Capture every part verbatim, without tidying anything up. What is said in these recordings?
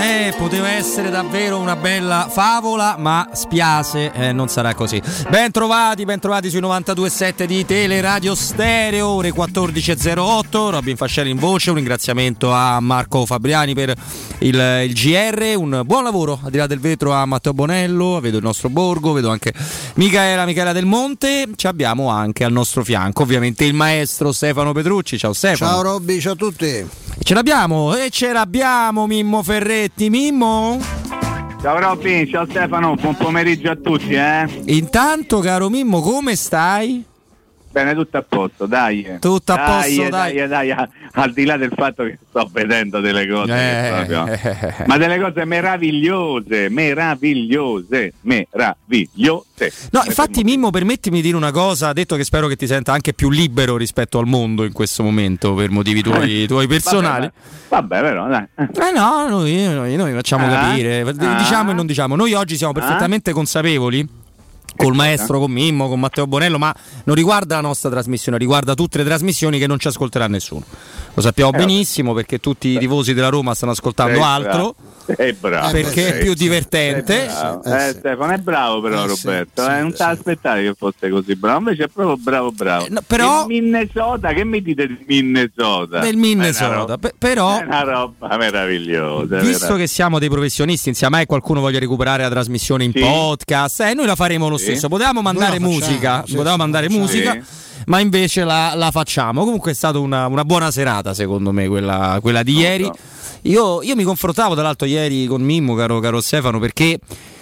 Eh, poteva essere davvero una bella favola, ma spiace, eh, non sarà così. Ben trovati, ben trovati sui novantadue virgola sette di Teleradio Stereo, ore quattordici e zero otto. Robin Fascelli in voce, un ringraziamento a Marco Fabriani per il, il G R, un buon lavoro al di là del vetro a Matteo Bonello, vedo il nostro Borgo, vedo anche Michaela, Michaela Del Monte, ci abbiamo anche al nostro fianco ovviamente il maestro Stefano Petrucci. Ciao Stefano. Ciao Robby, ciao a tutti. Ce l'abbiamo e ce l'abbiamo Mimmo Ferretti. Mimmo? Ciao Robby, ciao Stefano, buon pomeriggio a tutti, eh. Intanto, caro Mimmo, come stai? Bene, tutto a posto, dai. Tutto a dai, posto, dai. Dai, dai, dai, al di là del fatto che sto vedendo delle cose, eh, proprio, eh. ma delle cose meravigliose, meravigliose, meravigliose. No, infatti Mimmo, permettimi di dire una cosa, detto che spero che ti senta anche più libero rispetto al mondo in questo momento per motivi tuoi, tuoi personali. Vabbè, vabbè, però dai. Eh no, noi, noi, noi facciamo ah, capire, ah, diciamo e non diciamo. Noi oggi siamo perfettamente ah, consapevoli col maestro, con Mimmo, con Matteo Bonello, ma non riguarda la nostra trasmissione, riguarda tutte le trasmissioni che non ci ascolterà nessuno. Lo sappiamo eh, benissimo perché tutti i tifosi della Roma stanno ascoltando sei altro. È bravo, perché sei, è più divertente. Eh, Stefano è bravo però eh, Roberto, sì, eh, non sì, ti aspettavi sì. che fosse così bravo, invece è proprio bravo bravo. Eh, no, però il Minnesota, che mi dite del Minnesota? Del Minnesota, P- però è una roba meravigliosa. Visto vera. Che siamo dei professionisti, insieme a me qualcuno voglia recuperare la trasmissione in sì. podcast, eh, noi la faremo lo sì. stesso. Potevamo mandare musica, sì, potevamo sì, mandare sì. musica. Sì. Ma invece la, la facciamo. Comunque è stata una, una buona serata secondo me quella, quella di no, ieri no. Io, io mi confrontavo tra l'altro ieri con Mimmo, caro, caro Stefano, perché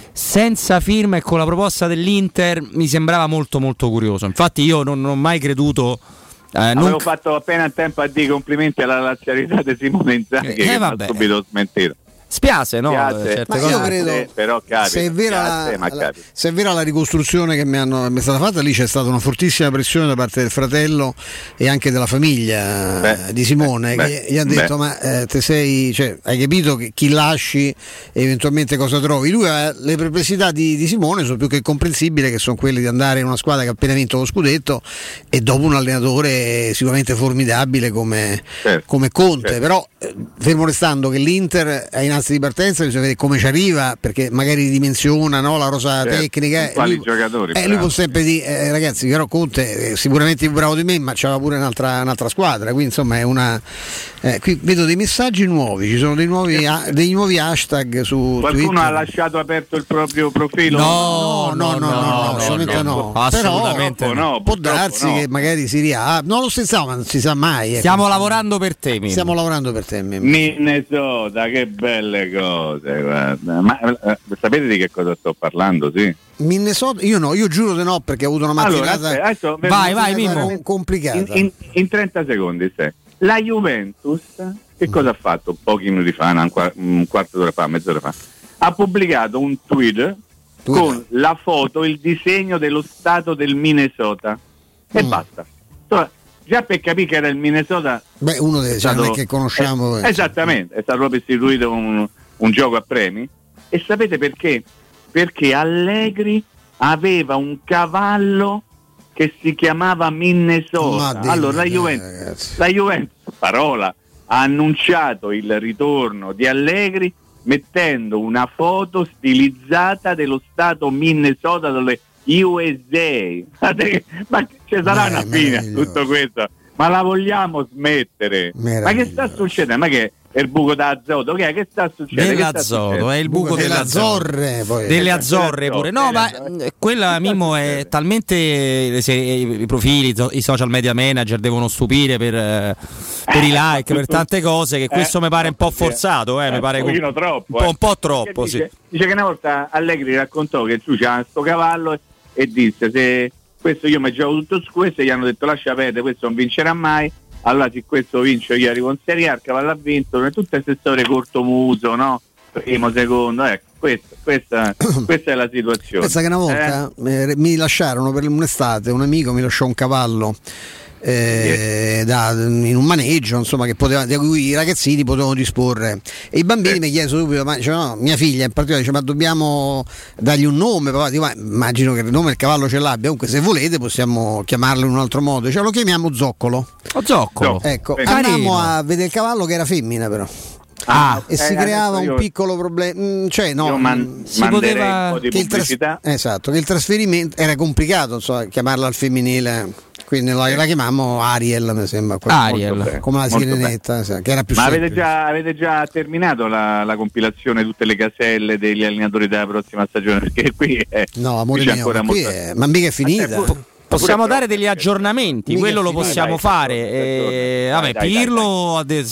senza firma e con la proposta dell'Inter mi sembrava molto molto curioso. Infatti io non, non ho mai creduto eh, avevo non... fatto appena in tempo a dire complimenti alla lazialità di Simone Inzaghi eh, che ha subito smentito. Spiace, no? Certe ma io credo eh, però capita, se, è vera piace, la, la, se è vera la ricostruzione che mi, hanno, mi è stata fatta, lì c'è stata una fortissima pressione da parte del fratello e anche della famiglia beh, di Simone beh, che gli ha detto beh. ma eh, te sei, cioè, hai capito che chi lasci eventualmente cosa trovi? Lui ha le perplessità di, di Simone sono più che comprensibili, che sono quelle di andare in una squadra che ha appena vinto lo scudetto e dopo un allenatore sicuramente formidabile come, certo, come Conte, certo. Però eh, fermo restando che l'Inter è in di partenza bisogna vedere come ci arriva, perché magari dimensiona, no, la rosa certo, tecnica quali lui, giocatori eh, lui può sempre dire eh, ragazzi però Conte è sicuramente più bravo di me ma c'aveva pure un'altra, un'altra squadra, quindi insomma è una eh, qui vedo dei messaggi nuovi, ci sono dei nuovi, ha, dei nuovi hashtag su qualcuno Twitter. Ha lasciato aperto il proprio profilo? No, no, no, no, no, no, no assolutamente no, no. Assolutamente però no. Può darsi no. che magari si riapra, non lo stesso, ma non si sa mai. Ecco. Stiamo lavorando per te, Mimmo. Stiamo lavorando per te, Mimmo. Minnesota, che belle cose, guarda. Ma eh, sapete di che cosa sto parlando, sì? Minnesota, io no, io giuro di no, perché ho avuto una mattinata allora, adesso, vai, vai, Mimmo. complicata. In, in, in trenta secondi, se. La Juventus, che cosa ha fatto pochi minuti fa, un, quarto, un quarto d'ora fa, mezz'ora fa? Ha pubblicato un tweet Twitter. con la foto, il disegno dello stato del Minnesota e mm. basta. Allora, già per capire che era il Minnesota, beh, uno dei stato, che conosciamo è, esattamente, è stato proprio istituito un, un gioco a premi. E sapete perché? Perché Allegri aveva un cavallo che si chiamava Minnesota. Allora la Juventus, la Juventus, parola, ha annunciato il ritorno di Allegri mettendo una foto stilizzata dello stato Minnesota delle U S A. Ma ci sarà una fine a tutto questo? Ma la vogliamo smettere? Ma che sta succedendo? Ma che è il buco d'Azoto? Che, che sta succedendo? Dell'Azoto, è il buco, buco delle Azzorre, poi. Delle Azzorre pure. No, ma quella Mimmo è talmente se, i profili, i social media manager devono stupire per, per i like, per tante cose che questo mi pare un po' forzato, eh, mi pare un pochino troppo, un po', un po' troppo, dice, sì. Dice che una volta Allegri raccontò che tu c'era sto cavallo e disse se questo io mi gioco tutto su questo e gli hanno detto lascia perdere, questo non vincerà mai. Allora se questo vince io arrivo in Serie A, il cavallo ha vinto, tutte queste storie cortomuso, no? Primo, secondo, ecco, questa, questa, questa è la situazione. Pensa che una volta eh? Eh, mi lasciarono per un'estate, un amico mi lasciò un cavallo eh, da, in un maneggio, insomma, che poteva, di cui i ragazzini potevano disporre, e i bambini eh. mi chiesero subito, ma cioè, no, mia figlia in particolare dice ma dobbiamo dargli un nome, papà? Dico, ma immagino che il nome del cavallo ce l'abbia, comunque se volete possiamo chiamarlo in un altro modo, cioè, lo chiamiamo Zoccolo. Oh, Zoccolo, ecco, andammo a vedere il cavallo che era femmina però. Ah, e eh, si creava un piccolo problema, cioè no, man- si poteva un po' di che, il tras- esatto, che il trasferimento era complicato, so, chiamarla al femminile. Quindi la, la chiamavamo Ariel, mi sembra, Ariel, come la sirenetta, che era più ma semplice. avete già, avete già terminato la, la compilazione di tutte le caselle degli allenatori della prossima stagione? Perché qui è, no, amore mio, ancora qui molto... è, ma mica è finita. Possiamo dare degli aggiornamenti, mica quello lo possiamo dai, fare. E, vabbè, dai, Pirlo ha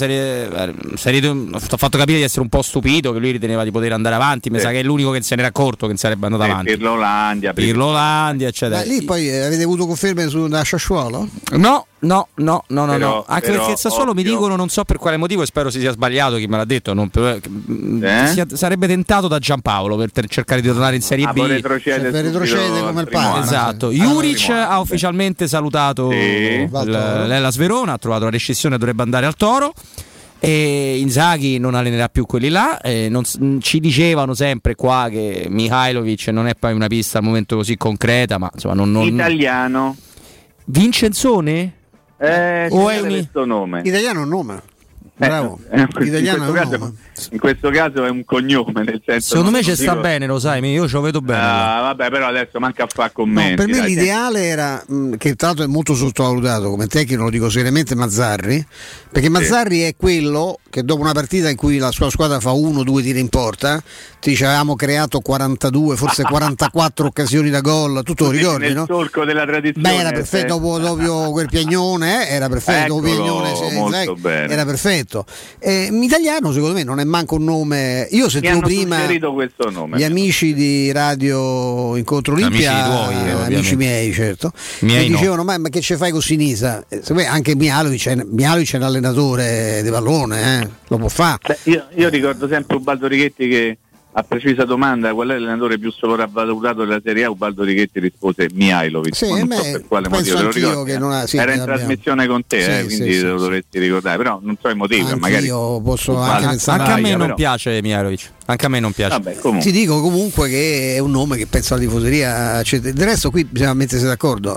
fatto capire di essere un po' stupito, che lui riteneva di poter andare avanti. Mi sì. sa che è l'unico che se n'era accorto che non sarebbe andato sì, avanti. Pirlo-Landia, Pirlo-Landia, eccetera. Ma lì poi avete avuto conferme sulla Sassuolo? No. No, no, no, no, però, no. Anche però, perché il Sassuolo ovvio. mi dicono, non so per quale motivo, e spero si sia sbagliato chi me l'ha detto, non per, eh? sia, sarebbe tentato da Giampaolo per ter- cercare di tornare in Serie ah, B. Retrocede, cioè, retrocede come il padre. Esatto. Juric ha ufficialmente salutato sì. l'Hellas Verona, ha trovato la rescissione, dovrebbe andare al Toro. E Inzaghi non allenerà più quelli là. E non, ci dicevano sempre qua che Mihajlovic non è poi una pista al momento così concreta, ma insomma non, non... Italiano Vincenzone? Eh, o è un questo nome? Italiano è un nome. Bravo. Eh, Italiano in, questo è un caso, in questo caso è un cognome, nel senso. Secondo me ci dico... sta bene, lo sai, io ce lo vedo bene. Ah, vabbè, però adesso manca a fare commenti. No, per me dai, l'ideale dai. era mh, che tra l'altro è molto sottovalutato come tecnico, lo dico seriamente, Mazzarri, perché Mazzarri sì. è quello che dopo una partita in cui la sua squadra fa uno o due tiri in porta, ti dice avevamo creato quarantadue, forse quarantaquattro occasioni da gol, tu te lo ricordi, nel no? solco della tradizione. Beh, era perfetto, dopo, dopo quel Piagnone, eh, era perfetto, dopo Piagnone, molto bene. Era perfetto. Eh, italiano secondo me non è manco un nome. Io sentivo prima questo nome, gli amici di Radio Incontro Olimpia, amici, tuoi, eh, amici miei, certo, miei che dicevano: ma, ma che ci fai con Sinisa? Eh, anche Mihajlovic è, Mihajlovic è un allenatore di pallone, eh, lo può fare. Io, io ricordo sempre Ubaldo Righetti che a precisa domanda qual è l'allenatore più sopravvalutato della Serie A, Ubaldo Righetti rispose Mihajlovic. Sì, non so per quale motivo te lo ricordi. Ha, sì, era in trasmissione con te, sì, eh, quindi sì, te lo sì, dovresti ricordare, però non so i motivi. Anche magari io posso anche pensare. Anche a me non però. piace Mihajlovic. Anche a me non piace. Vabbè, ti dico comunque che è un nome che penso alla tifoseria. Cioè, del resto qui bisogna mettersi d'accordo.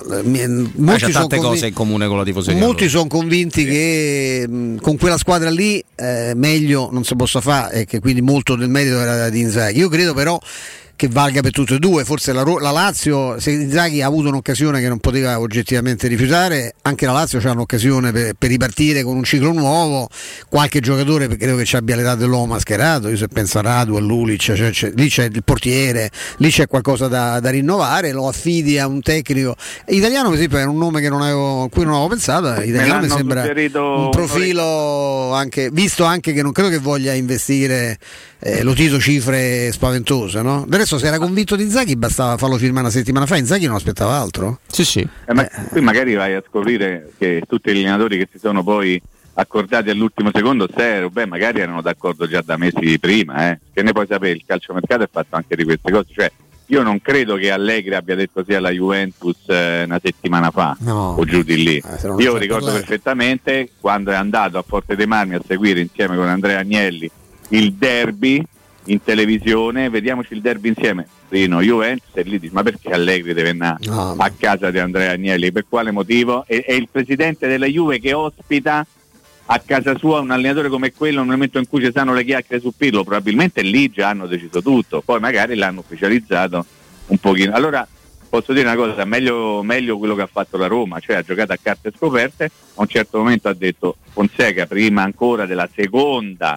Ma c'è tante cose convin- in comune con la tifoseria. Molti allora. sono convinti sì. che mh, con quella squadra lì eh, meglio non si possa fare e che quindi molto del merito era di Inzaghi. Io credo però che valga per tutte e due, forse la, la Lazio, se Inzaghi ha avuto un'occasione che non poteva oggettivamente rifiutare, anche la Lazio c'ha un'occasione per, per ripartire con un ciclo nuovo, qualche giocatore credo che ci abbia l'età dell'uomo mascherato, io se penso a Radu, a Lulic, cioè, cioè, lì c'è il portiere, lì c'è qualcosa da, da rinnovare, lo affidi a un tecnico. Italiano per esempio è un nome che non avevo, a cui non avevo pensato, Italiano mi sembra un profilo anche, visto anche che non credo che voglia investire eh, lo Tito cifre spaventose, no? Adesso se era convinto di Inzaghi bastava farlo firmare una settimana fa, Inzaghi non aspettava altro. Sì, sì. Eh, ma eh. Qui magari vai a scoprire che tutti gli allenatori che si sono poi accordati all'ultimo secondo, se beh, magari erano d'accordo già da mesi prima, eh. Che ne puoi sapere, il calciomercato è fatto anche di queste cose, cioè io non credo che Allegri abbia detto sì alla Juventus eh, una settimana fa no. o giù di lì. Eh, io ricordo parlare. perfettamente quando è andato a Forte dei Marmi a seguire insieme con Andrea Agnelli il derby in televisione, vediamoci il derby insieme, Rino Juventus, e lì dice ma perché Allegri deve andare no, a casa di Andrea Agnelli, per quale motivo? E, e il presidente della Juve che ospita a casa sua un allenatore come quello nel momento in cui ci stanno le chiacchiere su Pirlo, probabilmente lì già hanno deciso tutto, poi magari l'hanno ufficializzato un pochino. Allora posso dire una cosa, meglio, meglio quello che ha fatto la Roma, cioè ha giocato a carte scoperte, a un certo momento ha detto Fonseca prima ancora della seconda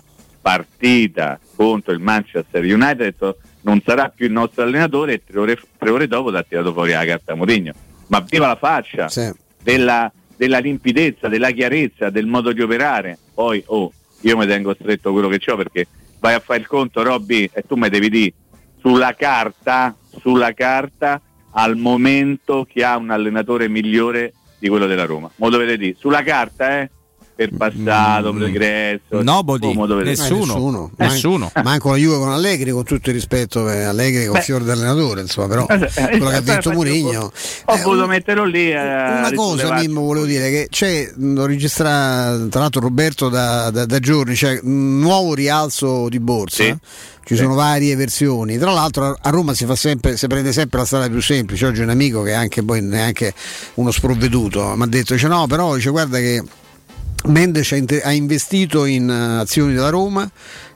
partita contro il Manchester United, ha detto non sarà più il nostro allenatore, e tre ore, tre ore dopo ti ha tirato fuori la carta Mourinho. Ma viva la faccia sì. della, della limpidezza, della chiarezza, del modo di operare. Poi oh, io mi tengo stretto quello che c'ho, perché vai a fare il conto, Robby, e tu mi devi dire sulla carta, sulla carta al momento chi ha un allenatore migliore di quello della Roma. Mo dovete dire sulla carta, eh? Per passato, mm. pregresso, Nobody, oh, nessuno, eh, nessuno. nessuno. Man- manco la Juve con Allegri, con tutto il rispetto per Allegri con fiore d'allenatore, insomma, però eh, quello che ha detto Mourinho. Ho eh, voluto un, metterlo lì. Eh, una cosa, Mimmo, volevo dire che c'è, lo registra tra l'altro Roberto da, da, da giorni, c'è un nuovo rialzo di borsa. Sì. Ci sono varie versioni, tra l'altro a Roma si fa sempre, si prende sempre la strada più semplice. Oggi un amico che è anche poi neanche uno sprovveduto mi ha detto, dice no, però dice guarda che Mendes ha investito in azioni della Roma,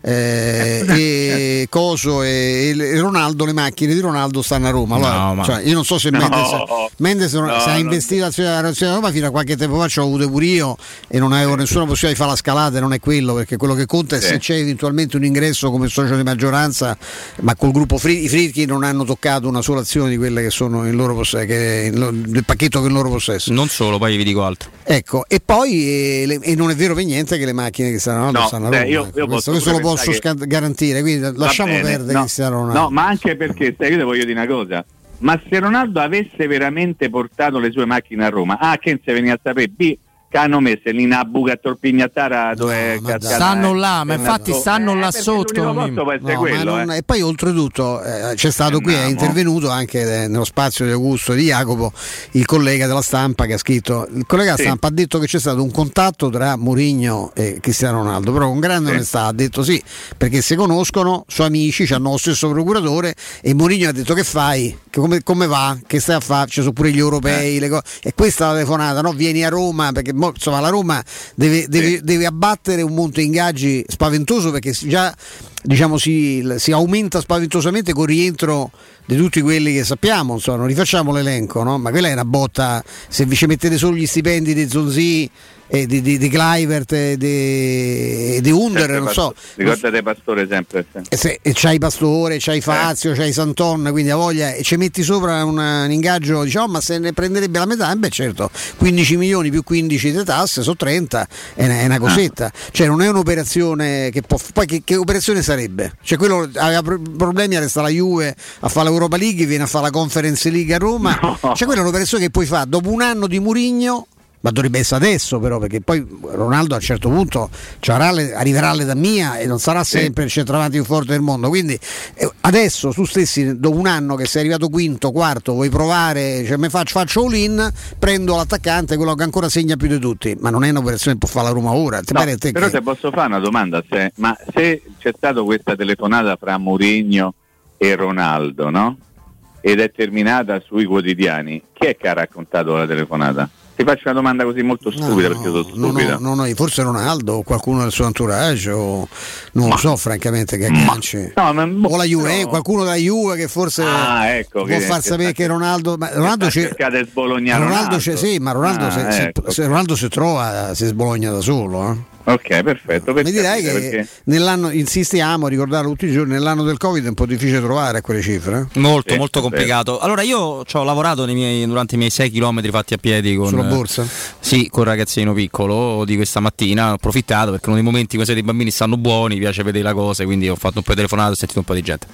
eh, e Coso e, e Ronaldo, le macchine di Ronaldo stanno a Roma. Allora, no, ma... cioè, io non so se no, Mendes, Mendes no, se ha investito in azioni della Roma, fino a qualche tempo fa ci ho avuto pure io e non avevo nessuna possibilità di fare la scalata, non è quello, perché quello che conta è sì. se c'è eventualmente un ingresso come socio di maggioranza, ma col gruppo Fri- i Friedkin non hanno toccato una sola azione di quelle che sono in loro possesso, che del pacchetto che è in loro possesso. Non solo, poi vi dico altro. Ecco, e poi e, le, e non è vero per niente che le macchine che stanno no, stanno a Roma. Io, io questo, questo lo posso che... garantire, quindi lasciamo bene, perdere no, Cristiano Ronaldo. No, ma anche perché io ti voglio dire una cosa. Ma se Ronaldo avesse veramente portato le sue macchine a Roma, A che non si veniva a sapere, B che hanno messo lì in Buga Torpignattara dove no, stanno là, ma infatti stanno eh, là sotto no, quello, non, eh. E poi oltretutto eh, c'è stato eh, qui, no, è intervenuto anche eh, nello spazio di Augusto e di Jacopo il collega della stampa che ha scritto, il collega sì. stampa ha detto che c'è stato un contatto tra Mourinho e Cristiano Ronaldo, però con grande sì. onestà ha detto sì, perché si conoscono, suoi amici, hanno lo stesso procuratore e Mourinho ha detto che fai, che come, come va, che stai a fare, ci sono pure gli europei, eh. le co- e questa è la telefonata, no? Vieni a Roma perché insomma la Roma deve, deve, sì. deve abbattere un monte ingaggi spaventoso, perché già diciamo si, si aumenta spaventosamente con il rientro di tutti quelli che sappiamo, insomma non rifacciamo l'elenco, no? Ma quella è una botta, se vi ci mettete solo gli stipendi di Zonzi e di, di, di Kluivert e di, di Under, sempre non so. Ricordate Pastore sempre. E, se, e c'hai Pastore, c'hai Fazio, eh. c'hai Santon, quindi a voglia, e ci metti sopra un, un ingaggio, diciamo, ma se ne prenderebbe la metà, beh certo, quindici milioni più quindici di tasse, sono trenta, è una, è una cosetta. Ah. Cioè non è un'operazione che può, poi che, che operazione sarebbe? Cioè quello aveva problemi, resta la Juve a fare l'Europa League, viene a fare la Conference League a Roma, no. Cioè quella è un'operazione che puoi fare dopo un anno di Mourinho. Ma dovrebbe essere adesso però, perché poi Ronaldo a un certo punto arriverà all'età mia e non sarà sempre il centravanti più forte del mondo, quindi adesso tu stessi dopo un anno che sei arrivato quinto, quarto, vuoi provare, cioè me faccio, faccio all in, prendo l'attaccante, quello che ancora segna più di tutti, ma non è un'operazione che può fare la Roma ora. No, però che... se posso fare una domanda, se, ma se c'è stata questa telefonata fra Mourinho e Ronaldo, no? Ed è terminata sui quotidiani, chi è che ha raccontato la telefonata? Ti faccio una domanda così molto stupida, no, perché sono stupida. No, no, no, forse Ronaldo o qualcuno del suo entourage, o non ma, lo so francamente che agganci. No, ma, o la Juve, no. qualcuno della Juve che forse ah, ecco, può che, far che sapere sta, che Ronaldo. Ma Ronaldo c'è. Cercate di sbolognare Ronaldo, Ronaldo. C'è, sì, ma Ronaldo, ah, se, ecco. se, se Ronaldo si trova, si sbologna da solo. Eh. Ok, perfetto. Mi direi che perché... nell'anno, insistiamo a ricordarlo tutti i giorni, nell'anno del Covid è un po' difficile trovare a quelle cifre. Molto, sì, molto complicato. Allora io ci ho lavorato nei miei, durante i miei sei chilometri fatti a piedi con, sulla borsa? Sì, con il ragazzino piccolo di questa mattina. Ho approfittato perché uno dei momenti in cui i bambini stanno buoni, mi piace vedere la cosa, quindi ho fatto un po' di telefonate, ho sentito un po' di gente.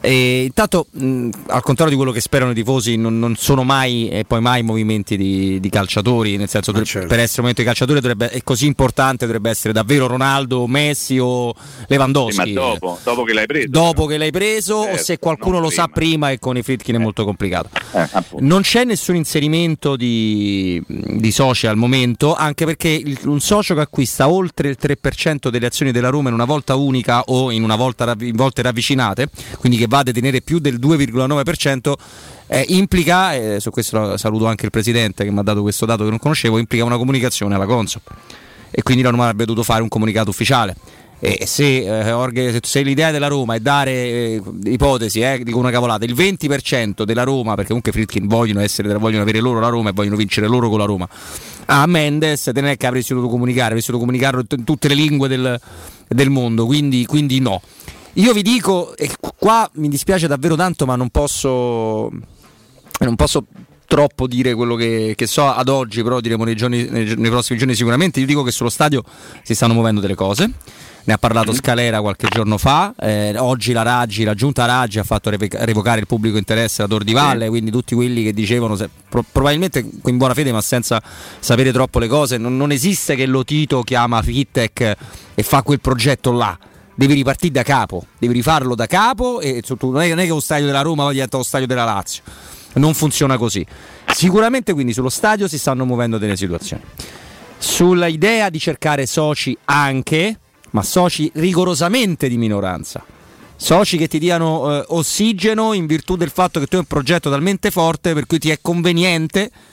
E intanto, mh, al contrario di quello che sperano i tifosi, non, non sono mai e poi mai movimenti di, di calciatori, nel senso che certo. per essere un momento di calciatori dovrebbe, è così importante, dovrebbe essere davvero Ronaldo, Messi o Lewandowski. Sì, ma dopo, dopo che l'hai preso. Dopo che l'hai preso, certo, o se qualcuno lo prima. sa prima, e con i Friedkin è eh. molto complicato. Eh, non c'è nessun inserimento di, di soci al momento, anche perché il, un socio che acquista oltre il tre per cento delle azioni della Roma in una volta unica o in una volta in volte ravvicinate, quindi che va a detenere più del due virgola nove per cento, Eh, implica, eh, su questo saluto anche il presidente che mi ha dato questo dato che non conoscevo, implica una comunicazione alla Consob, e quindi la Roma avrebbe dovuto fare un comunicato ufficiale. E se, eh, Orge, se l'idea della Roma è dare, eh, ipotesi, eh, dico una cavolata, il venti per cento della Roma, perché comunque Friedkin vogliono essere, vogliono avere loro la Roma e vogliono vincere loro con la Roma, a Mendes, te ne è che avresti dovuto comunicare, avresti dovuto comunicarlo in tutte le lingue del, del mondo, quindi, quindi no. Io vi dico, e qua mi dispiace davvero tanto, ma non posso non posso troppo dire quello che, che so ad oggi, però diremo nei, giorni, nei, nei prossimi giorni sicuramente. Io dico che sullo stadio si stanno muovendo delle cose, ne ha parlato Scalera qualche giorno fa, eh, oggi la Raggi, la giunta Raggi ha fatto revocare il pubblico interesse da Tor di Valle, sì. Quindi tutti quelli che dicevano, se, pro, probabilmente in buona fede ma senza sapere troppo le cose, non, non esiste che lo Tito chiama Fittek e fa quel progetto là. Devi ripartire da capo, devi rifarlo da capo, e non è, non è che lo stadio della Roma poi diventa lo stadio della Lazio, non funziona così. Sicuramente quindi sullo stadio si stanno muovendo delle situazioni, sulla idea di cercare soci anche, ma soci rigorosamente di minoranza, soci che ti diano eh, ossigeno in virtù del fatto che tu hai un progetto talmente forte per cui ti è conveniente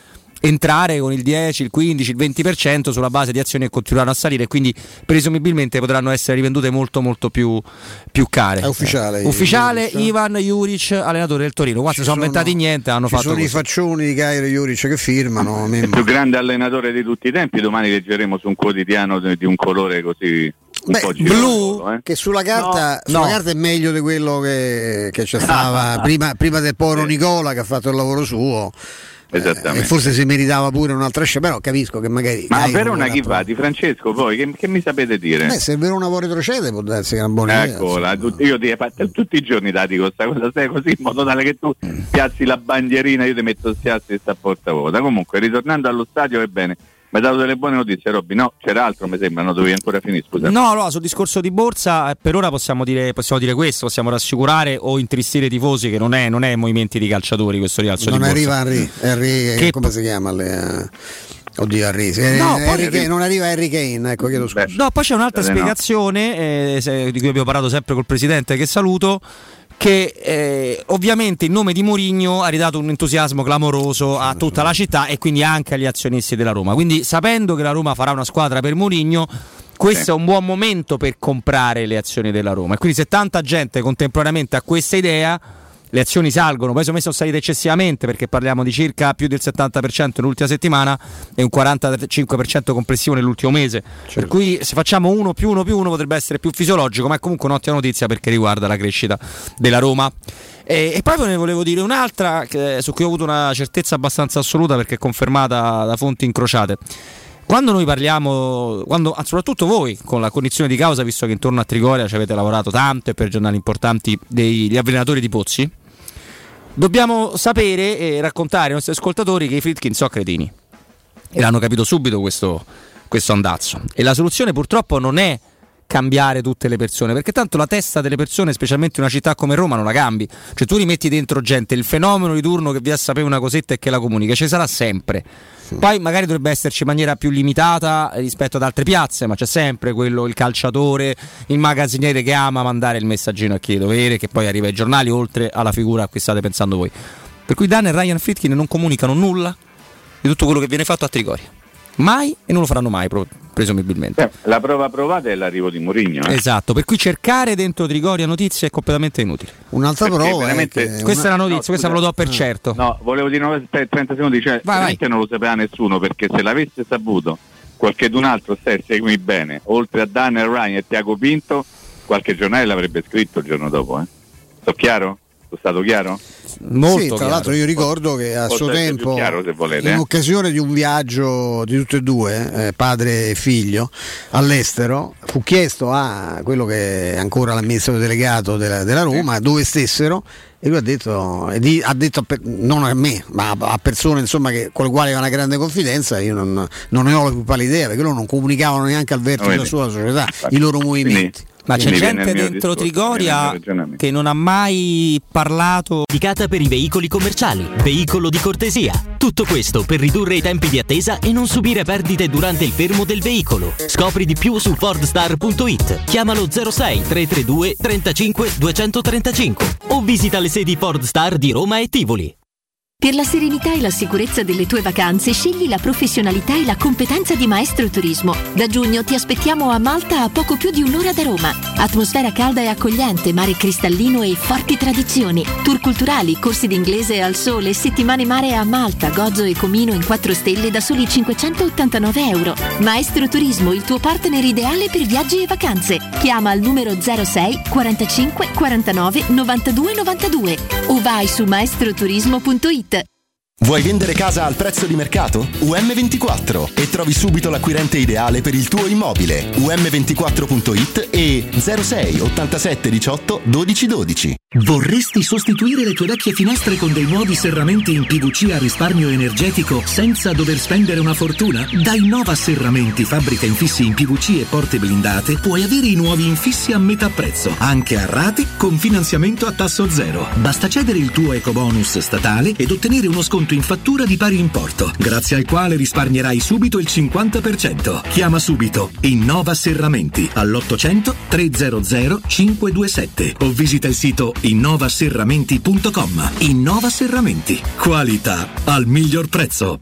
entrare con il dieci, il quindici, il venti per cento sulla base di azioni che continueranno a salire, quindi presumibilmente potranno essere rivendute molto molto più, più care. È ufficiale. Eh. Ufficiale Ivan Juric, allenatore del Torino. Qua si sono inventati niente, hanno ci fatto sono così. i faccioni di Cairo Juric che firmano. Il più grande allenatore di tutti i tempi, domani leggeremo su un quotidiano di un colore così un Beh, po' blu, girolo, eh. che sulla carta, no, sulla no. carta è meglio di quello che, che c'è stava prima, prima del povero Nicola che ha fatto il lavoro suo. Esattamente. Eh, e forse si meritava pure un'altra scelta, però capisco che magari. Ma Verona chi va? Di Francesco poi? Che, che mi sapete dire? Beh, se il Verona vuole retrocede può darsi che è una buona idea. Eccola, tutti, io ti, tutti i giorni ti dico questa cosa, sei così in modo tale che tu piazzi la bandierina, io ti metto il siassi e sta a portavoce. Comunque, ritornando allo stadio, è bene. Mi hai dato delle buone notizie, Robby? No, c'era altro, mi sembra, no, dovevi ancora finire, scusa. No, no, sul discorso di borsa per ora possiamo dire, possiamo dire questo, possiamo rassicurare o intristire i tifosi che non è, non è movimenti di calciatori questo rialzo non di borsa. arriva Henry, Henry che come si chiama? Le, oddio Henry, eh, no, Harry Kane, non arriva Harry Kane, ecco, chiedo scusa. No, poi c'è un'altra Beh, spiegazione eh, se, di cui abbiamo parlato sempre col presidente che saluto, che eh, ovviamente il nome di Mourinho ha ridato un entusiasmo clamoroso a tutta la città e quindi anche agli azionisti della Roma, quindi sapendo che la Roma farà una squadra per Mourinho, questo sì. è un buon momento per comprare le azioni della Roma, e quindi se tanta gente contemporaneamente ha questa idea, le azioni salgono. Poi sono salite eccessivamente, perché parliamo di circa più del settanta per cento nell'ultima settimana e un quarantacinque per cento complessivo nell'ultimo mese, certo. Per cui se facciamo uno più uno più uno potrebbe essere più fisiologico, ma è comunque un'ottima notizia perché riguarda la crescita della Roma. E, e poi ve ne volevo dire un'altra che, su cui ho avuto una certezza abbastanza assoluta perché è confermata da fonti incrociate. Quando noi parliamo, quando, soprattutto voi con la cognizione di causa, visto che intorno a Trigoria ci avete lavorato tanto e per giornali importanti degli allenatori di Pozzi, dobbiamo sapere e raccontare ai nostri ascoltatori che i Friedkin sono cretini e l'hanno capito subito questo, questo andazzo, e la soluzione purtroppo non è cambiare tutte le persone, perché tanto la testa delle persone, specialmente in una città come Roma, non la cambi. Cioè tu rimetti dentro gente, il fenomeno di turno che vi ha sapere una cosetta e che la comunica ci sarà sempre. Poi magari dovrebbe esserci in maniera più limitata rispetto ad altre piazze, ma c'è sempre quello, il calciatore, il magazziniere che ama mandare il messaggino a chi è dovere, che poi arriva ai giornali, oltre alla figura a cui state pensando voi. Per cui Dan e Ryan Friedkin non comunicano nulla di tutto quello che viene fatto a Trigoria, mai, e non lo faranno mai presumibilmente. Eh, la prova provata è l'arrivo di Mourinho, eh? Esatto, per cui cercare dentro Trigoria notizie è completamente inutile. Un'altra Perché prova veramente... è che questa una... è la notizia, no, questa ve lo do per certo. No, volevo dire una cosa, trenta secondi, cioè vai, veramente vai. Non lo sapeva nessuno, perché se l'avesse saputo qualchedun altro, stai segui bene, oltre a Dan e Ryan e Tiago Pinto, qualche giornale l'avrebbe scritto il giorno dopo, eh? Sto chiaro? Sono stato chiaro? Molto sì, tra chiaro. l'altro io ricordo che a suo tempo, chiaro, se volete, in eh? occasione di un viaggio di tutti e due, eh, padre e figlio, all'estero, fu chiesto a quello che è ancora l'amministratore delegato della, della Roma, sì, dove stessero, e lui ha detto, ha detto per, non a me, ma a persone insomma che, con le quali aveva una grande confidenza, io non, non ne ho la più pallida idea, perché loro non comunicavano neanche al vertice della sua società i loro movimenti. Quindi, Ma c'è Quindi gente dentro discorso, Trigoria che non ha mai parlato. Dedicata per i veicoli commerciali, veicolo di cortesia. Tutto questo per ridurre i tempi di attesa e non subire perdite durante il fermo del veicolo. Scopri di più su fordstar punto it. Chiamalo zero sei tre tre due trentacinque duecentotrentacinque o visita le sedi Fordstar di Roma e Tivoli. Per la serenità e la sicurezza delle tue vacanze scegli la professionalità e la competenza di Maestro Turismo. Da giugno ti aspettiamo a Malta, a poco più di un'ora da Roma. Atmosfera calda e accogliente, mare cristallino e forti tradizioni. Tour culturali, corsi d'inglese al sole, settimane mare a Malta, Gozo e Comino in quattro stelle da soli cinquecentottantanove euro. Maestro Turismo, il tuo partner ideale per viaggi e vacanze. Chiama al numero zero sei quarantacinque quarantanove novantadue novantadue o vai su maestroturismo punto it. Vuoi vendere casa al prezzo di mercato? U M ventiquattro e trovi subito l'acquirente ideale per il tuo immobile. U M ventiquattro punto it e zero sei ottantasette diciotto dodici dodici. Vorresti sostituire le tue vecchie finestre con dei nuovi serramenti in P V C a risparmio energetico senza dover spendere una fortuna? Da Innova Serramenti, fabbrica infissi in P V C e porte blindate, puoi avere i nuovi infissi a metà prezzo, anche a rate con finanziamento a tasso zero. Basta cedere il tuo ecobonus statale ed ottenere uno sconto in fattura di pari importo, grazie al quale risparmierai subito il cinquanta per cento. Chiama subito Innova Serramenti all'ottocento trecento cinque due sette o visita il sito innova serramenti punto com. Innova Serramenti, qualità al miglior prezzo.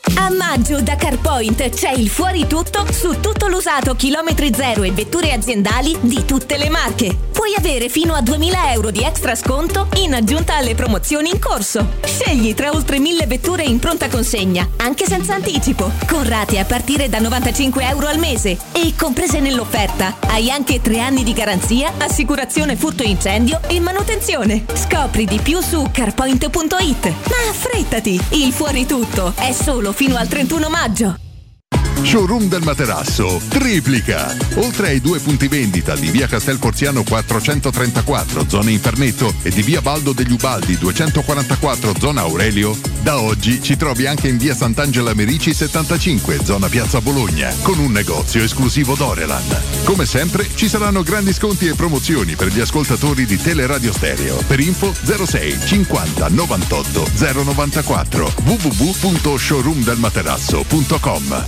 A maggio da CarPoint c'è il fuori tutto su tutto l'usato chilometri zero e vetture aziendali di tutte le marche. Puoi avere fino a duemila euro di extra sconto in aggiunta alle promozioni in corso. Scegli tra oltre mille vetture in pronta consegna, anche senza anticipo, con rate a partire da novantacinque euro al mese. E comprese nell'offerta hai anche tre anni di garanzia, assicurazione furto incendio e manutenzione. Scopri di più su carpoint punto it. Ma affrettati, il fuori tutto è solo fino al trentuno maggio. Showroom del Materasso triplica. Oltre ai due punti vendita di via Castel Porziano quattrocentotrentaquattro, zona Infernetto, e di via Baldo degli Ubaldi duecentoquarantaquattro, zona Aurelio, da oggi ci trovi anche in via Sant'Angela Merici settantacinque, zona Piazza Bologna, con un negozio esclusivo Dorelan. Come sempre ci saranno grandi sconti e promozioni per gli ascoltatori di Teleradio Stereo. Per info zero sei cinquanta novantotto zero novantaquattro w w w punto showroom del materasso punto com.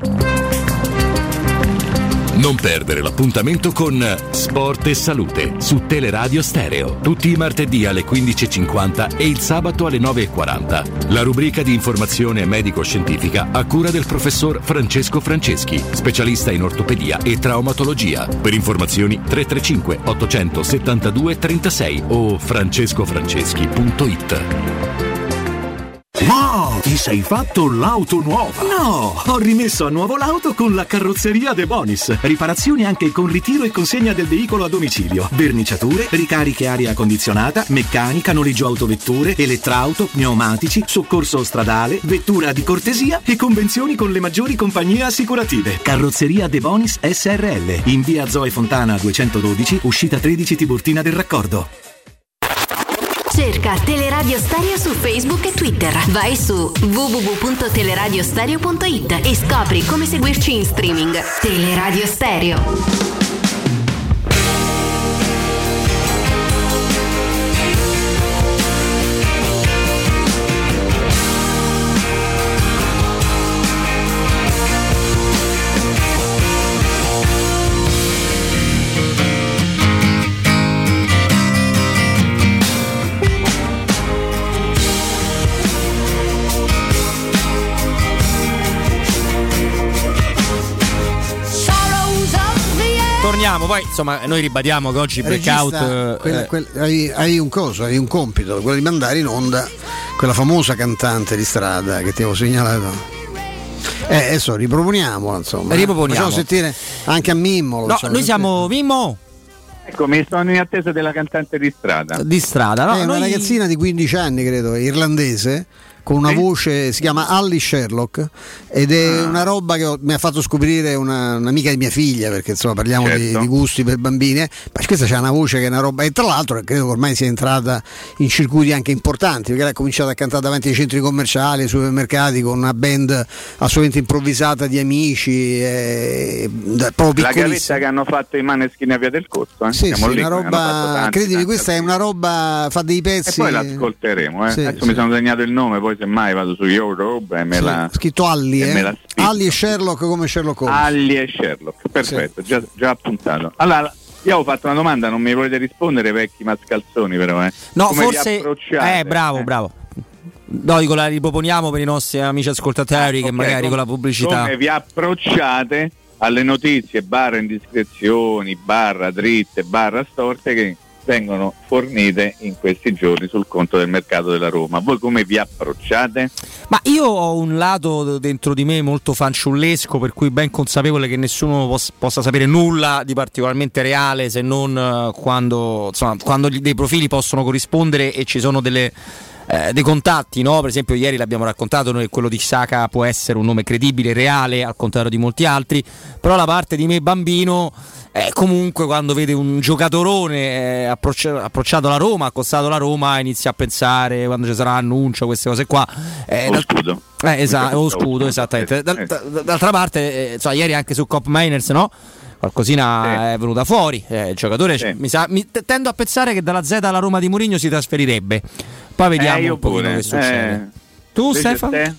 Non perdere l'appuntamento con Sport e Salute su Teleradio Stereo, tutti i martedì alle quindici e cinquanta e il sabato alle nove e quaranta. La rubrica di informazione medico-scientifica a cura del professor Francesco Franceschi, specialista in ortopedia e traumatologia. Per informazioni tre tre cinque ottocentosettantadue trentasei o francescofranceschi punto it. Wow, ti sei fatto l'auto nuova? No, ho rimesso a nuovo l'auto con la carrozzeria De Bonis. Riparazioni anche con ritiro e consegna del veicolo a domicilio. Verniciature, ricariche aria condizionata, meccanica, noleggio autovetture, elettrauto, pneumatici, soccorso stradale, vettura di cortesia e convenzioni con le maggiori compagnie assicurative. Carrozzeria De Bonis S R L, in via Zoe Fontana duecentododici, uscita tredici Tiburtina del Raccordo. Cerca Teleradio Stereo su Facebook e Twitter. Vai su w w w punto teleradiostereo punto it e scopri come seguirci in streaming. Teleradio Stereo. Torniamo, poi insomma noi ribadiamo che oggi Blackout Regista, quella, eh, quella, hai, hai un coso, hai un compito, quello di mandare in onda quella famosa cantante di strada che ti avevo segnalato. Eh, adesso riproponiamo, insomma. Riproponiamo. Facciamo sentire anche a Mimmo. No, noi siamo Mimmo. Ecco, mi sono in attesa della cantante di strada. Di strada, no? È una noi... ragazzina di quindici anni, credo, irlandese, con una sì? voce, si chiama Allie Sherlock, ed è ah. una roba che ho, mi ha fatto scoprire una, un'amica di mia figlia, perché insomma parliamo certo. di, di gusti per bambine, ma questa c'ha una voce che è una roba, e tra l'altro credo che ormai sia entrata in circuiti anche importanti, perché lei ha cominciato a cantare davanti ai centri commerciali, ai supermercati, con una band assolutamente improvvisata di amici, e, da, proprio la gavetta che hanno fatto i Maneskin a Via del Corso, eh? sì, sì, lì, una roba, credimi, questa è una roba, fa dei pezzi, e poi l'ascolteremo, eh? sì, adesso sì. mi sono segnato il nome, poi semmai vado su Europe e me sì, la scritto Allie, e eh? Allie e Sherlock, come Sherlock Holmes. Allie e Sherlock, perfetto, sì. già, già appuntato. Allora, io avevo fatto una domanda, non mi volete rispondere, vecchi mascalzoni, però, eh? No, come forse eh bravo, eh? bravo. No, dico, la riproponiamo per i nostri amici ascoltatori, ah, che okay, magari com- con la pubblicità. Come vi approcciate alle notizie barra indiscrezioni, barra dritte, barra storte che vengono fornite in questi giorni sul conto del mercato della Roma? Voi come vi approcciate? Ma io ho un lato dentro di me molto fanciullesco, per cui ben consapevole che nessuno pos- possa sapere nulla di particolarmente reale, se non uh, quando, insomma, quando gli, dei profili possono corrispondere e ci sono delle Eh, dei contatti, no? Per esempio ieri l'abbiamo raccontato noi, quello di Saka può essere un nome credibile, reale, al contrario di molti altri, però la parte di me bambino eh, comunque quando vede un giocatorone eh, approcci- approcciato alla Roma, accostato alla Roma, inizia a pensare quando ci sarà annuncio, queste cose qua, eh, o dal- scudo eh, esatto, o scudo, esattamente. Dal- d- d'altra parte eh, insomma, ieri anche su Cop Miners, no? Qualcosina sì. è venuta fuori, eh, il giocatore sì. mi sa, mi, t- tendo a pensare che dalla Z alla Roma di Mourinho si trasferirebbe, poi vediamo eh, un po' che succede. Eh, tu Stefano? Te?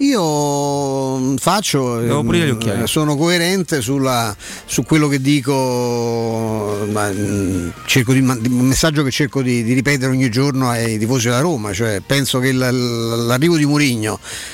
Io faccio, eh, sono coerente sulla, su quello che dico, ma, cerco di, un messaggio che cerco di, di ripetere ogni giorno ai tifosi della Roma, cioè penso che l- l'arrivo di Mourinho,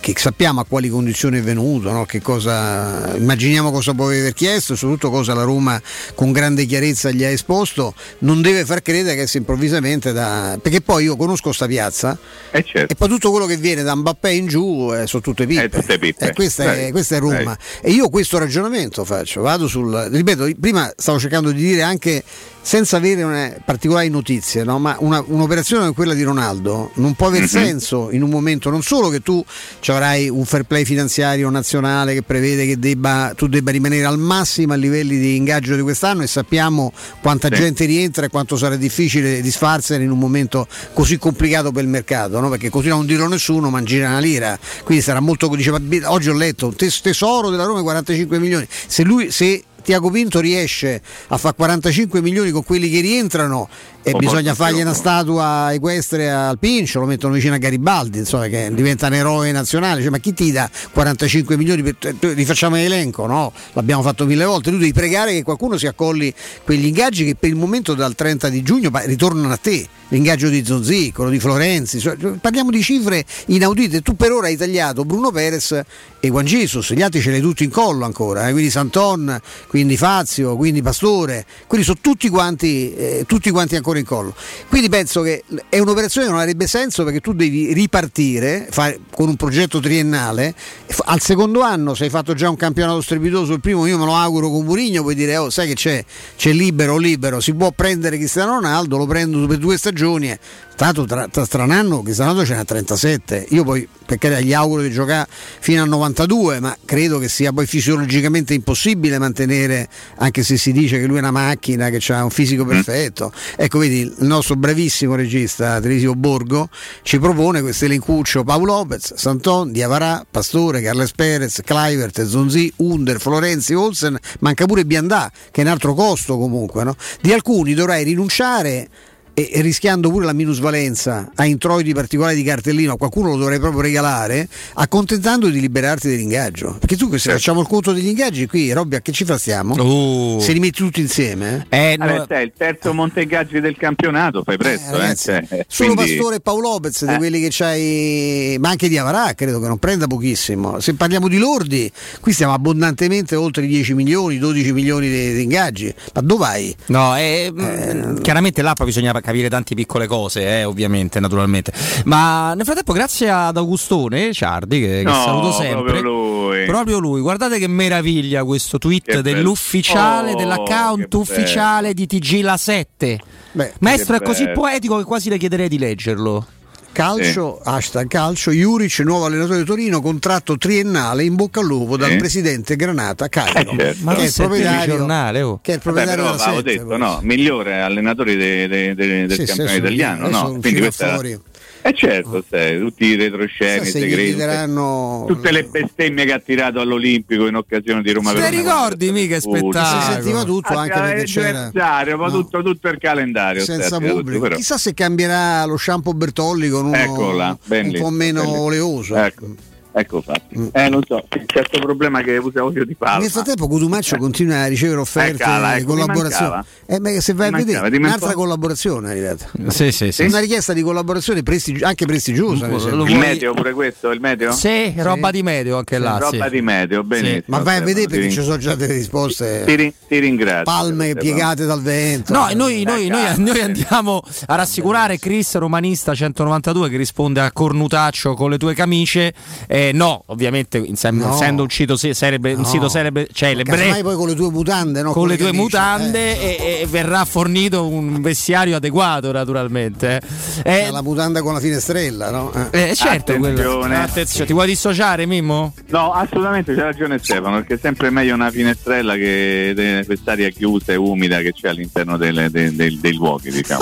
che sappiamo a quali condizioni è venuto, no? Che cosa immaginiamo cosa può aver chiesto e soprattutto cosa la Roma con grande chiarezza gli ha esposto, non deve far credere che sia improvvisamente da, perché poi io conosco sta piazza eh certo. e poi tutto quello che viene da Mbappé in giù eh, sono tutte pippe, eh, tutte pippe. Eh, questa, è, questa è Roma e io questo ragionamento faccio, vado sul, ripeto, prima stavo cercando di dire anche senza avere una particolari notizie, no? Ma una, un'operazione come quella di Ronaldo non può aver mm-hmm. senso in un momento non solo che tu ci avrai un fair play finanziario nazionale che prevede che debba, tu debba rimanere al massimo a livelli di ingaggio di quest'anno e sappiamo quanta sì. gente rientra e quanto sarà difficile disfarsene in un momento così complicato per il mercato, no? Perché così non dirlo nessuno, ma gira una lira, quindi sarà molto, diceva, oggi ho letto un tes- tesoro della Roma quarantacinque milioni, se lui se Tiago Pinto riesce a fare quarantacinque milioni con quelli che rientrano e oh, bisogna fargli una statua equestre al Pincio, lo mettono vicino a Garibaldi, insomma, che diventa un eroe nazionale, cioè, ma chi ti dà quarantacinque milioni per, rifacciamo l'elenco, no? L'abbiamo fatto mille volte, tu devi pregare che qualcuno si accolli quegli ingaggi che per il momento dal trenta di giugno ritornano a te, l'ingaggio di Zonzi, quello di Florenzi, cioè, parliamo di cifre inaudite, tu per ora hai tagliato Bruno Perez e Juan Jesus, gli altri ce li hai tutti in collo ancora, eh? Quindi Santon, quindi Fazio, quindi Pastore, quindi sono tutti quanti, eh, tutti quanti ancora in collo. Quindi penso che è un'operazione che non avrebbe senso perché tu devi ripartire fare, con un progetto triennale, al secondo anno se hai fatto già un campionato strepitoso, il primo io me lo auguro con Mourinho, puoi dire oh sai che c'è, c'è libero libero, si può prendere Cristiano Ronaldo, lo prendo per due stagioni, eh. Tanto tra, tra, tra un anno Cristiano Ronaldo ce n'ha trentasette, io poi perché gli auguro di giocare fino al novantadue, ma credo che sia poi fisiologicamente impossibile mantenere, anche se si dice che lui è una macchina che ha un fisico perfetto. Ecco, vedi, il nostro bravissimo regista televisivo Borgo ci propone questo elencuccio: Paolo Lopez, Santon, Diavarà, Pastore, Carles Perez, Kluivert, Zonzi, Under, Florenzi, Olsen, manca pure Biandà che è un altro costo comunque, no? Di alcuni dovrai rinunciare e, e rischiando pure la minusvalenza a introiti particolari di cartellino, a qualcuno lo dovrei proprio regalare, accontentando di liberarti dell'ingaggio, perché tu se certo. facciamo il conto degli ingaggi qui, Robby, a che cifra stiamo? Uh. Se li metti tutti insieme eh? Eh, no. Allora, il terzo monte ingaggi del campionato, fai presto eh, ragazzi, eh. Cioè, solo quindi... Pastore e Paolo Lopez eh. di quelli che c'hai, ma anche di Avarà credo che non prenda pochissimo. Se parliamo di lordi qui stiamo abbondantemente oltre i dieci milioni, dodici milioni di, di ingaggi, ma dove vai? No, eh, eh, chiaramente là bisogna capire tante piccole cose, eh, ovviamente, naturalmente. Ma nel frattempo, grazie ad Augustone Ciardi, che, che no, saluto sempre. Proprio lui. Proprio lui. Guardate che meraviglia questo tweet che dell'ufficiale, oh, dell'account ufficiale di T G La sette. Beh, Maestro, è bello. Così poetico che quasi le chiederei di leggerlo. Calcio, sì. hashtag calcio, Juric, nuovo allenatore di Torino, contratto triennale, in bocca al lupo dal sì. presidente Granata Cairo, eh, certo. ma che è il proprietario, giornale, oh. che è il proprietario Vabbè, però, della detto, no, migliore allenatore de, de, de, del sì, campionato italiano, no? Quindi questa Eh certo, sai, tutti i retrosceni, segreti, tutte le bestemmie che ha tirato all'Olimpico in occasione di Roma. Te ricordi mica spettacolo? Si sentiva tutto ah, anche perché c'era ma no. tutto, tutto il calendario senza pubblico. Tutto, chissà se cambierà lo shampoo Bertolli con uno Eccola, un po' meno bellissimo. oleoso. Ecco. Ecco fatti. Mm. Eh non so, c'è questo problema che usavo io di Palma. Nel frattempo Cotumaccio eh. continua a ricevere offerte e eh, ecco, collaborazioni. Eh, ma se vai a vedere un'altra collaborazione è arrivata. Sì, sì, sì. Una richiesta di collaborazione prestig- anche prestigiosa. Il vuoi... meteo pure questo, il meteo? Sì, sì. roba di meteo anche là. Roba sì. di meteo, benissimo. Sì. Ma vai a vedere perché ci sono già delle risposte. Ti, ri- ti ringrazio. Palme piegate dal vento. No, noi, noi, noi, noi andiamo a rassicurare Chris Romanista centonovantadue che risponde a cornutaccio con le tue camicie. Eh, no, ovviamente. Essendo no. un sito celebre, no. un sito celebre, celebre mai poi con le tue mutande, no? con, con le tue camicie. mutande eh. e, e verrà fornito un vestiario adeguato, naturalmente. Eh, la mutanda con la finestrella, no? Eh, eh certo, attenzione. Attenzione, ti vuoi dissociare, Mimmo? No, assolutamente, c'ha ragione Stefano, perché è sempre meglio una finestrella che quest'aria chiusa e umida che c'è all'interno delle, dei, dei, dei luoghi, diciamo.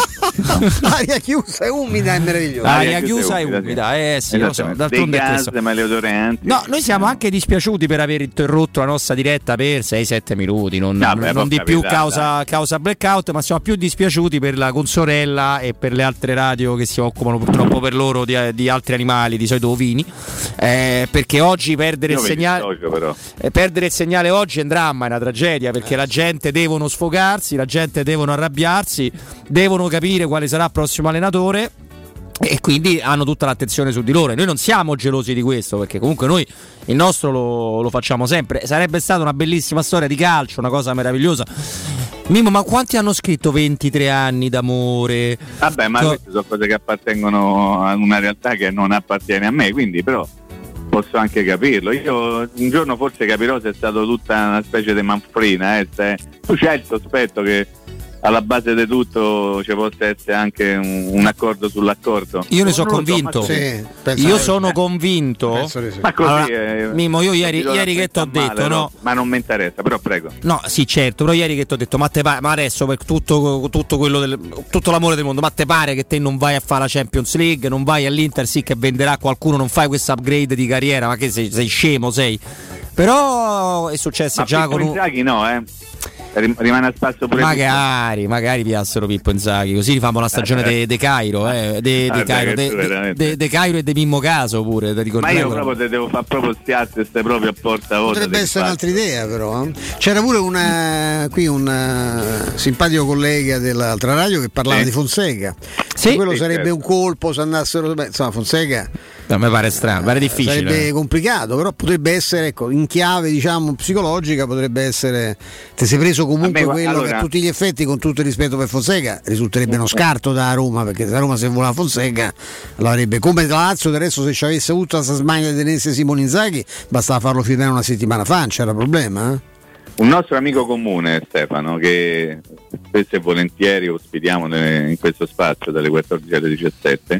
Aria chiusa e umida è meravigliosa. Aria chiusa e umida, eh sì, lo so. Dei gas maleodoranti. No, noi siamo anche dispiaciuti per aver interrotto la nostra diretta per sei sette minuti, non, no, beh, non di più causa, causa blackout, ma siamo più dispiaciuti per la consorella e per le altre radio che si occupano purtroppo per loro di, di altri animali, di solito ovini, eh, perché oggi perdere Io il segnale socio, eh, perdere il segnale oggi è un dramma, è una tragedia, perché eh. la gente devono sfogarsi, la gente devono arrabbiarsi, devono capire quale sarà il prossimo allenatore. e quindi hanno tutta l'attenzione su di loro e noi non siamo gelosi di questo, perché comunque noi il nostro lo, lo facciamo sempre. Sarebbe stata una bellissima storia di calcio, una cosa meravigliosa. Mimmo, ma quanti hanno scritto ventitré anni d'amore? Vabbè, ma so... queste sono cose che appartengono a una realtà che non appartiene a me, quindi però posso anche capirlo. Io un giorno forse capirò se è stato tutta una specie di manfrina, eh, se... tu c'è il sospetto che alla base di tutto ci possa essere anche un, un accordo sull'accordo. Io ne sono convinto. So, sì, io sono eh. convinto. Sì. Ma così, allora, eh, Mimmo, io ieri, ieri che ti ho detto, male, no? Ma non mi interessa, però prego. No, sì, certo, però ieri che ti ho detto, ma te pare, ma adesso per tutto, tutto quello del, tutto l'amore del mondo, ma te pare che te non vai a fare la Champions League, non vai all'Inter, sì che venderà qualcuno, non fai questo upgrade di carriera, ma che sei, sei scemo, sei. Però è successo ma già con un... Inzaghi no, eh. Rimane a spasso pure magari Pippo. Magari piassero Pippo Inzaghi, così rifamo la stagione de, de Cairo eh, de, de, Cairo de, de, de, de Cairo e De Mimmo Caso pure, ma io proprio te devo fare proprio stiazze ste proprio a porta volta. Potrebbe essere un'altra idea però eh. C'era pure una qui un uh, simpatico collega dell'altra radio che parlava sì. di Fonseca, sì, quello sì, sarebbe certo. un colpo se andassero, beh, insomma Fonseca a me pare strano, pare difficile. Sarebbe complicato, però potrebbe essere, ecco, in chiave diciamo psicologica potrebbe essere, ti sei preso comunque me, quello allora... che a tutti gli effetti, con tutto il rispetto per Fonseca, risulterebbe uno scarto da Roma, perché se Roma se voleva Fonseca lo avrebbe, come la Lazio del resto, se ci avesse avuto la smania di tenesse Simone Inzaghi bastava farlo firmare una settimana fa, non c'era problema. Eh? Un nostro amico comune, Stefano, che spesso e volentieri ospitiamo in questo spazio dalle quattordici alle diciassette,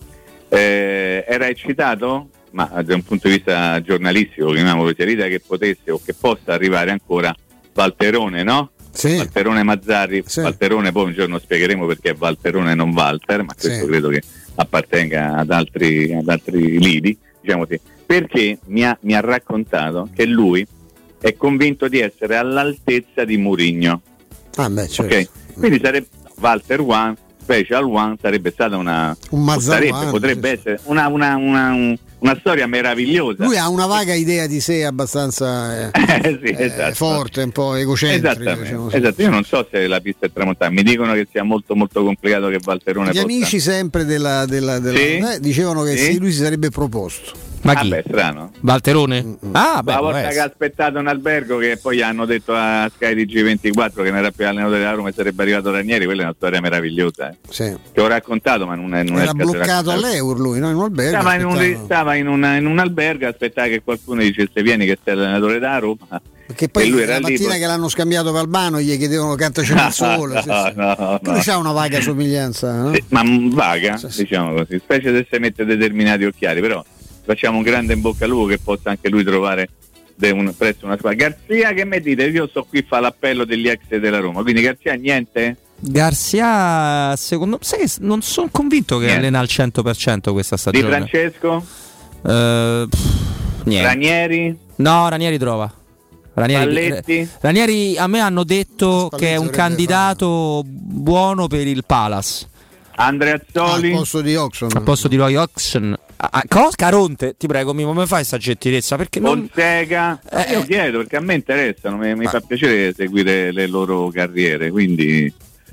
Eh, era eccitato, ma da un punto di vista giornalistico, chiamiamolo così, l'idea che potesse o che possa arrivare ancora Valterone, no? Sì. Valterone Mazzarri, sì. Valterone, poi un giorno spiegheremo perché è Valterone e non Walter, ma questo sì. credo che appartenga ad altri, ad altri lidi, diciamo così, perché mi ha, mi ha raccontato che lui è convinto di essere all'altezza di Mourinho. Ah beh, certo. Okay? Quindi sarebbe Walter One Special One, sarebbe stata una un sarebbe, potrebbe sì. essere una, una, una, una storia meravigliosa. Lui ha una vaga idea di sé abbastanza eh, sì, eh, esatto. forte, un po' egocentrica, diciamo esatto. Io non so se la pista è tramontata, mi dicono che sia molto molto complicato che Valterone gli possa... amici sempre della, della, della sì? eh, dicevano che sì? Sì, lui si sarebbe proposto. Ma chi? Ah beh, strano. Valterone? Mm-hmm. Ah, beh, la volta che ha aspettato un albergo, che poi hanno detto a Sky di G ventiquattro che non era più allenatore della Roma e sarebbe arrivato Ranieri, quella è una storia meravigliosa eh. Sì. Che ho raccontato, ma non è non era è bloccato all'Eur lui, no? In un albergo. Stava, in un, stava in, una, in un albergo, aspettava che qualcuno dicesse vieni che sei allenatore della Roma. Perché poi lui la mattina lì, che l'hanno scambiato per Albano gli chiedevano cantaci nel sole. No, sì, sì. no, no, no. C'ha una vaga somiglianza, no? Sì, ma vaga, sì, sì. diciamo così, specie se si mette determinati occhiali, però facciamo un grande in bocca al lupo che possa anche lui trovare de un, presso una squadra. Garzia, che mi dite? Io sto qui a fare l'appello degli ex della Roma, quindi Garzia niente? Garzia, secondo me, sai che non sono convinto che niente. allena al cento per cento questa stagione. Di Francesco? Uh, pff, niente. Ranieri? No, Ranieri trova. Ranieri, Spalletti? Ranieri a me hanno detto Spalletti che è un candidato fare. buono per il Palace. Andreazzoli? Al posto di Oxon. Al posto di Roy Oxon. Ah, cosa? Caronte, ti prego, Mimo, come fai questa gentilezza? Perché non... Fonseca? Eh, io chiedo perché a me interessano, mi, mi fa piacere seguire le loro carriere, quindi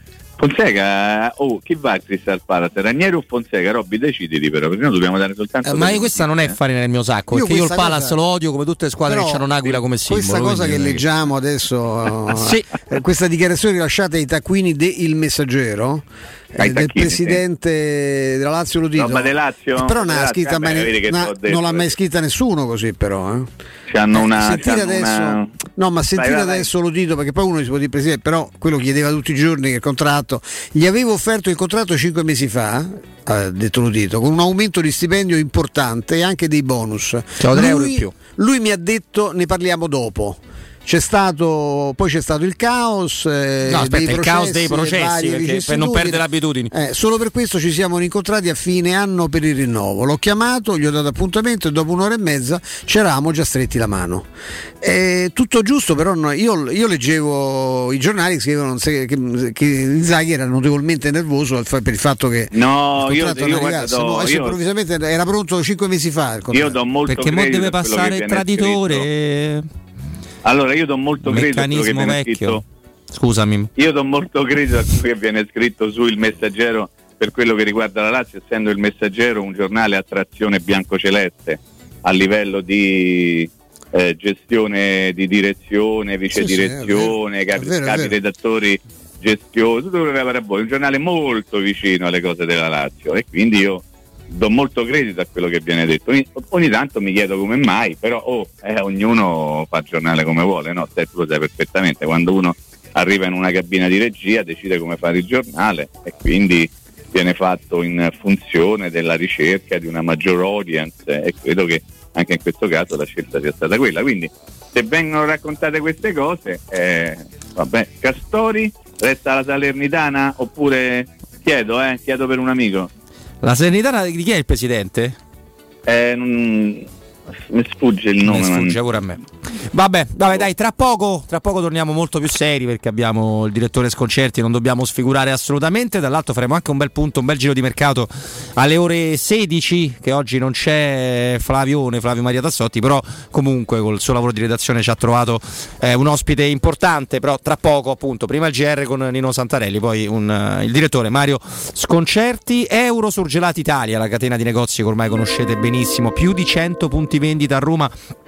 Fonseca, oh, chi va a Crystal Palace? Ranieri o Fonseca? Robby, deciditi però, perché noi dobbiamo dare soltanto eh, ma io questa non è farina nel mio sacco, io perché io il Palace cosa... lo odio come tutte le squadre però, che hanno un'aquila come simbolo. Questa cosa che leggiamo adesso sì. questa dichiarazione rilasciata ai taccuini de Il Messaggero eh, del presidente sì. della Lazio Lotito, roba de Lazio? Però non, Lazio, scritta mai, na, non l'ha mai scritta nessuno così però eh. C'hanno una, sentire c'hanno adesso una... no ma sentire vai, vai, adesso vai. Lotito, perché poi uno si può dire presidente, però quello chiedeva tutti i giorni che il contratto gli avevo offerto il contratto cinque mesi fa, ha detto Lotito, con un aumento di stipendio importante e anche dei bonus. Lui, euro in più. Lui mi ha detto ne parliamo dopo. C'è stato, poi c'è stato il caos, eh, no, aspetta, dei il processi, caos dei processi perché, per non perdere l'abitudine. Eh, solo per questo ci siamo incontrati a fine anno per il rinnovo. L'ho chiamato, gli ho dato appuntamento e dopo un'ora e mezza ci eravamo già stretti la mano. Eh, tutto giusto, però no, io, io leggevo i giornali che scrivevano che, che Inzaghi era notevolmente nervoso per il fatto che no, il io, contratto io non arrivasse. guarda, No, io, improvvisamente era pronto cinque mesi fa il io do molto perché mo deve passare il traditore e... Allora io do molto credo a quello che viene vecchio. scritto. Scusami. Io do molto credo a quello che viene scritto su Il Messaggero per quello che riguarda la Lazio, essendo il Messaggero un giornale a trazione biancoceleste a livello di eh, gestione, di direzione, vice direzione, sì, sì, capi, vero, capi redattori, gestione, tutto quello che va a voi, un giornale molto vicino alle cose della Lazio, e quindi io do molto credito a quello che viene detto. Ogni, ogni tanto mi chiedo come mai, però oh, eh, ognuno fa il giornale come vuole, no? Te, tu lo sai perfettamente, quando uno arriva in una cabina di regia decide come fare il giornale e quindi viene fatto in funzione della ricerca di una maggior audience, e credo che anche in questo caso la scelta sia stata quella. Quindi se vengono raccontate queste cose, eh, vabbè, Castori resta la Salernitana, oppure chiedo, eh, chiedo per un amico. La Salernitana di chi è il presidente? Eh, non... mi sfugge il nome. Mi sfugge pure a me. Vabbè, vabbè, dai, tra poco, tra poco torniamo molto più seri, perché abbiamo il direttore Sconcerti, non dobbiamo sfigurare assolutamente. Dall'altro faremo anche un bel punto, un bel giro di mercato alle ore sedici, che oggi non c'è Flavione, Flavio Maria Tassotti, però comunque col suo lavoro di redazione ci ha trovato eh, un ospite importante. Però tra poco, appunto, prima il G R con Nino Santarelli, poi un, uh, il direttore Mario Sconcerti. Euro Surgelati Italia, la catena di negozi che ormai conoscete benissimo, più di cento punti vendita a Roma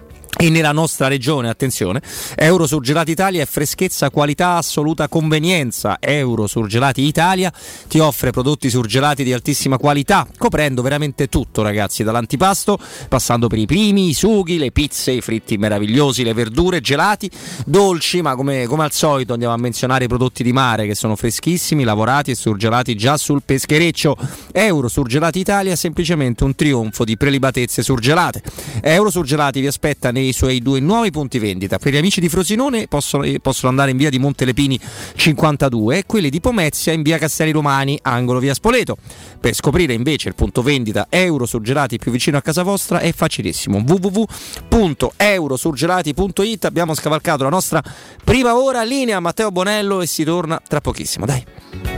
e nella nostra regione. Attenzione, Euro Surgelati Italia è freschezza, qualità, assoluta convenienza. Euro Surgelati Italia ti offre prodotti surgelati di altissima qualità, coprendo veramente tutto, ragazzi, dall'antipasto passando per i primi, i sughi, le pizze, i fritti meravigliosi, le verdure, gelati, dolci, ma come, come al solito andiamo a menzionare i prodotti di mare che sono freschissimi, lavorati e surgelati già sul peschereccio. Euro Surgelati Italia è semplicemente un trionfo di prelibatezze surgelate. Euro Surgelati vi aspetta nei suoi due nuovi punti vendita. Per gli amici di Frosinone possono, possono andare in via di Montelepini cinquantadue e quelli di Pomezia in via Castelli Romani, angolo via Spoleto. Per scoprire invece il punto vendita Euro Surgelati più vicino a casa vostra è facilissimo, w w w punto eurosurgelati punto i t. Abbiamo scavalcato la nostra prima ora, linea Matteo Bonello e si torna tra pochissimo, dai.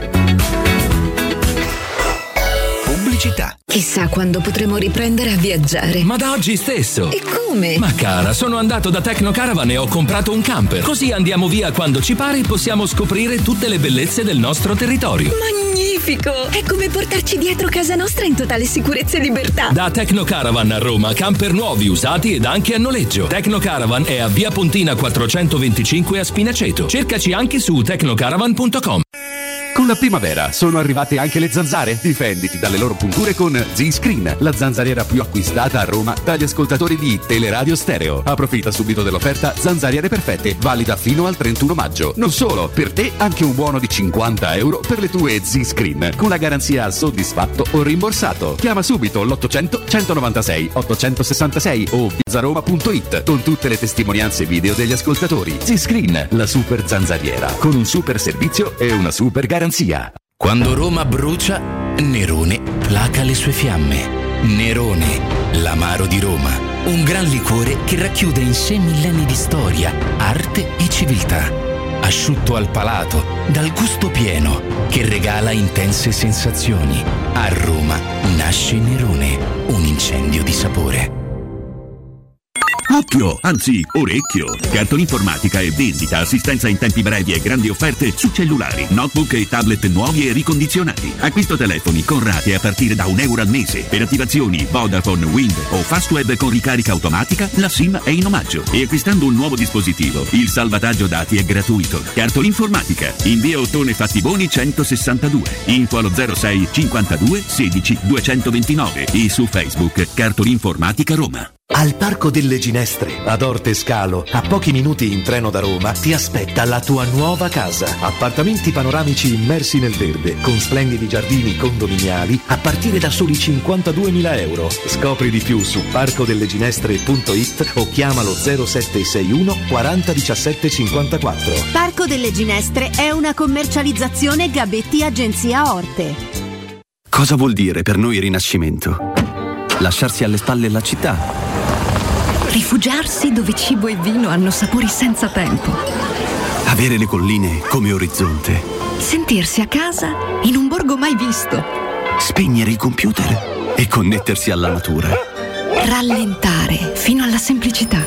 Pubblicità. Chissà quando potremo riprendere a viaggiare. Ma da oggi stesso. E come? Ma cara, sono andato da Tecnocaravan e ho comprato un camper. Così andiamo via quando ci pare e possiamo scoprire tutte le bellezze del nostro territorio. Magnifico! È come portarci dietro casa nostra in totale sicurezza e libertà. Da Tecnocaravan a Roma, camper nuovi, usati ed anche a noleggio. Tecnocaravan è a via Pontina quattrocentoventicinque a Spinaceto. Cercaci anche su tecnocaravan punto com. Con la primavera sono arrivate anche le zanzare. Difenditi dalle loro punture con Z-Screen, la zanzariera più acquistata a Roma dagli ascoltatori di Teleradio Stereo. Approfitta subito dell'offerta Zanzariere Perfette, valida fino al trentuno maggio. Non solo, per te anche un buono di cinquanta euro per le tue Z-Screen, con la garanzia soddisfatto o rimborsato. Chiama subito l'ottocento centonovantasei ottocentosessantasei o piazzaroma punto it con tutte le testimonianze video degli ascoltatori. Z-Screen, la super zanzariera, con un super servizio e una super garanzia. Quando Roma brucia, Nerone placa le sue fiamme. Nerone, l'amaro di Roma. Un gran liquore che racchiude in sé millenni di storia, arte e civiltà. Asciutto al palato, dal gusto pieno, che regala intense sensazioni. A Roma nasce Nerone, un incendio di sapore. Occhio, anzi orecchio! Cartolinformatica e vendita, assistenza in tempi brevi e grandi offerte su cellulari, notebook e tablet nuovi e ricondizionati. Acquisto telefoni con rate a partire da un euro al mese. Per attivazioni Vodafone, Wind o Fastweb con ricarica automatica, la SIM è in omaggio. E acquistando un nuovo dispositivo, il salvataggio dati è gratuito. Cartolinformatica, in via Ottone Fattiboni centosessantadue. Info allo zero sei cinquantadue sedici duecentoventinove e su Facebook Cartolinformatica Roma. Al Parco delle Ginestre, ad Orte Scalo, a pochi minuti in treno da Roma, ti aspetta la tua nuova casa. Appartamenti panoramici immersi nel verde, con splendidi giardini condominiali, a partire da soli cinquantaduemila euro. Scopri di più su parco delle ginestre punto it o chiamalo zero sette sei uno quaranta diciassette cinquantaquattro. Parco delle Ginestre è una commercializzazione Gabetti Agenzia Orte. Cosa vuol dire per noi Rinascimento? Lasciarsi alle spalle la città. Rifugiarsi dove cibo e vino hanno sapori senza tempo. Avere le colline come orizzonte. Sentirsi a casa in un borgo mai visto. Spegnere il computer e connettersi alla natura. Rallentare fino alla semplicità.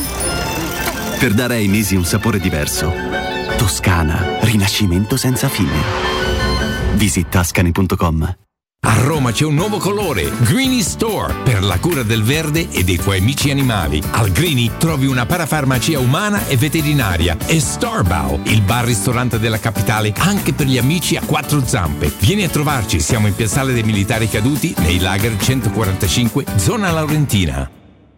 Per dare ai mesi un sapore diverso. Toscana, Rinascimento senza fine. Visit Tascani punto com. A Roma c'è un nuovo colore, Greeny Store, per la cura del verde e dei tuoi amici animali. Al Greeny trovi una parafarmacia umana e veterinaria e Starbow, il bar-ristorante della capitale anche per gli amici a quattro zampe. Vieni a trovarci, siamo in Piazzale dei Militari Caduti, nei Lager centoquarantacinque, zona Laurentina.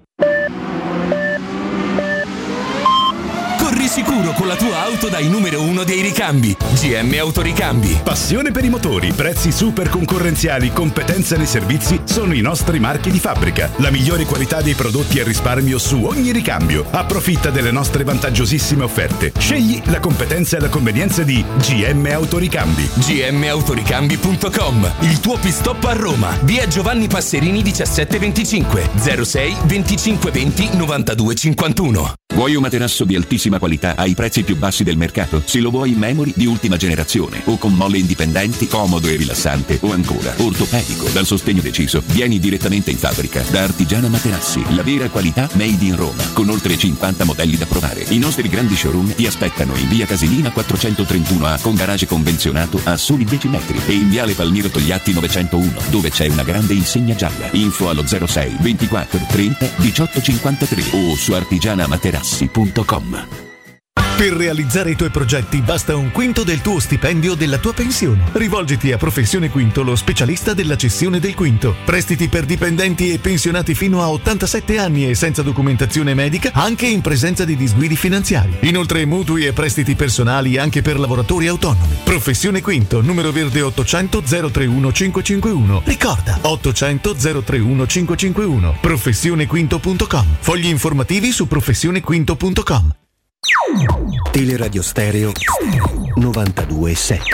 Corri sicuro con la tua auto dai numero uno dei ricambi. G M Autoricambi. Passione per i motori, prezzi super concorrenziali, competenza nei servizi sono i nostri marchi di fabbrica. La migliore qualità dei prodotti e risparmio su ogni ricambio. Approfitta delle nostre vantaggiosissime offerte. Scegli la competenza e la convenienza di G M Autoricambi. G M Autoricambi punto com. Il tuo pit stop a Roma. Via Giovanni Passerini diciassette venticinque zero sei venticinque venti novantadue cinquantuno. Vuoi un materasso di altissima qualità ai prezzi più bassi del mercato? Se lo vuoi in memory di ultima generazione o con molle indipendenti, comodo e rilassante, o ancora ortopedico dal sostegno deciso, vieni direttamente in fabbrica da Artigiana Materassi, la vera qualità made in Roma, con oltre cinquanta modelli da provare. I nostri grandi showroom ti aspettano in via Casilina quattrocentotrentuno A con garage convenzionato a soli dieci metri e in viale Palmiro Togliatti novecentouno dove c'è una grande insegna gialla. Info allo zero sei ventiquattro trenta diciotto cinquantatré o su artigiana materassi punto com. Per realizzare i tuoi progetti basta un quinto del tuo stipendio o della tua pensione. Rivolgiti a Professione Quinto, lo specialista della cessione del quinto. Prestiti per dipendenti e pensionati fino a ottantasette anni e senza documentazione medica, anche in presenza di disguidi finanziari. Inoltre mutui e prestiti personali anche per lavoratori autonomi. Professione Quinto, numero verde ottocento zero trentuno cinquecentocinquantuno. Ricorda, ottocento zero trentuno cinquecentocinquantuno. professione quinto punto com. Fogli informativi su professione quinto punto com. Teleradio Stereo novantadue sette.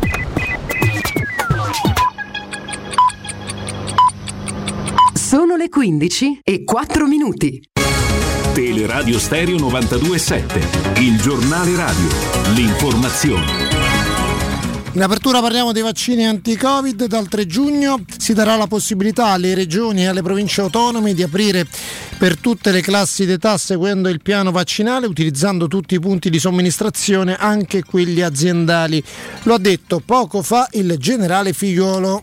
Sono le quindici e quattro minuti. Teleradio Stereo novantadue sette, il giornale radio, l'informazione. In apertura parliamo dei vaccini anti-Covid. Dal tre giugno si darà la possibilità alle regioni e alle province autonome di aprire per tutte le classi d'età seguendo il piano vaccinale, utilizzando tutti i punti di somministrazione, anche quelli aziendali. Lo ha detto poco fa il generale Figliuolo.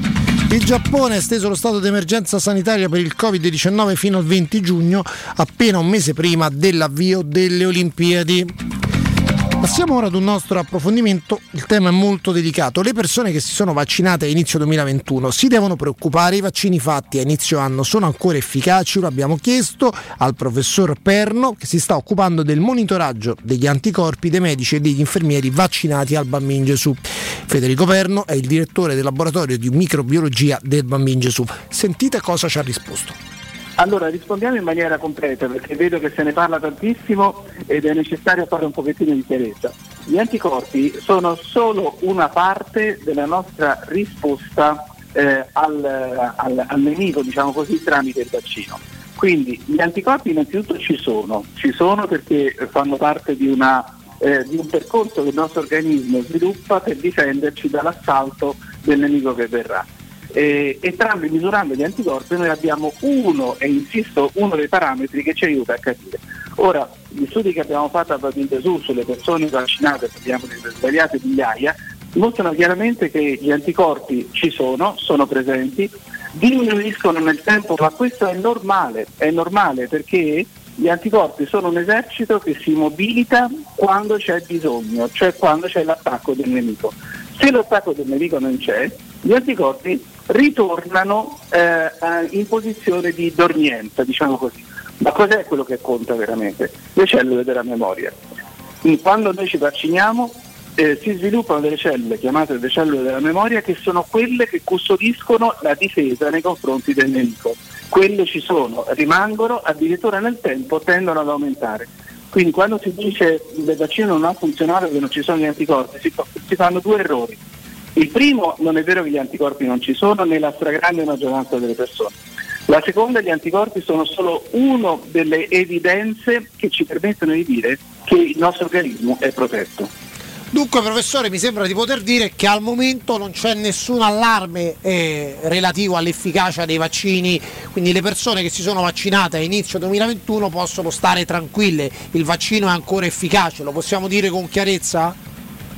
Il Giappone ha esteso lo stato d'emergenza sanitaria per il covid diciannove fino al venti giugno, appena un mese prima dell'avvio delle Olimpiadi. Passiamo ora ad un nostro approfondimento. Il tema è molto delicato. Le persone che si sono vaccinate a inizio duemilaventuno si devono preoccupare? I vaccini fatti a inizio anno sono ancora efficaci? Lo abbiamo chiesto al professor Perno, che si sta occupando del monitoraggio degli anticorpi dei medici e degli infermieri vaccinati al Bambin Gesù. Federico Perno è il direttore del laboratorio di microbiologia del Bambin Gesù. Sentite cosa ci ha risposto. Allora, rispondiamo in maniera completa perché vedo che se ne parla tantissimo ed è necessario fare un pochettino di chiarezza. Gli anticorpi sono solo una parte della nostra risposta eh, al, al, al nemico, diciamo così, tramite il vaccino. Quindi gli anticorpi innanzitutto ci sono, ci sono perché fanno parte di, una, eh, di un percorso che il nostro organismo sviluppa per difenderci dall'assalto del nemico che verrà. Eh, entrambi misurando gli anticorpi noi abbiamo uno, e insisto, uno dei parametri che ci aiuta a capire. Ora, gli studi che abbiamo fatto a Bambin Gesù sulle persone vaccinate, parliamo di svariate migliaia, mostrano chiaramente che gli anticorpi ci sono, sono presenti, diminuiscono nel tempo, ma questo è normale, è normale perché gli anticorpi sono un esercito che si mobilita quando c'è bisogno, cioè quando c'è l'attacco del nemico. Se l'attacco del nemico non c'è, gli anticorpi ritornano eh, in posizione di dormienza, diciamo così. Ma cos'è quello che conta veramente? Le cellule della memoria. Quando noi ci vacciniamo eh, si sviluppano delle cellule chiamate le cellule della memoria, che sono quelle che custodiscono la difesa nei confronti del nemico. Quelle ci sono, rimangono, addirittura nel tempo tendono ad aumentare. Quindi quando si dice che il vaccino non ha funzionato perché non ci sono gli anticorpi, si, si fanno due errori. Il primo, non è vero che gli anticorpi non ci sono nella stragrande maggioranza delle persone. La seconda, gli anticorpi sono solo una delle evidenze che ci permettono di dire che il nostro organismo è protetto. Dunque, professore, mi sembra di poter dire che al momento non c'è nessun allarme eh, relativo all'efficacia dei vaccini, quindi le persone che si sono vaccinate a inizio duemilaventuno possono stare tranquille, il vaccino è ancora efficace, lo possiamo dire con chiarezza?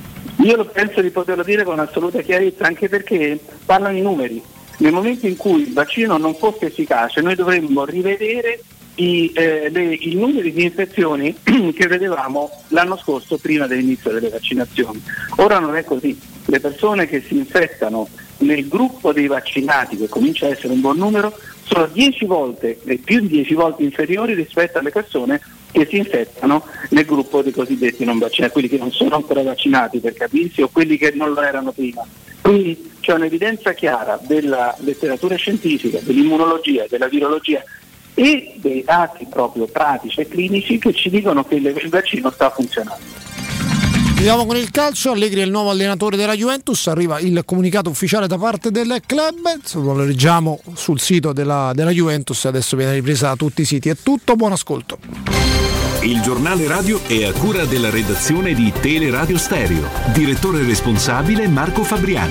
Io lo penso di poterlo dire con assoluta chiarezza, anche perché parlano i numeri. Nel momento in cui il vaccino non fosse efficace, noi dovremmo rivedere i, eh, le, i numeri di infezioni che vedevamo l'anno scorso prima dell'inizio delle vaccinazioni. Ora non è così. Le persone che si infettano nel gruppo dei vaccinati, che comincia a essere un buon numero, sono dieci volte e più di dieci volte inferiori rispetto alle persone che si infettano nel gruppo dei cosiddetti non vaccinati, quelli che non sono ancora vaccinati, per capirsi, o quelli che non lo erano prima. Quindi c'è un'evidenza chiara della letteratura scientifica, dell'immunologia, della virologia e dei dati proprio pratici e clinici che ci dicono che il vaccino sta funzionando. Andiamo con il calcio. Allegri è il nuovo allenatore della Juventus, arriva il comunicato ufficiale da parte del club, lo leggiamo sul sito della, della Juventus, adesso viene ripresa da tutti i siti. È tutto, buon ascolto. Il giornale radio è a cura della redazione di Teleradio Stereo. Direttore responsabile Marco Fabriani.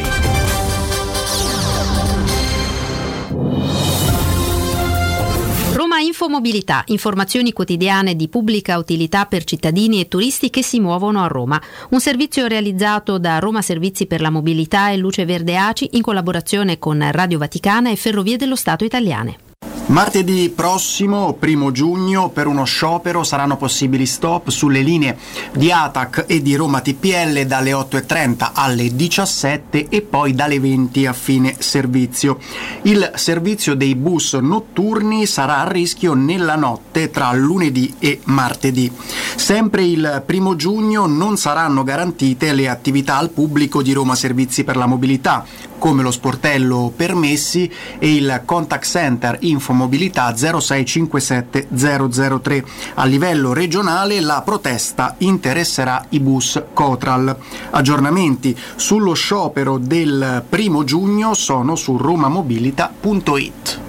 Roma Infomobilità, informazioni quotidiane di pubblica utilità per cittadini e turisti che si muovono a Roma. Un servizio realizzato da Roma Servizi per la Mobilità e Luce Verde A C I in collaborazione con Radio Vaticana e Ferrovie dello Stato Italiane. Martedì prossimo, primo giugno, per uno sciopero saranno possibili stop sulle linee di A T A C e di Roma T P L dalle otto e trenta alle diciassette e poi dalle venti a fine servizio. Il servizio dei bus notturni sarà a rischio nella notte tra lunedì e martedì. Sempre il primo giugno non saranno garantite le attività al pubblico di Roma Servizi per la Mobilità, come lo sportello permessi e il contact center Infomobilità zero sei cinque sette zero zero tre. A livello regionale la protesta interesserà i bus Cotral. Aggiornamenti sullo sciopero del primo giugno sono su romamobilita punto it.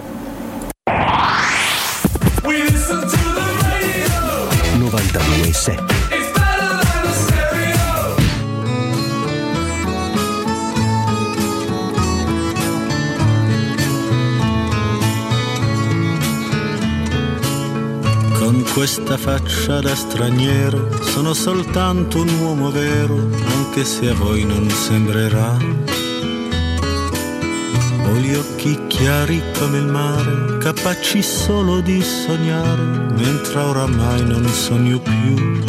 novantadue sette. Con questa faccia da straniero sono soltanto un uomo vero, anche se a voi non sembrerà. Ho gli occhi chiari come il mare, capaci solo di sognare, mentre oramai non sogno più.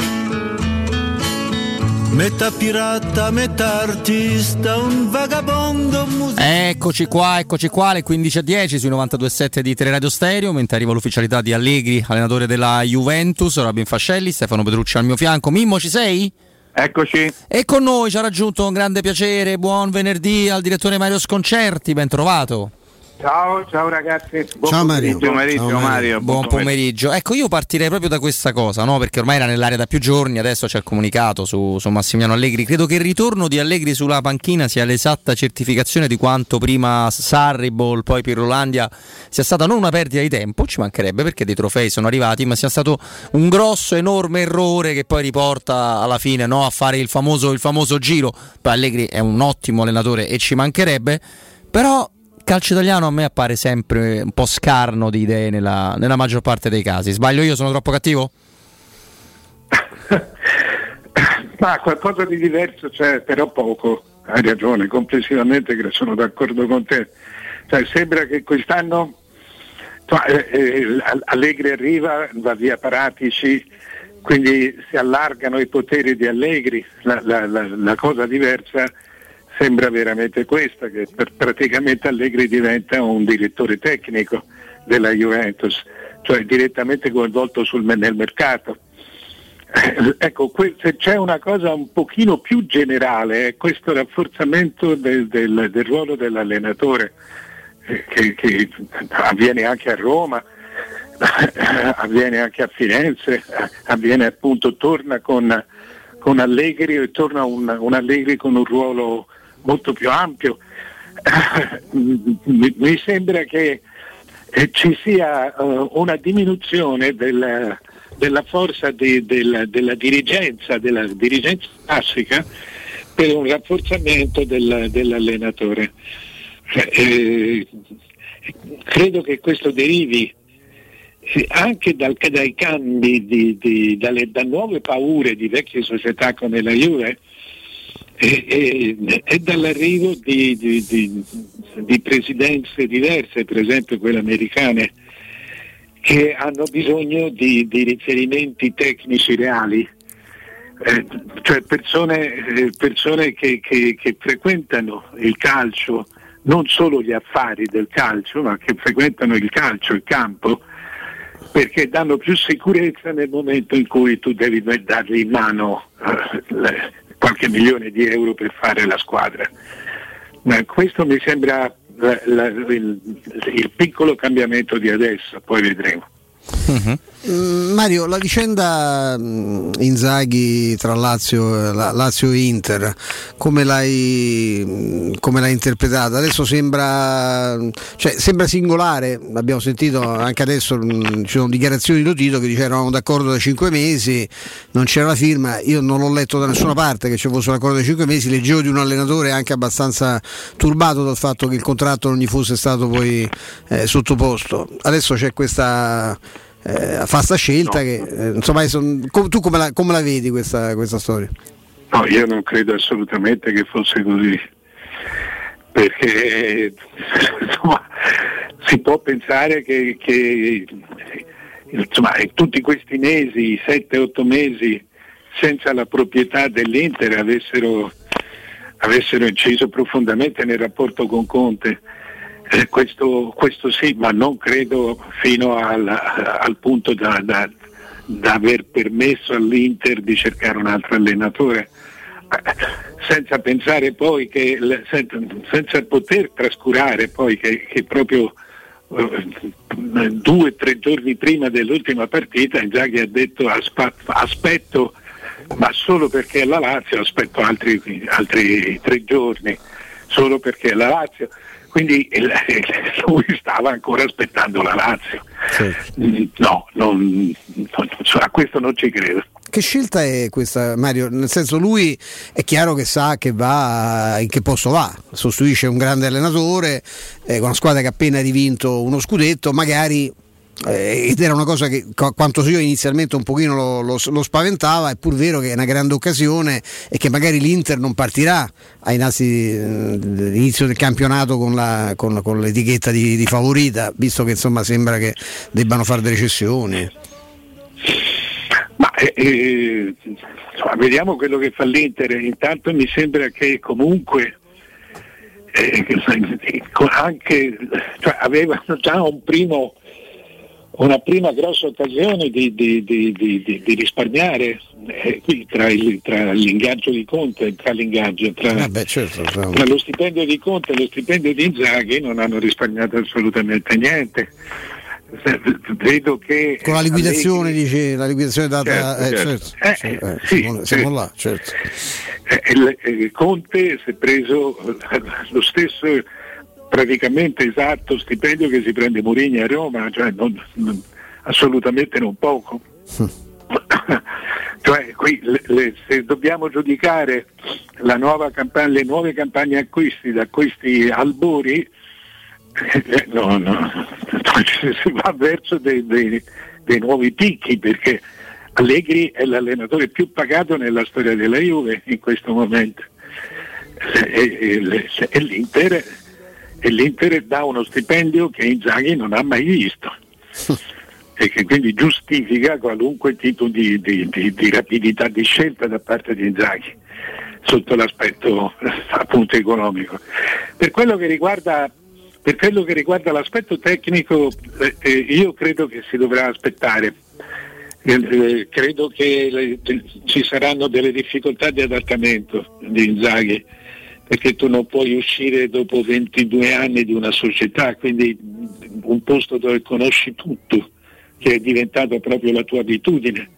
Metà pirata, metà artista, un vagabondo musicista. Eccoci qua, eccoci qua, le quindici e dieci sui novantadue virgola sette di Teleradio Stereo, mentre arriva l'ufficialità di Allegri, allenatore della Juventus, Robin Fascelli, Stefano Petrucci al mio fianco. Mimmo, ci sei? Eccoci. E con noi ci ha raggiunto un grande piacere, buon venerdì al direttore Mario Sconcerti, ben trovato. Ciao, ciao ragazzi. Buon ciao Mario. Buon pomeriggio, ciao Mario. Buon pomeriggio. Ecco, io partirei proprio da questa cosa, no? Perché ormai era nell'aria da più giorni, adesso c'è il comunicato su, su Massimiliano Allegri. Credo che il ritorno di Allegri sulla panchina sia l'esatta certificazione di quanto prima Sarri, Ball, poi Pirrolandia sia stata non una perdita di tempo, ci mancherebbe perché dei trofei sono arrivati, ma sia stato un grosso, enorme errore che poi riporta alla fine, no, a fare il famoso, il famoso giro. Poi Allegri è un ottimo allenatore e ci mancherebbe, però calcio italiano a me appare sempre un po' scarno di idee nella, nella maggior parte dei casi. Sbaglio io? Sono troppo cattivo? Ma qualcosa di diverso c'è, però poco. Hai ragione, complessivamente sono d'accordo con te. Cioè, sembra che quest'anno cioè, eh, Allegri arriva, va via Paratici, quindi si allargano i poteri di Allegri. La, la, la, la cosa diversa sembra veramente questa, che per praticamente Allegri diventa un direttore tecnico della Juventus, cioè direttamente coinvolto sul, nel mercato. Eh, ecco, que- se c'è una cosa un pochino più generale è questo rafforzamento del, del, del ruolo dell'allenatore, eh, che, che avviene anche a Roma, eh, avviene anche a Firenze, eh, avviene appunto, torna con, con Allegri e torna un, un Allegri con un ruolo molto più ampio. Mi, mi sembra che eh, ci sia uh, una diminuzione del, della forza di, del, della dirigenza, della dirigenza classica, per un rafforzamento del, dell'allenatore. Eh, credo che questo derivi eh, anche dal, dai cambi, di, di, dalle, da nuove paure di vecchie società come la Juve, e, e, e dall'arrivo di, di, di, di presidenze diverse, per esempio quelle americane, che hanno bisogno di, di riferimenti tecnici reali, eh, cioè persone, eh, persone che, che, che frequentano il calcio, non solo gli affari del calcio, ma che frequentano il calcio, il campo, perché danno più sicurezza nel momento in cui tu devi dargli in mano eh, le, qualche milione di euro per fare la squadra. Ma questo mi sembra la, la, il, il piccolo cambiamento di adesso, poi vedremo. Uh-huh. Mm, Mario, la vicenda mm, Inzaghi tra Lazio, la, Lazio e Inter, come l'hai, mm, come l'hai interpretata? Adesso sembra, cioè, sembra singolare, abbiamo sentito anche adesso, mm, ci sono dichiarazioni di Lotito che dice eravamo d'accordo da cinque mesi, non c'era la firma, io non l'ho letto da nessuna parte che ci fosse un accordo da cinque mesi, leggevo di un allenatore anche abbastanza turbato dal fatto che il contratto non gli fosse stato poi eh, sottoposto. Adesso c'è questa Eh, fa sta scelta no. che eh, insomma son, com, tu come la, come la vedi questa, questa storia? No, io non credo assolutamente che fosse così, perché insomma si può pensare che, che insomma in tutti questi mesi, sette otto mesi senza la proprietà dell'Inter avessero, avessero inciso profondamente nel rapporto con Conte. Eh, questo, questo sì, ma non credo fino al, al punto da, da, da aver permesso all'Inter di cercare un altro allenatore, eh, senza pensare poi che, senza, senza poter trascurare poi che, che proprio eh, due o tre giorni prima dell'ultima partita Inzaghi ha detto aspa, aspetto, ma solo perché è la Lazio, aspetto altri, altri tre giorni, solo perché è la Lazio. Quindi lui stava ancora aspettando la Lazio. Sì. No, non, non, a questo non ci credo. Che scelta è questa, Mario? Nel senso, lui è chiaro che sa che va in che posto va, sostituisce un grande allenatore eh, con una squadra che ha appena rivinto uno scudetto, magari eh, ed era una cosa che quanto so io inizialmente un pochino lo, lo, lo spaventava. È pur vero che è una grande occasione e che magari l'Inter non partirà ai nasi all'inizio del campionato con, la, con, con l'etichetta di, di favorita, visto che insomma sembra che debbano fare delle cessioni. Ma eh, insomma, vediamo quello che fa l'Inter. Intanto mi sembra che comunque eh, anche cioè, avevano già un primo una prima grossa occasione di, di, di, di, di risparmiare eh, qui tra, il, tra l'ingaggio di Conte, tra l'ingaggio, tra, ah beh, certo, tra... tra lo stipendio di Conte e lo stipendio di Inzaghi non hanno risparmiato assolutamente niente. Vedo che con la liquidazione Allegri... dice la liquidazione data certo, eh, certo. certo, eh, certo, eh, sì, siamo, siamo sì. là, certo. Eh, eh, Conte si è preso lo stesso praticamente esatto stipendio che si prende Mourinho a Roma, cioè non, non, assolutamente non poco. Cioè, qui le, le, se dobbiamo giudicare la nuova campagna, le nuove campagne acquisti da questi albori, eh, no, no, si va verso dei, dei, dei nuovi picchi, perché Allegri è l'allenatore più pagato nella storia della Juve in questo momento e, e, e l'Inter e l'Inter dà uno stipendio che Inzaghi non ha mai visto e che quindi giustifica qualunque tipo di, di, di, di rapidità di scelta da parte di Inzaghi sotto l'aspetto appunto economico. Per quello che riguarda per quello che riguarda l'aspetto tecnico eh, io credo che si dovrà aspettare. Eh, credo che le, ci saranno delle difficoltà di adattamento di Inzaghi, perché tu non puoi uscire dopo ventidue anni di una società, quindi un posto dove conosci tutto, che è diventato proprio la tua abitudine,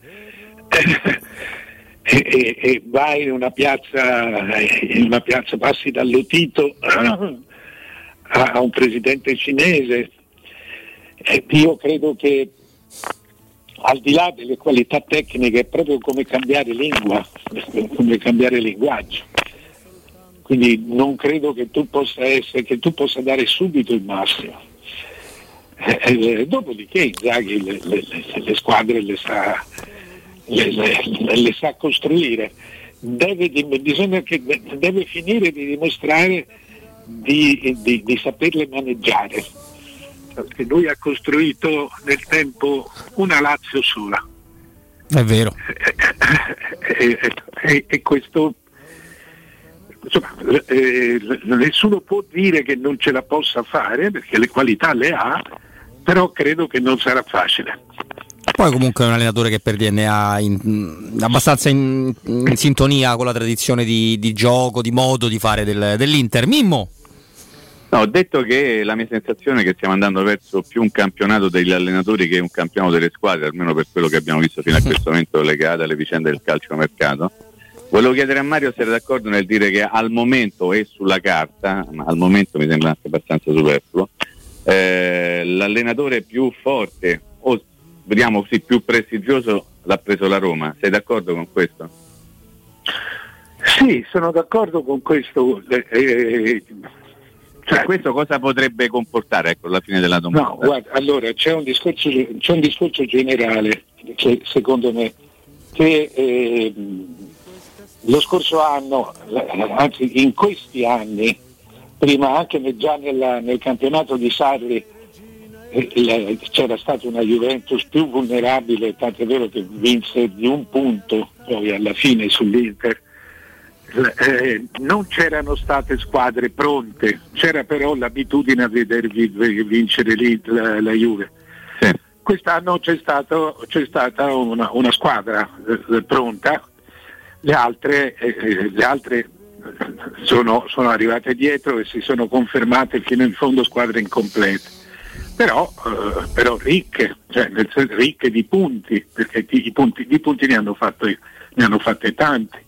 e, e, e vai in una piazza, in una piazza passi dal Lotito a, a un presidente cinese, e io credo che al di là delle qualità tecniche è proprio come cambiare lingua, come cambiare linguaggio. Quindi non credo che tu possa essere, che tu possa dare subito il massimo. Eh, eh, dopodiché Inzaghi le, le, le, le squadre le sa, le, le, le sa costruire. deve, bisogna che deve finire di dimostrare di, di, di saperle maneggiare, perché lui ha costruito nel tempo una Lazio sola. È vero. E, e, e questo, insomma, eh, nessuno può dire che non ce la possa fare, perché le qualità le ha, però credo che non sarà facile. Poi comunque è un allenatore che per D N A in, abbastanza in, in sintonia con la tradizione di, di gioco, di modo di fare del, dell'Inter. Mimmo? No, ho detto che la mia sensazione è che stiamo andando verso più un campionato degli allenatori che un campionato delle squadre, almeno per quello che abbiamo visto fino a questo momento legato alle vicende del calciomercato. Volevo chiedere a Mario se era d'accordo nel dire che al momento e sulla carta, ma al momento mi sembra anche abbastanza superfluo, eh, l'allenatore più forte o vediamo sì, più prestigioso l'ha preso la Roma. Sei d'accordo con questo? Sì, sono d'accordo con questo. Eh, Cioè, questo cosa potrebbe comportare, ecco, alla fine della domanda? No, guarda, allora c'è un discorso, c'è un discorso generale che secondo me che eh, lo scorso anno, anzi in questi anni, prima anche nel, già nella, nel campionato di Sarri eh, c'era stata una Juventus più vulnerabile, tanto è vero che vinse di un punto poi alla fine sull'Inter. Eh, non c'erano state squadre pronte, c'era però l'abitudine a vedervi vincere la, la Juve. Sì. Quest'anno c'è, stato, c'è stata una, una squadra eh, pronta, le altre, eh, le altre sono, sono arrivate dietro e si sono confermate fino in fondo squadre incomplete, però, eh, però ricche, cioè nel senso, ricche di punti, perché i, i punti, di punti ne hanno, fatto, ne hanno fatte tanti.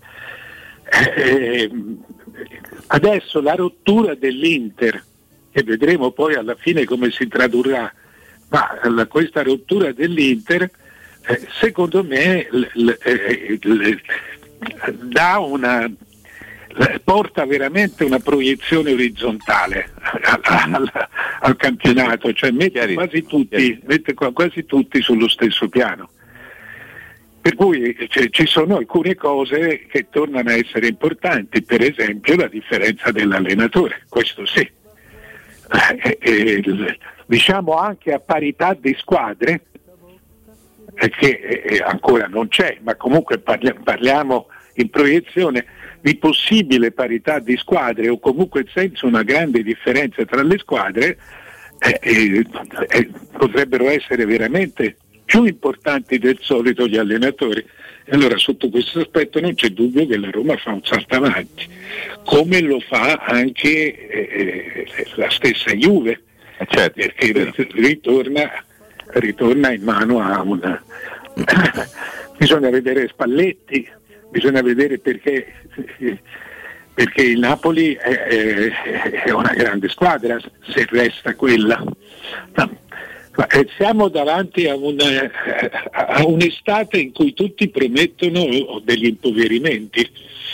Eh, adesso la rottura dell'Inter, e vedremo poi alla fine come si tradurrà, ma la, questa rottura dell'Inter eh, secondo me l, l, eh, l, dà una porta veramente una proiezione orizzontale al, al, al campionato, cioè mette quasi tutti, mette quasi tutti sullo stesso piano. Per cui cioè, ci sono alcune cose che tornano a essere importanti, per esempio la differenza dell'allenatore, questo sì. Eh, eh, diciamo anche a parità di squadre, eh, che eh, ancora non c'è, ma comunque parli- parliamo in proiezione di possibile parità di squadre o comunque senza una grande differenza tra le squadre, eh, eh, eh, potrebbero essere veramente più importanti del solito gli allenatori. E allora sotto questo aspetto non c'è dubbio che la Roma fa un salto avanti, come lo fa anche eh, la stessa Juve, certo, perché ritorna, ritorna in mano a una bisogna vedere Spalletti, bisogna vedere perché perché il Napoli è, è, è una grande squadra se resta quella. No. Siamo davanti a, una, a un'estate in cui tutti promettono degli impoverimenti,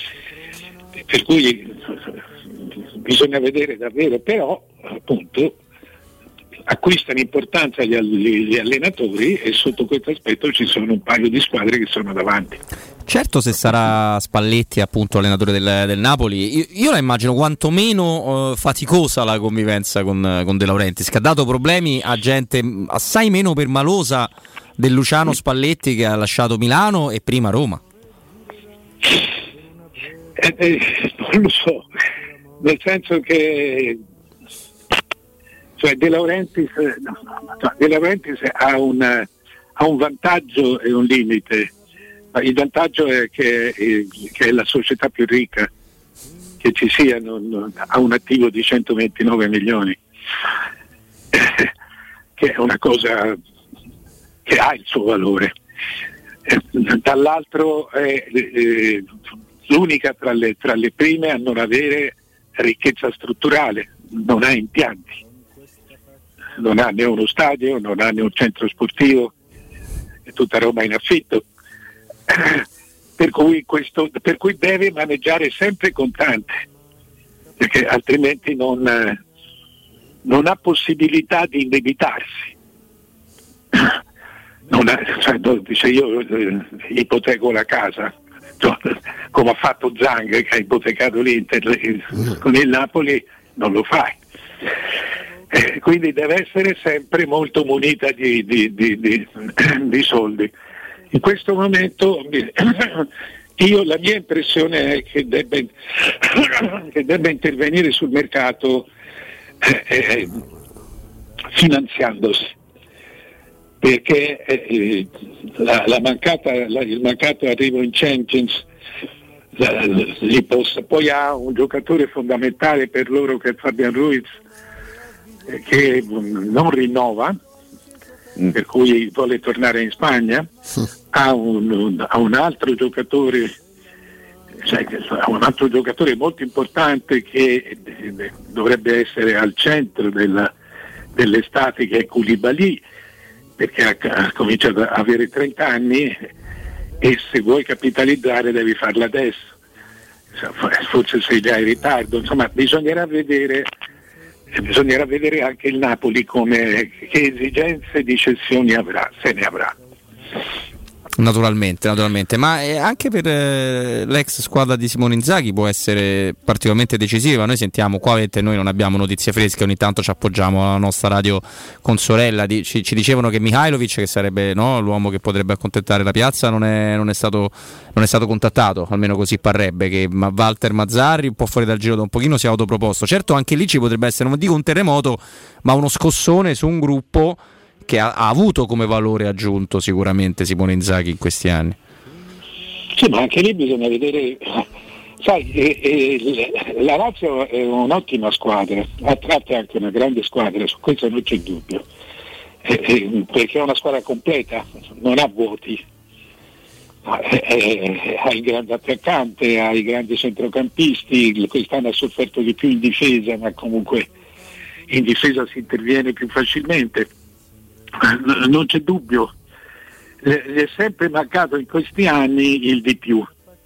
per cui bisogna vedere davvero, però appunto acquistano importanza gli, gli allenatori e sotto questo aspetto ci sono un paio di squadre che sono davanti. Certo, se sarà Spalletti appunto allenatore del, del Napoli, io, io la immagino quantomeno uh, faticosa la convivenza con, con De Laurentiis, che ha dato problemi a gente assai meno permalosa del Luciano Spalletti che ha lasciato Milano e prima Roma. Eh, eh, non lo so, nel senso che cioè De Laurentiis, no, De Laurentiis ha, una, ha un vantaggio e un limite. Il vantaggio è che, eh, che è la società più ricca che ci sia, non, non, ha un attivo di centoventinove milioni, eh, che è una cosa che ha il suo valore. Eh, dall'altro è eh, l'unica tra le, tra le prime a non avere ricchezza strutturale, non ha impianti, non ha né uno stadio, non ha né un centro sportivo, è tutta roba in affitto. Per cui, questo, per cui deve maneggiare sempre contante, perché altrimenti non, non ha possibilità di indebitarsi. Non ha, cioè, dice io eh, ipoteco la casa, come ha fatto Zang che ha ipotecato l'Inter, con il Napoli non lo fai. Eh, quindi deve essere sempre molto munita di, di, di, di, di soldi. In questo momento io la mia impressione è che debba, che debba intervenire sul mercato eh, eh, finanziandosi, perché eh, la, la mancata, la, il mancato arrivo in Champions la, li possa, poi ha un giocatore fondamentale per loro che è Fabian Ruiz, eh, che um, non rinnova, mm. per cui vuole tornare in Spagna, mm. ha, un, un, ha un altro giocatore cioè, un altro giocatore molto importante che eh, dovrebbe essere al centro della, dell'estate, che è Koulibaly, perché ha, ha cominciato a avere trenta anni e se vuoi capitalizzare devi farlo adesso, forse sei già in ritardo, insomma bisognerà vedere bisognerà vedere anche il Napoli come, che esigenze di cessioni avrà, se ne avrà. Naturalmente, naturalmente, ma anche per eh, l'ex squadra di Simone Inzaghi può essere particolarmente decisiva. Noi sentiamo qua, vedete, noi non abbiamo notizie fresche, ogni tanto ci appoggiamo alla nostra radio consorella, di, ci, ci dicevano che Mihajlovic, che sarebbe no, l'uomo che potrebbe accontentare la piazza, non è, non è stato non è stato contattato, almeno così parrebbe, che Walter Mazzarri un po' fuori dal giro da un pochino si è autoproposto. Certo, anche lì ci potrebbe essere, non dico un terremoto, ma uno scossone su un gruppo che ha, ha avuto come valore aggiunto sicuramente Simone Inzaghi in questi anni. Sì, ma anche lì bisogna vedere, sai, eh, eh, la Lazio è un'ottima squadra, a tratti anche una grande squadra, su questo non c'è dubbio, eh, eh, perché è una squadra completa, non ha vuoti, eh, eh, ha il grande attaccante, ha i grandi centrocampisti, quest'anno ha sofferto di più in difesa, ma comunque in difesa si interviene più facilmente. Non c'è dubbio, gli è sempre mancato in questi anni il di più,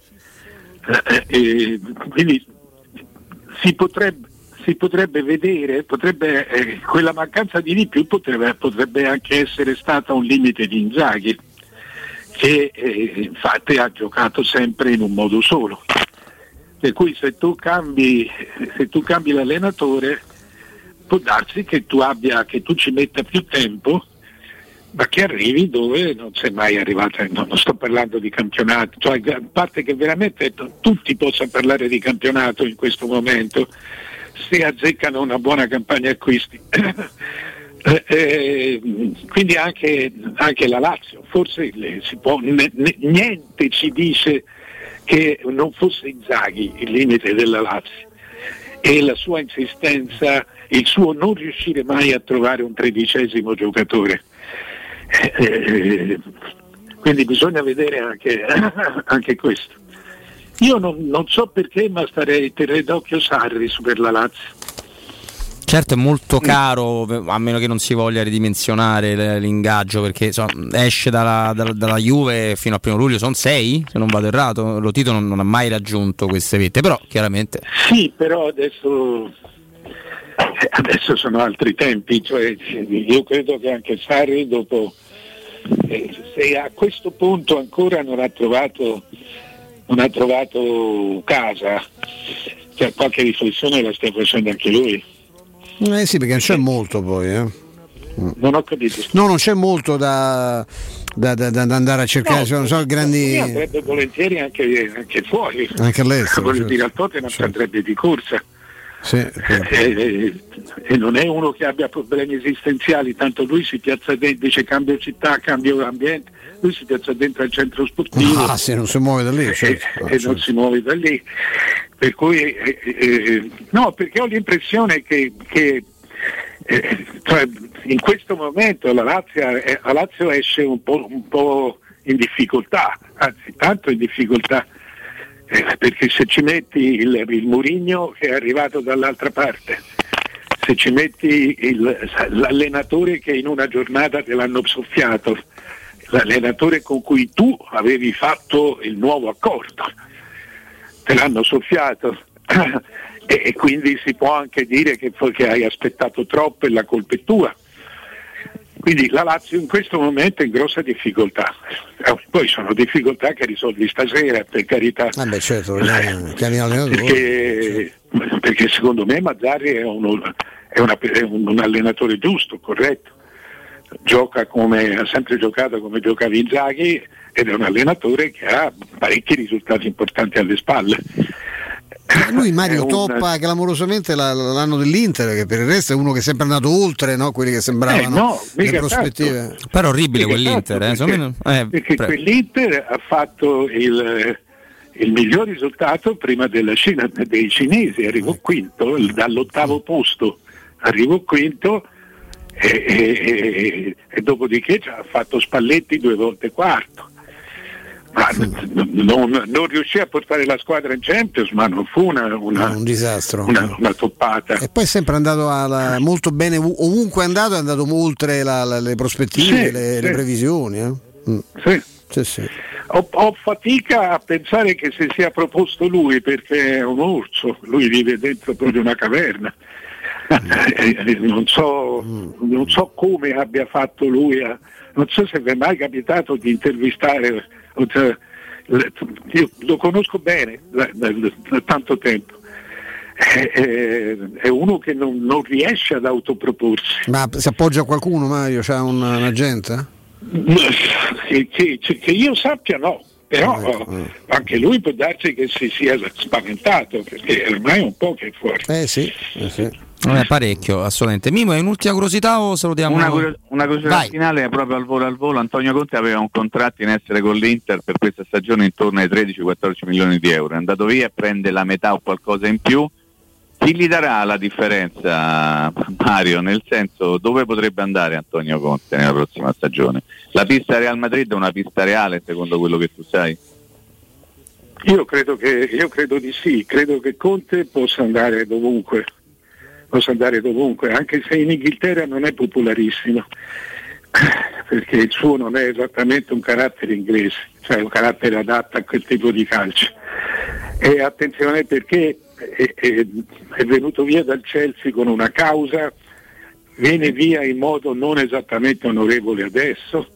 eh, eh, quindi si potrebbe, si potrebbe vedere, potrebbe, eh, quella mancanza di di più potrebbe, potrebbe anche essere stata un limite di Inzaghi, che eh, infatti ha giocato sempre in un modo solo, per cui se tu cambi, se tu cambi l'allenatore può darsi che tu abbia, che tu ci metta più tempo, ma che arrivi dove non sei mai arrivato. No, non sto parlando di campionato, cioè, a parte che veramente t- tutti possono parlare di campionato in questo momento se azzeccano una buona campagna acquisti. eh, eh, quindi anche, anche la Lazio, forse le, si può, ne, ne, niente ci dice che non fosse Inzaghi il limite della Lazio, e la sua insistenza, il suo non riuscire mai a trovare un tredicesimo giocatore. Eh, quindi bisogna vedere anche, anche questo. Io non, non so perché, ma starei terrei d'occhio Sarri su per la Lazio. Certo, è molto caro, a meno che non si voglia ridimensionare l'ingaggio, perché so, esce dalla, dalla, dalla Juve fino al primo luglio, sono sei, se non vado errato. Lo Tito non, non ha mai raggiunto queste vette, però chiaramente sì, però adesso adesso sono altri tempi, cioè io credo che anche Sarri dopo eh, se a questo punto ancora non ha trovato non ha trovato casa, cioè qualche riflessione la sta facendo anche lui. Eh sì, perché non c'è molto poi eh. Non ho capito. No, non c'è molto da, da, da, da andare a cercare, no, cioè, non so, grandi. Andrebbe volentieri anche, anche fuori, anche all'estero. Voglio certo. dire, al Tottenham certo. andrebbe di corsa. Sì, certo. e, e, e non è uno che abbia problemi esistenziali, tanto lui si piazza dentro, dice cambio città, cambio ambiente, lui si piazza dentro al centro sportivo. Ah, se non si muove da lì, certo. e, ah, e certo. non si muove da lì. Per cui eh, eh, no, perché ho l'impressione che, che eh, cioè, in questo momento la Lazio, eh, la Lazio esce un po', un po' in difficoltà, anzi tanto in difficoltà. Eh, perché se ci metti il, il Mourinho che è arrivato dall'altra parte, se ci metti il, l'allenatore che in una giornata te l'hanno soffiato, l'allenatore con cui tu avevi fatto il nuovo accordo, te l'hanno soffiato e, e quindi si può anche dire che, che hai aspettato troppo e la colpa è tua. Quindi la Lazio in questo momento è in grossa difficoltà. Poi sono difficoltà che risolvi stasera, per carità. Ah beh, certo, chiami l'allenatore. Perché, perché secondo me Mazzarri è, uno, è, una, è un allenatore giusto, corretto. Gioca come ha sempre giocato come giocava Inzaghi ed è un allenatore che ha parecchi risultati importanti alle spalle. Lui Mario un... toppa clamorosamente la, l'anno dell'Inter, che per il resto è uno che è sempre andato oltre, no? Quelli che sembravano eh no, le prospettive. Tanto. Però orribile mica quell'Inter, tanto, eh, perché, eh, perché quell'Inter ha fatto il, il miglior risultato prima della Cina, dei cinesi, arrivò quinto, dall'ottavo posto arrivò quinto e, e, e, e dopodiché ci ha fatto Spalletti due volte quarto. Ma non, non riuscì a portare la squadra in Champions, ma non fu una, una, un disastro, una, una toppata. E poi è sempre andato alla, molto bene, ovunque è andato è andato oltre la, la, le prospettive, sì, le, sì. le previsioni. Eh? Mm. Sì. Sì, sì. Ho, ho fatica a pensare che si sia proposto lui, perché è un orso, lui vive dentro proprio una caverna. Mm. non, so, mm. non so come abbia fatto lui, a, non so se vi è mai capitato di intervistare. Io lo conosco bene da, da, da tanto tempo, è, è, è uno che non, non riesce ad autoproporsi. Ma si appoggia a qualcuno, Mario? C'ha un, un agente? Che, che, che io sappia no, però oh, anche lui può darsi che si sia spaventato, perché ormai è un po' che è fuori. Eh sì, eh sì. Non è parecchio, assolutamente. Mimo, hai un'ultima curiosità o salutiamo? Una, cur- una curiosità Vai. finale, proprio al volo al volo. Antonio Conte aveva un contratto in essere con l'Inter per questa stagione intorno ai tredici quattordici milioni di euro. È andato via e prende la metà o qualcosa in più. Chi gli darà la differenza, Mario? Nel senso, dove potrebbe andare Antonio Conte nella prossima stagione? La pista Real Madrid è una pista reale, secondo quello che tu sai? Io credo che io credo di sì, credo che Conte possa andare dovunque. possa andare dovunque, anche se in Inghilterra non è popolarissimo, perché il suo non è esattamente un carattere inglese, cioè un carattere adatto a quel tipo di calcio. E attenzione, perché è, è, è venuto via dal Chelsea con una causa, viene via in modo non esattamente onorevole adesso,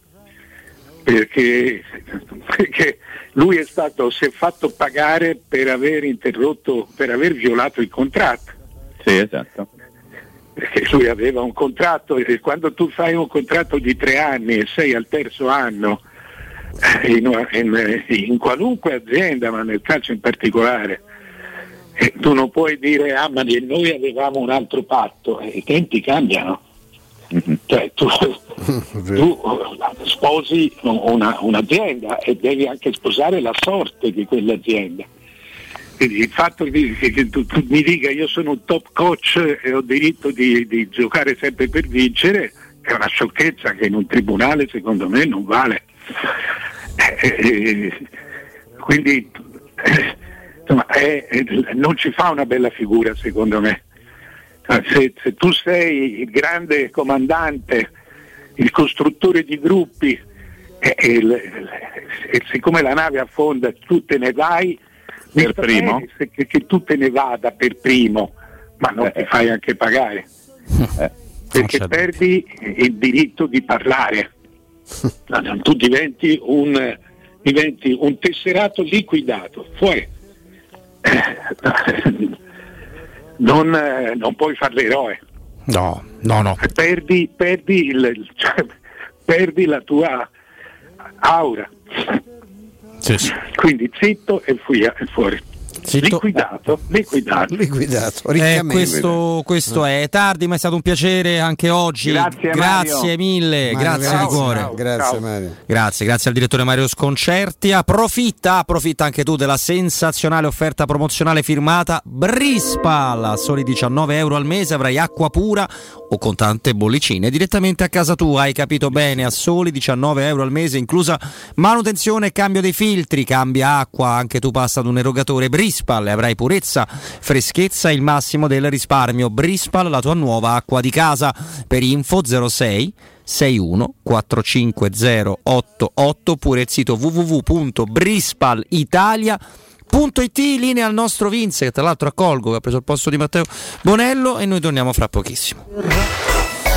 perché, perché lui è stato, si è fatto pagare per aver interrotto, per aver violato il contratto. Sì, esatto. Perché lui aveva un contratto e quando tu fai un contratto di tre anni e sei al terzo anno in, in, in qualunque azienda, ma nel calcio in particolare, eh, tu non puoi dire ah ma noi avevamo un altro patto, eh, i tempi cambiano. Mm-hmm. Cioè, tu, tu sposi una, un'azienda e devi anche sposare la sorte di quell'azienda. Quindi il fatto che, che tu, tu mi dica io sono un top coach e ho diritto di, di giocare sempre per vincere è una sciocchezza che in un tribunale secondo me non vale. Eh, eh, quindi eh, insomma, eh, eh, non ci fa una bella figura secondo me. Se, se tu sei il grande comandante, il costruttore di gruppi e, e, e siccome la nave affonda tu te ne vai per primo, che, che tu te ne vada per primo, ma non eh, ti fai anche pagare, eh, perché perdi il diritto di parlare. Tu diventi un, diventi un tesserato liquidato, fuori. Non, non puoi fare l'eroe. No, no, no. Perdi, perdi, il, cioè, perdi la tua aura. Sì, sì. Quindi zitto e fuori. Zitto. Liquidato, liquidato. liquidato eh, questo, questo è tardi, ma è stato un piacere anche oggi. Grazie, grazie mille, Mario, grazie ciao, di cuore. ciao, grazie Mario. Grazie, grazie al direttore Mario Sconcerti. Approfitta, approfitta anche tu della sensazionale offerta promozionale firmata Brispal. A soli diciannove euro al mese avrai acqua pura o con tante bollicine direttamente a casa tua. Hai capito bene, a soli diciannove euro al mese, inclusa manutenzione e cambio dei filtri. Cambia acqua, anche tu passa ad un erogatore Brispal e avrai purezza, freschezza e il massimo del risparmio. Brispal, la tua nuova acqua di casa. Per info zero sei sei uno quattro cinque zero otto otto oppure il sito w w w punto brispal italia punto it. Linea al nostro Vince, che tra l'altro accolgo, che ha preso il posto di Matteo Bonello, e noi torniamo fra pochissimo.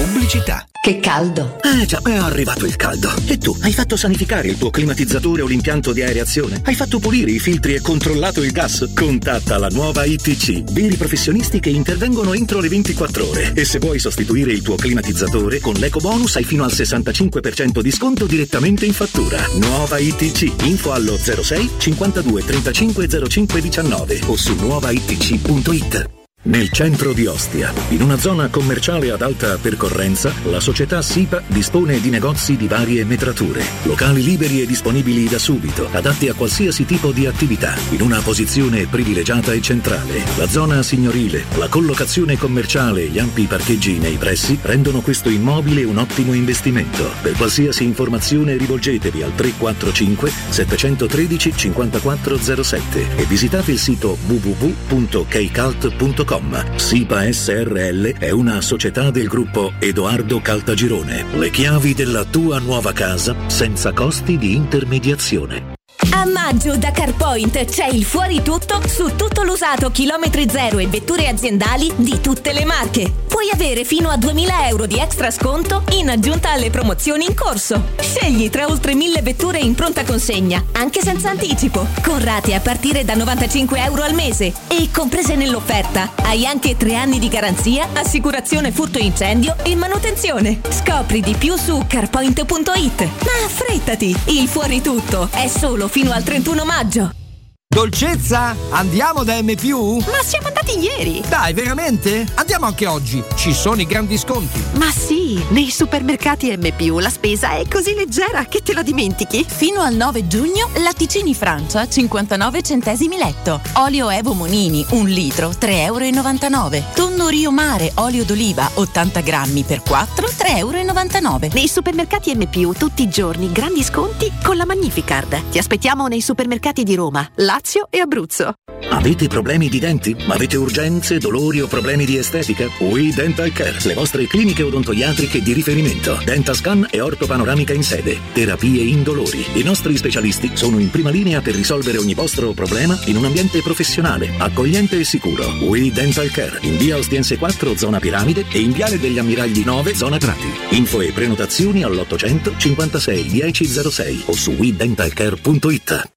pubblicità. Che caldo! Eh già, è arrivato il caldo. E tu, hai fatto sanificare il tuo climatizzatore o l'impianto di areazione? Hai fatto pulire i filtri e controllato il gas? Contatta la nuova I T C, veri professionisti che intervengono entro le ventiquattro ore. E se vuoi sostituire il tuo climatizzatore, con l'eco bonus hai fino al sessantacinque per cento di sconto direttamente in fattura. Nuova I T C, info allo zero sei cinquantadue trentacinque zero cinque diciannove o su nuova I T C punto it. Nel centro di Ostia, in una zona commerciale ad alta percorrenza, la società SIPA dispone di negozi di varie metrature, locali liberi e disponibili da subito, adatti a qualsiasi tipo di attività, in una posizione privilegiata e centrale. La zona signorile, la collocazione commerciale e gli ampi parcheggi nei pressi rendono questo immobile un ottimo investimento. Per qualsiasi informazione rivolgetevi al tre quattro cinque sette uno tre cinquantaquattro zero sette e visitate il sito w w w punto keycult punto com. SIPA S R L è una società del gruppo Edoardo Caltagirone. Le chiavi della tua nuova casa senza costi di intermediazione. A maggio da CarPoint c'è il fuori tutto su tutto l'usato chilometri zero e vetture aziendali di tutte le marche. Puoi avere fino a duemila euro di extra sconto in aggiunta alle promozioni in corso. Scegli tra oltre mille vetture in pronta consegna, anche senza anticipo, con rate a partire da novantacinque euro al mese. E comprese nell'offerta hai anche tre anni di garanzia, assicurazione furto incendio e manutenzione. Scopri di più su carpoint punto it. Ma affrettati, il fuori tutto è solo fino al trentuno maggio. Dolcezza, andiamo da M più? Ma siamo andati ieri. Dai, veramente? Andiamo anche oggi, ci sono i grandi sconti. Ma sì, nei supermercati M più la spesa è così leggera che te la dimentichi. Fino al nove giugno, latticini Francia cinquantanove centesimi letto, olio Evo Monini un litro tre e novantanove euro, tonno Rio Mare olio d'oliva ottanta grammi per quattro tre e novantanove euro. Nei supermercati M più tutti i giorni grandi sconti con la Magnificard. Ti aspettiamo nei supermercati di Roma, Lazio e Abruzzo. Avete problemi di denti? Avete urgenze, dolori o problemi di estetica? We Dental Care, le vostre cliniche odontoiatriche di riferimento. Dentascan e ortopanoramica in sede. Terapie indolori. I nostri specialisti sono in prima linea per risolvere ogni vostro problema in un ambiente professionale, accogliente e sicuro. We Dental Care, in via Ostiense quattro, zona Piramide, e in viale degli Ammiragli nove, zona Prati. Info e prenotazioni all'ottocento cinquantasei dieci zero sei o su we dental care punto it.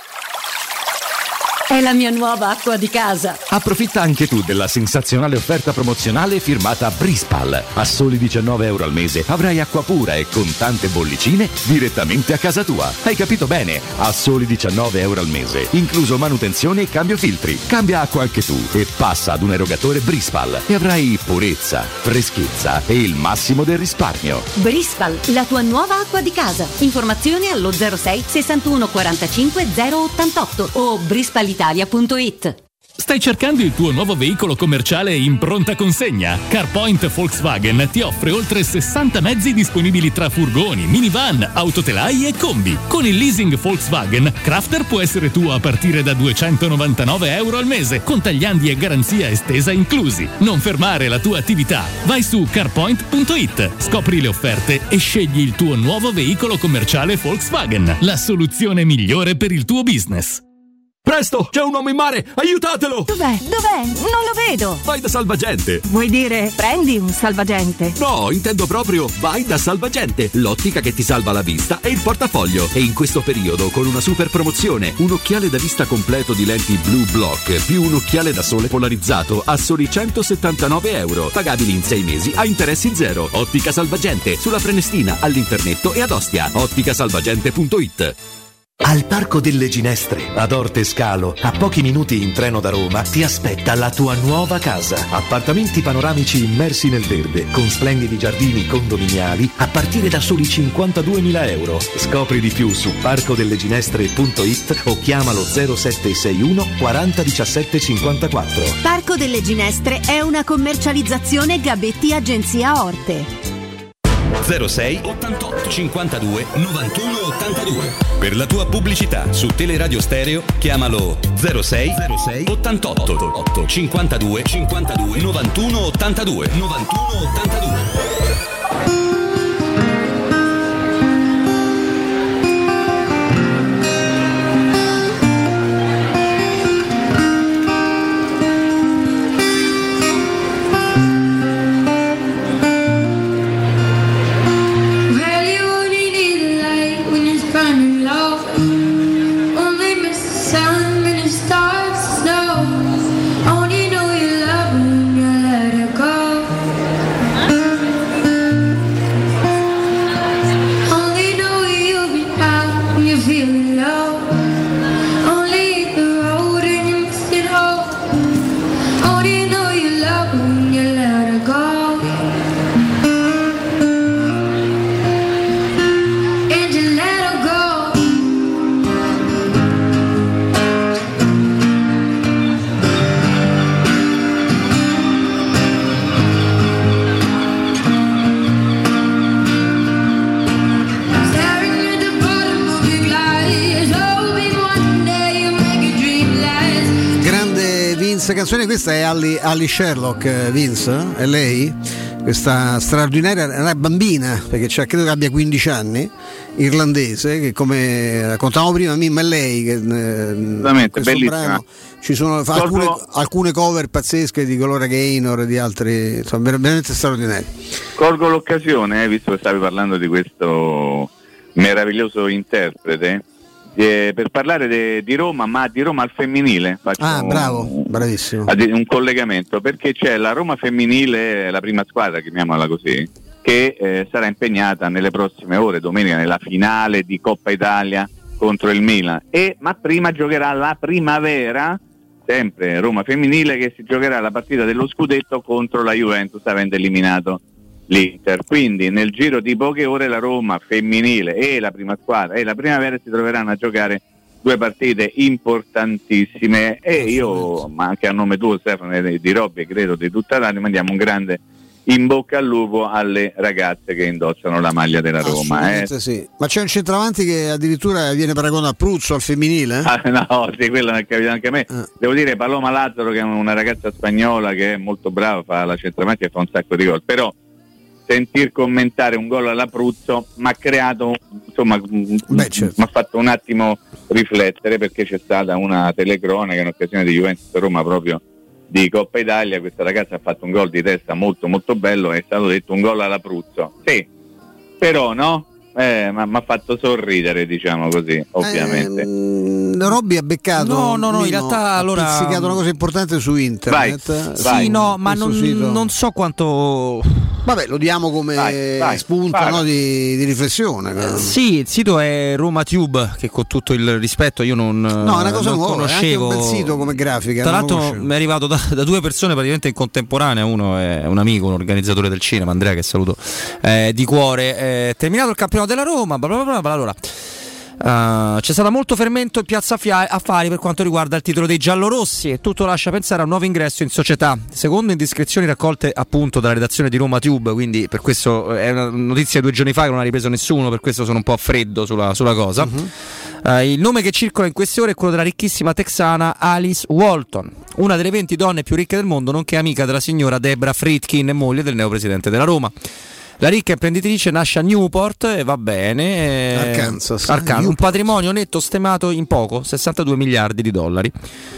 È la mia nuova acqua di casa. Approfitta anche tu della sensazionale offerta promozionale firmata Brispal. A soli diciannove euro al mese avrai acqua pura e con tante bollicine direttamente a casa tua. Hai capito bene? A soli diciannove euro al mese, incluso manutenzione e cambio filtri. Cambia acqua anche tu e passa ad un erogatore Brispal e avrai purezza, freschezza e il massimo del risparmio. Brispal, la tua nuova acqua di casa. Informazioni allo zero sei sessantuno quarantacinque zero ottantotto o brispal italia punto it. Stai cercando il tuo nuovo veicolo commerciale in pronta consegna? CarPoint Volkswagen ti offre oltre sessanta mezzi disponibili tra furgoni, minivan, autotelai e combi. Con il leasing Volkswagen, Crafter può essere tuo a partire da duecentonovantanove euro al mese, con tagliandi e garanzia estesa inclusi. Non fermare la tua attività. Vai su carpoint punto it, scopri le offerte e scegli il tuo nuovo veicolo commerciale Volkswagen, la soluzione migliore per il tuo business. Presto, c'è un uomo in mare, aiutatelo! Dov'è? Dov'è? Non lo vedo! Vai da Salvagente! Vuoi dire prendi un salvagente? No, intendo proprio vai da Salvagente, l'ottica che ti salva la vista e il portafoglio. E in questo periodo con una super promozione, un occhiale da vista completo di lenti Blue Block più un occhiale da sole polarizzato a soli centosettantanove euro, pagabili in sei mesi a interessi zero. Ottica Salvagente, sulla Prenestina, all'Internetto e ad Ostia. ottica salvagente punto it. Al Parco delle Ginestre, ad Orte Scalo, a pochi minuti in treno da Roma, ti aspetta la tua nuova casa. Appartamenti panoramici immersi nel verde, con splendidi giardini condominiali, a partire da soli cinquantaduemila euro. Scopri di più su parco delle ginestre punto it o chiamalo zero sette sei uno quaranta diciassette cinquantaquattro. Parco delle Ginestre è una commercializzazione Gabetti Agenzia Orte. zero sei ottantotto cinquantadue novantuno ottantadue. Per la tua pubblicità su Teleradio Stereo chiamalo zero sei ottantotto cinquantadue cinquantadue novantuno ottantadue novantuno ottantadue. queste canzoni, questa è Ali, Ali Sherlock, Vince, è lei? Questa straordinaria, una bambina, perché c'è, credo che abbia quindici anni, irlandese, che come raccontavamo prima, Mimma, è lei che eh, questo brano, ci sono fa alcune, alcune cover pazzesche di Gloria Gaynor e di altri, insomma, veramente straordinari. Colgo l'occasione, eh, visto che stavi parlando di questo meraviglioso interprete, eh, per parlare de, di Roma, ma di Roma al femminile. Faccio ah, bravo, bravissimo. Un, un collegamento, perché c'è la Roma femminile, la prima squadra, chiamiamola così, che eh, sarà impegnata nelle prossime ore, domenica, nella finale di Coppa Italia contro il Milan. E, ma prima giocherà la primavera, sempre Roma femminile, che si giocherà la partita dello scudetto contro la Juventus, avendo eliminato l'Inter. Quindi nel giro di poche ore la Roma femminile e la prima squadra e la primavera si troveranno a giocare due partite importantissime, e io, ma anche a nome tuo Stefano e di Robby, credo di tutta l'anima, mandiamo un grande in bocca al lupo alle ragazze che indossano la maglia della Roma. Eh. Sì. Ma c'è un centravanti che addirittura viene paragonato a Pruzzo, al femminile? Eh? Ah, no, sì, quello mi è capitato anche a me. Ah. Devo dire Paloma Lazzaro, che è una ragazza spagnola che è molto brava, fa la centravanti e fa un sacco di gol, però sentir commentare un gol all'Abruzzo mi ha creato, insomma, Beh, certo. mi ha fatto un attimo riflettere, perché c'è stata una telecronaca in occasione di Juventus Roma proprio di Coppa Italia. Questa ragazza ha fatto un gol di testa molto molto bello, è stato detto un gol all'Abruzzo, sì, però no, eh, mi ha fatto sorridere, diciamo così, ovviamente. Eh, Robby ha beccato, no no no in realtà ha allora ha pizzicato una cosa importante su internet. Vai, sì vai. no ma non, non so quanto, vabbè, lo diamo come vai, vai, spunto, no, di, di riflessione. Eh, sì, il sito è Roma Tube, che con tutto il rispetto io non, no, è una cosa non nuova, conoscevo. È anche un bel sito come grafica. Tra l'altro mi è arrivato da, da due persone praticamente in contemporanea, uno è un amico, un organizzatore del cinema, Andrea, che saluto eh, di cuore. Eh, terminato il campionato della Roma, bla bla bla bla, allora Uh, c'è stato molto fermento in piazza Affari per quanto riguarda il titolo dei giallorossi, e tutto lascia pensare a un nuovo ingresso in società, secondo indiscrezioni raccolte appunto dalla redazione di Roma Tube, quindi per questo è una notizia di due giorni fa che non ha ripreso nessuno, per questo sono un po' a freddo sulla, sulla cosa. Uh-huh. Uh, il nome che circola in queste ore è quello della ricchissima texana Alice Walton, una delle venti donne più ricche del mondo, nonché amica della signora Debra Friedkin, moglie del neopresidente della Roma. La ricca imprenditrice nasce a Newport e va bene. Arkansas. Arkansas. Un patrimonio netto stimato in poco, sessantadue miliardi di dollari.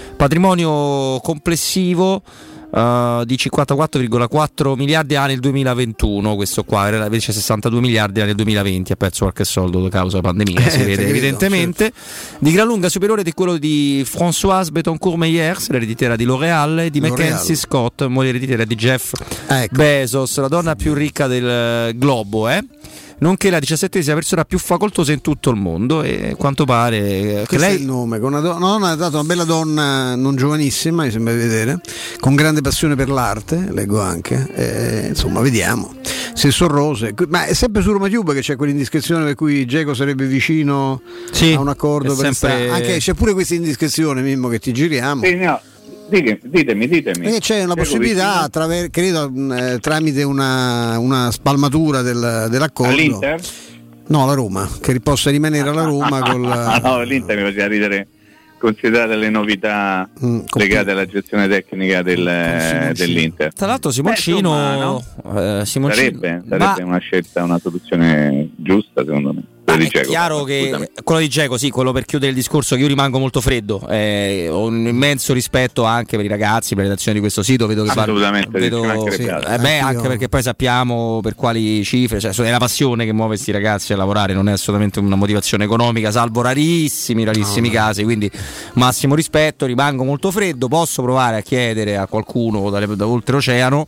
Patrimonio complessivo uh, di cinquantaquattro virgola quattro miliardi ha nel duemilaventuno, questo qua era invece sessantadue miliardi nel duemilaventi, ha perso qualche soldo a causa della pandemia, eh, si vede evidentemente, certo. Di gran lunga superiore di quello di Françoise Bettencourt-Meyers, l'ereditiera di L'Oréal, e di L'Oréal. Mackenzie Scott, moglie ereditiera di Jeff ecco. Bezos, la donna più ricca del globo, eh? nonché la diciassettesima persona più facoltosa in tutto il mondo, e quanto pare che lei... è il nome, con una, do- una donna, ha dato una bella donna non giovanissima, mi sembra di vedere, con grande passione per l'arte, leggo anche, eh, insomma vediamo se sono rose, ma è sempre su Roma Tube che c'è quell'indiscrezione per cui Dzeko sarebbe vicino sì, a un accordo per sempre... stare... anche c'è pure questa indiscrezione, Mimmo, che ti giriamo. Sì, no. Ditemi, ditemi. Perché c'è una possibilità, attraver- credo eh, tramite una, una spalmatura del, dell'accordo. All'Inter? No, la Roma, che possa rimanere alla Roma. Col... no, l'Inter mi faceva ridere, considerate le novità mm, legate alla gestione tecnica del, dell'Inter. Tra l'altro Simoncino, Beh, insomma, no? eh, Simoncino sarebbe, sarebbe ma... una scelta, una soluzione giusta secondo me. Ah, è Dzeko, chiaro che quello di Dzeko, sì, quello per chiudere il discorso, che io rimango molto freddo, eh, ho un immenso rispetto anche per i ragazzi, per le redazioni di questo sito, vedo che assolutamente vedo, sì, eh beh, anche perché poi sappiamo per quali cifre, cioè è la passione che muove questi ragazzi a lavorare, non è assolutamente una motivazione economica, salvo rarissimi rarissimi no, casi, quindi massimo rispetto, rimango molto freddo, posso provare a chiedere a qualcuno da, da oltreoceano,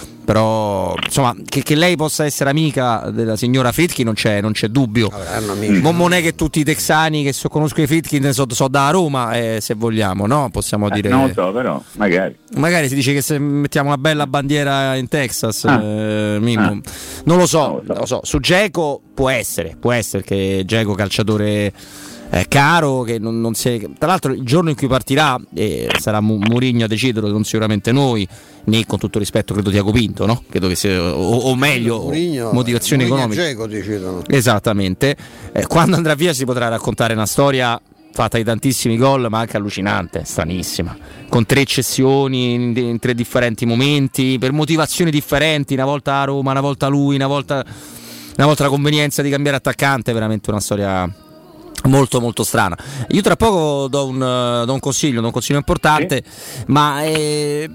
però insomma che, che lei possa essere amica della signora Friedkin non c'è, non c'è dubbio. Non, non è che tutti i texani che so, conoscono i Friedkin so, so da Roma, eh, se vogliamo, no? Possiamo eh, dire. Non lo so, però magari. Magari si dice che se mettiamo una bella bandiera in Texas, ah. eh, Mimmo. Ah. non lo so, non lo so. Su Dzeko può essere, può essere che Dzeko calciatore eh, caro, che non, non si è... Tra l'altro il giorno in cui partirà eh, sarà Mourinho a deciderlo, non sicuramente noi, né con tutto rispetto credo Tiago Pinto, no? Credo che sia, o, o meglio Mourinho, motivazioni Mourinho economiche. Dzeko decidono. Esattamente. Eh, quando andrà via si potrà raccontare una storia fatta di tantissimi gol, ma anche allucinante, stranissima, con tre cessioni in, in tre differenti momenti, per motivazioni differenti, una volta a Roma, una volta lui, una volta, una volta la convenienza di cambiare attaccante, veramente una storia molto molto strana. Io tra poco do un, do un consiglio, do un consiglio importante, sì. ma è,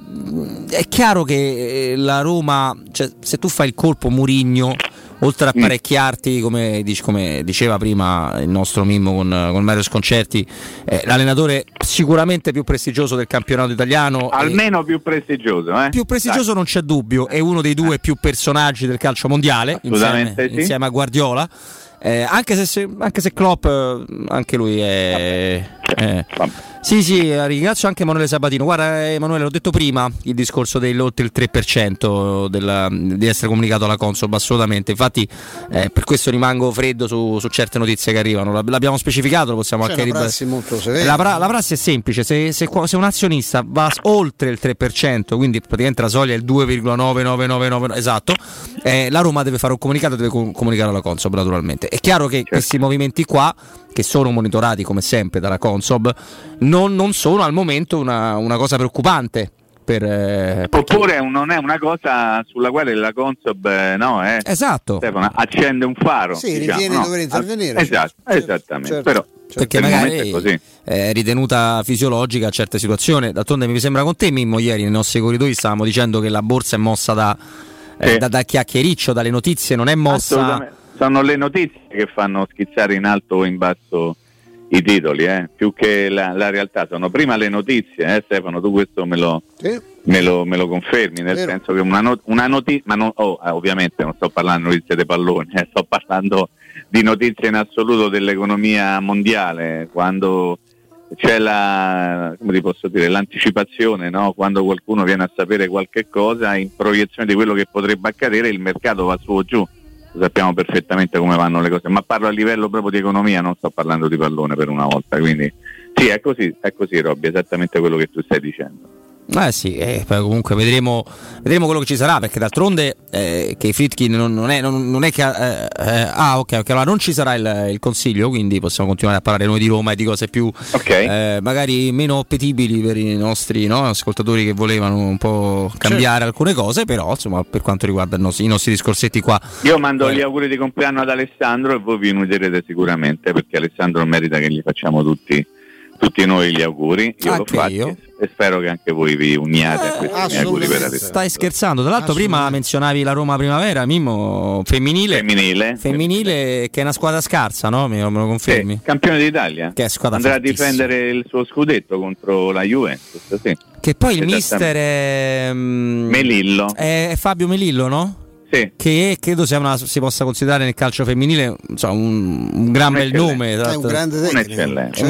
è chiaro che la Roma, cioè, se tu fai il colpo Mourinho, oltre a apparecchiarti, come, come diceva prima il nostro Mimmo con, con Mario Sconcerti, eh, l'allenatore sicuramente più prestigioso del campionato italiano, almeno eh, più prestigioso eh? più prestigioso Dai. non c'è dubbio, è uno dei due più personaggi del calcio mondiale insieme, sì. insieme a Guardiola, eh, anche, se, se, anche se Klopp anche lui è, è sì sì, ringrazio anche Emanuele Sabatino. Guarda Emanuele, l'ho detto prima, il discorso dell'oltre il tre per cento della, di essere comunicato alla Consob, assolutamente, infatti eh, per questo rimango freddo su, su certe notizie che arrivano, l'abbiamo specificato, lo possiamo C'è anche ribadire. La, pra- la prassi è semplice, se, se, se un azionista va oltre il tre per cento, quindi praticamente la soglia è il due virgola nove nove nove nove, esatto, eh, la Roma deve fare un comunicato e deve com- comunicare alla Consob, naturalmente. È chiaro che certo. questi movimenti qua, che sono monitorati come sempre dalla Consob, non, non sono al momento una, una cosa preoccupante. Per, eh, Oppure per non è una cosa sulla quale la Consob eh, no, eh, esatto. Stefano, accende un faro. Sì, diciamo, ritiene no? di dover intervenire. Esatto, certo. esattamente. Certo. Però, perché per magari è, così. è ritenuta fisiologica a certe situazioni. D'altronde mi sembra con te Mimmo, ieri nei nostri corridoi stavamo dicendo che la borsa è mossa da, sì. eh, da, da chiacchiericcio, dalle notizie, non è mossa. Sono le notizie che fanno schizzare in alto o in basso i titoli, eh? più che la, la realtà. Sono prima le notizie, eh, Stefano, tu questo me lo, sì. me lo, me lo confermi, nel Vero. senso che una, not- una notizia, ma non, oh, ovviamente non sto parlando di notizie dei palloni, eh, sto parlando di notizie in assoluto dell'economia mondiale, quando c'è la, come ti posso dire, l'anticipazione, no? Quando qualcuno viene a sapere qualche cosa in proiezione di quello che potrebbe accadere, il mercato va su o giù. Sappiamo perfettamente come vanno le cose, ma parlo a livello proprio di economia, non sto parlando di pallone per una volta, quindi sì, è così, è così Robby, esattamente quello che tu stai dicendo. Eh sì, eh, poi comunque vedremo, vedremo quello che ci sarà, perché d'altronde eh, che i Friedkin non, non, è, non, non è che eh, eh, ah ok, ok, allora non ci sarà il, il consiglio, quindi possiamo continuare a parlare noi di Roma e di cose più okay. eh, magari meno appetibili per i nostri no, ascoltatori che volevano un po' cambiare certo. alcune cose, però insomma per quanto riguarda i nostri, i nostri discorsetti qua io mando eh. gli auguri di compleanno ad Alessandro e voi vi unirete sicuramente, perché Alessandro merita che gli facciamo tutti tutti noi gli auguri, io anche l'ho fatto io. E spero che anche voi vi uniate eh, a questi miei auguri per Alessandro. Stai scherzando? Tra l'altro prima menzionavi la Roma Primavera, Mimmo, femminile, femminile, femminile che è una squadra scarsa, no? Me lo, me lo confermi? Sì, campione d'Italia. Che è squadra andrà fortissima. a difendere il suo scudetto contro la Juventus, sì. Che poi il mister è Melillo. È Fabio Melillo, no? Sì. Che credo sia una, si possa considerare nel calcio femminile insomma, un, un gran bel nome, è un grande tecnico, un'eccellenza,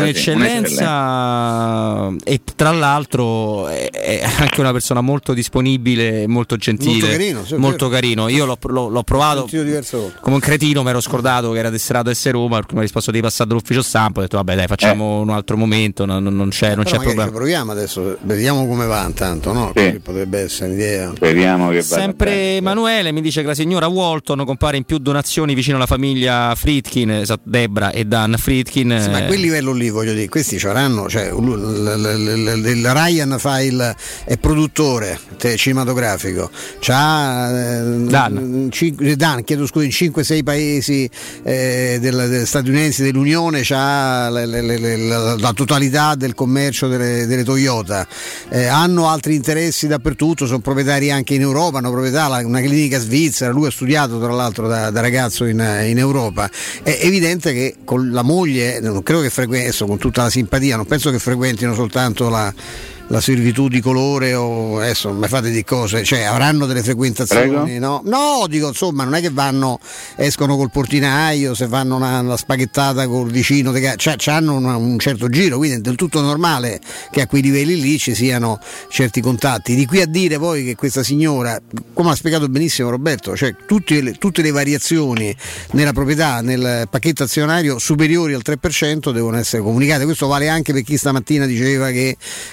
un'eccellenza e tra l'altro è, è anche una persona molto disponibile, molto gentile, molto carino, sì, molto carino. Io l'ho, l'ho, l'ho provato come un cretino, mi ero scordato che era tesserato S Roma, perché mi ha risposto di passare dall'ufficio stampa, ho detto vabbè dai facciamo eh. un altro momento, non, non c'è, non c'è problema. Proviamo adesso, vediamo come va intanto, no? Sì. Potrebbe essere un'idea. Speriamo che vada sempre bene. Emanuele mi dice che la signora Walton compare in più donazioni vicino alla famiglia Friedkin, Debra e Dan Friedkin. Sì, ma a quel livello lì voglio dire, questi ci avranno, cioè il Ryan fa il è produttore cinematografico, c'ha Dan, cinque, Dan chiedo scusa, in cinque sei paesi eh, del, degli Stati Uniti dell'Unione c'ha le, le, le, la, la totalità del commercio delle, delle Toyota, eh, hanno altri interessi dappertutto, sono proprietari anche in Europa, hanno proprietà una clinica svizzera, lui ha studiato tra l'altro da, da ragazzo in, in Europa. È evidente che con la moglie non credo che frequentino, con tutta la simpatia, non penso che frequentino soltanto la la servitù di colore o adesso mi fate di cose, cioè avranno delle frequentazioni, no? No, dico insomma non è che vanno, escono col portinaio, se fanno una, una spaghettata col vicino, cioè hanno una, un certo giro, quindi è del tutto normale che a quei livelli lì ci siano certi contatti. Di qui a dire poi che questa signora, come ha spiegato benissimo Roberto, cioè tutte le, tutte le variazioni nella proprietà, nel pacchetto azionario superiori al tre per cento devono essere comunicate. Questo vale anche per chi stamattina diceva che, che Mendes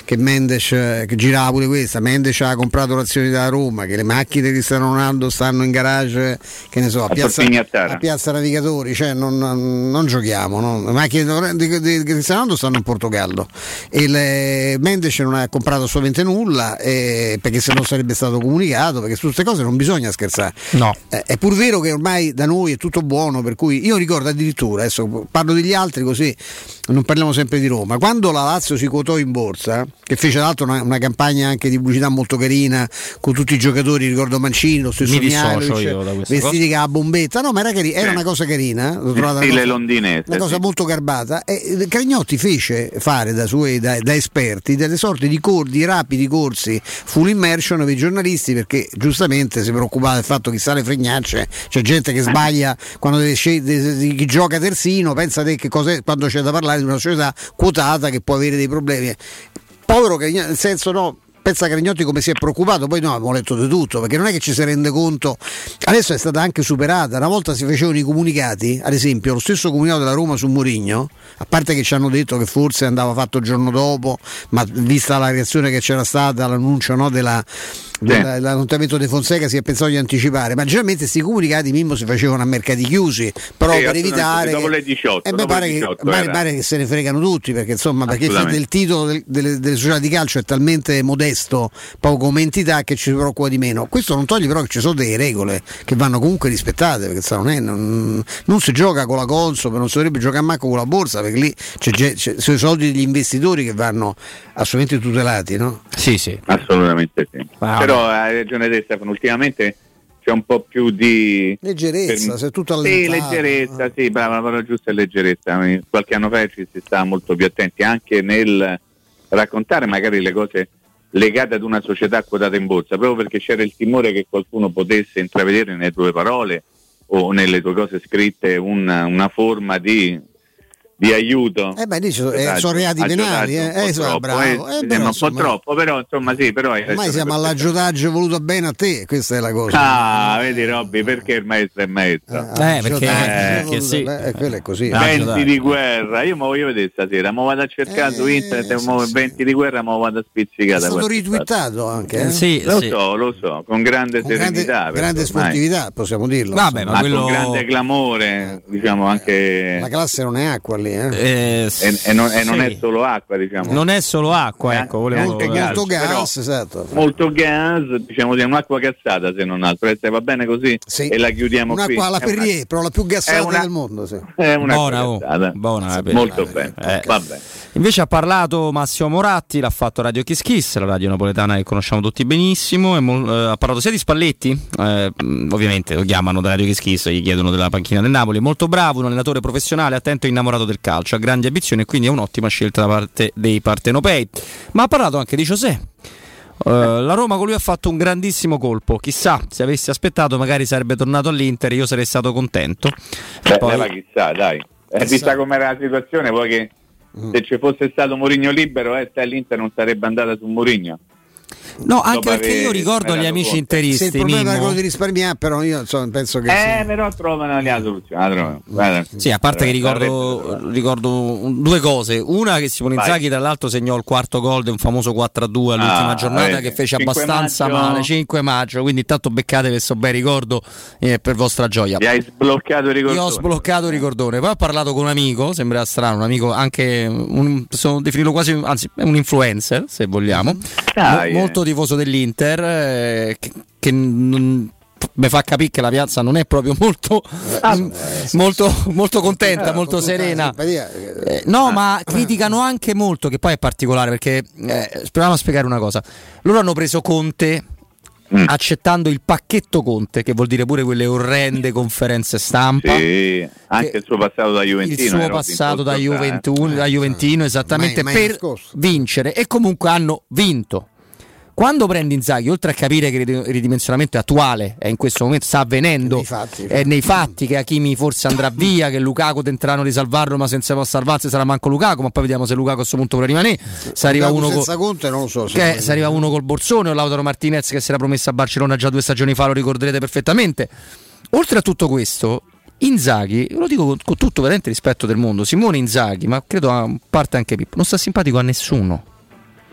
Mendes, che girava pure questa, Mendes ha comprato l'azione da Roma, che le macchine di Cristiano Ronaldo stanno in garage, che ne so, a, a piazza, a piazza Navigatori, cioè non, non giochiamo, no? Le macchine di, di, di Cristiano Ronaldo stanno in Portogallo e le, Mendes non ha comprato assolutamente nulla, eh, perché se no sarebbe stato comunicato, perché su queste cose non bisogna scherzare. No. Eh, è pur vero che ormai da noi è tutto buono, per cui io ricordo addirittura, adesso parlo degli altri così non parliamo sempre di Roma, quando la Lazio si quotò in borsa, che fece tra l'altro una, una campagna anche di pubblicità molto carina con tutti i giocatori, ricordo Mancini, lo stesso Mihajlovic, vestiti con la bombetta, no ma era, carina, era una cosa carina, l'ho trovata stile una cosa, londinese, una cosa sì. molto garbata, e Cragnotti fece fare da suoi da, da esperti delle sorte di, cor, di rapidi corsi full immersion per i giornalisti, perché giustamente si preoccupava del fatto che sa le fregnacce, c'è gente che sbaglia quando deve scegliere chi gioca terzino, pensa te che cos'è quando c'è da parlare di una società quotata che può avere dei problemi. Povero che, nel senso, no, pensa Cragnotti come si è preoccupato, poi no, abbiamo letto di tutto, perché non è che ci si rende conto, adesso è stata anche superata, una volta si facevano i comunicati, ad esempio lo stesso comunicato della Roma su Mourinho, a parte che ci hanno detto che forse andava fatto il giorno dopo, ma vista la reazione che c'era stata, l'annuncio, no, della dell'annunziamento di Fonseca, si è pensato di anticipare, ma generalmente questi comunicati Mimmo si facevano a mercati chiusi, però sì, per evitare dopo che, le diciotto, e beh, pare, che, pare, pare che se ne fregano tutti, perché insomma perché il titolo del, delle, delle società di calcio è talmente modesto, poco come entità, che ci si preoccupa di meno. Questo non toglie però che ci sono delle regole che vanno comunque rispettate, perché non, è, non, non si gioca con la Consob, non si dovrebbe giocare manco con la borsa, perché lì c'è, c'è, c'è, sono i soldi degli investitori che vanno assolutamente tutelati, no? Sì, sì, assolutamente sì. Wow. Però hai ragione te, Stefano, ultimamente c'è un po' più di leggerezza, per... se tutto allentato. Sì, leggerezza, ah. sì, brava, la parola giusta è leggerezza. Qualche anno fa ci si sta molto più attenti anche nel raccontare magari le cose legate ad una società quotata in borsa, proprio perché c'era il timore che qualcuno potesse intravedere nelle tue parole o nelle tue cose scritte una, una forma di di aiuto. Eh beh, dice, eh, sono reati penali, eh, eh, troppo, bravo. Eh, eh, però, un insomma, po' troppo, però insomma sì, però ormai siamo all'aggiotaggio voluto bene a te, questa è la cosa. Ah, vedi Robby, perché il maestro è maestro? Eh, eh perché, eh, perché sì. Eh, quello è così. Venti di guerra, io me voglio vedere stasera, mo vado a cercare eh, su internet, sì, mo sì. venti di guerra, mo vado a spizzicare. È stato ritwittato anche, eh? Sì, lo sì. so, lo so, con grande con serenità, grande, grande sportività, possiamo dirlo. Vabbè, ma, ma quello... con grande clamore, diciamo anche. La classe non è acqua lì, eh? eh E, e, non, e sì. non è solo acqua, diciamo. Non è solo acqua, ecco, volevo... molto, gas, molto gas, però, esatto. Molto gas, diciamo che è un'acqua gassata se non altro. Se va bene così sì. e la chiudiamo un'acqua qui. alla Perrier, però la più gassata una, del mondo. Sì. È una buona, oh, buona molto eh, bene. Eh. Vabbè. Invece ha parlato Massimo Moratti, l'ha fatto Radio Kiss Kiss, la radio napoletana che conosciamo tutti benissimo, e mo- eh, ha parlato sia di Spalletti, eh, ovviamente lo chiamano da Radio Kiss Kiss, gli chiedono della panchina del Napoli, molto bravo, un allenatore professionale, attento e innamorato del calcio, ha grandi ambizioni e quindi è un'ottima scelta da parte dei partenopei. Ma ha parlato anche di José. Uh, la Roma con lui ha fatto un grandissimo colpo, chissà se avessi aspettato magari sarebbe tornato all'Inter, io sarei stato contento. Beh, poi... ma chissà, dai, eh, vista com'era la situazione, poi che mm. se ci fosse stato Mourinho libero, eh, l'Inter non sarebbe andata su Mourinho. No, anche perché io ricordo gli amici conto. interisti. Se il problema è quello di risparmiare, però io insomma, penso che. Eh, sì. però trovano la soluzione. Guarda. Sì, a parte che ricordo, ricordo due cose. Una che Simone Inzaghi, tra l'altro, segnò il quarto gol di un famoso quattro a due all'ultima ah, giornata vedi. che fece abbastanza maggio. male. cinque maggio, quindi intanto beccate questo bel ricordo eh, per vostra gioia. Mi hai sbloccato il ricordone. Io ho sbloccato il ricordone. Poi ho parlato con un amico, sembra strano, un amico anche, un, sono definito quasi, anzi, un influencer, se vogliamo. Dai, Mo, molto tifoso dell'Inter, eh, che, che non, mi fa capire che la piazza non è proprio molto ah, molto, molto contenta, molto serena. Eh, no, ma criticano anche molto, che poi è particolare perché eh, proviamo a spiegare una cosa. Loro hanno preso Conte mm. accettando il pacchetto Conte, che vuol dire pure quelle orrende conferenze stampa. Sì, anche il suo passato da Juventino. Il suo passato da, Juventuno, da Juventino, esattamente, mai, mai per nascosto. vincere, e comunque hanno vinto. Quando prendi Inzaghi, oltre a capire che il ridimensionamento è attuale, è in questo momento sta avvenendo, nei fatti, è nei fatti che Hakimi forse andrà via, che Lukaku tenteranno di salvarlo, ma senza salvarsi sarà manco Lukaku, ma poi vediamo se Lukaku a questo punto vuole rimanere. Se arriva uno senza co- Conte non lo so. Se, se arriva uno col borsone, o Lautaro Martinez che si era promesso a Barcellona già due stagioni fa, lo ricorderete perfettamente. Oltre a tutto questo, Inzaghi, lo dico con, con tutto veramente rispetto del mondo, Simone Inzaghi, ma credo a parte anche Pippo, non sta simpatico a nessuno.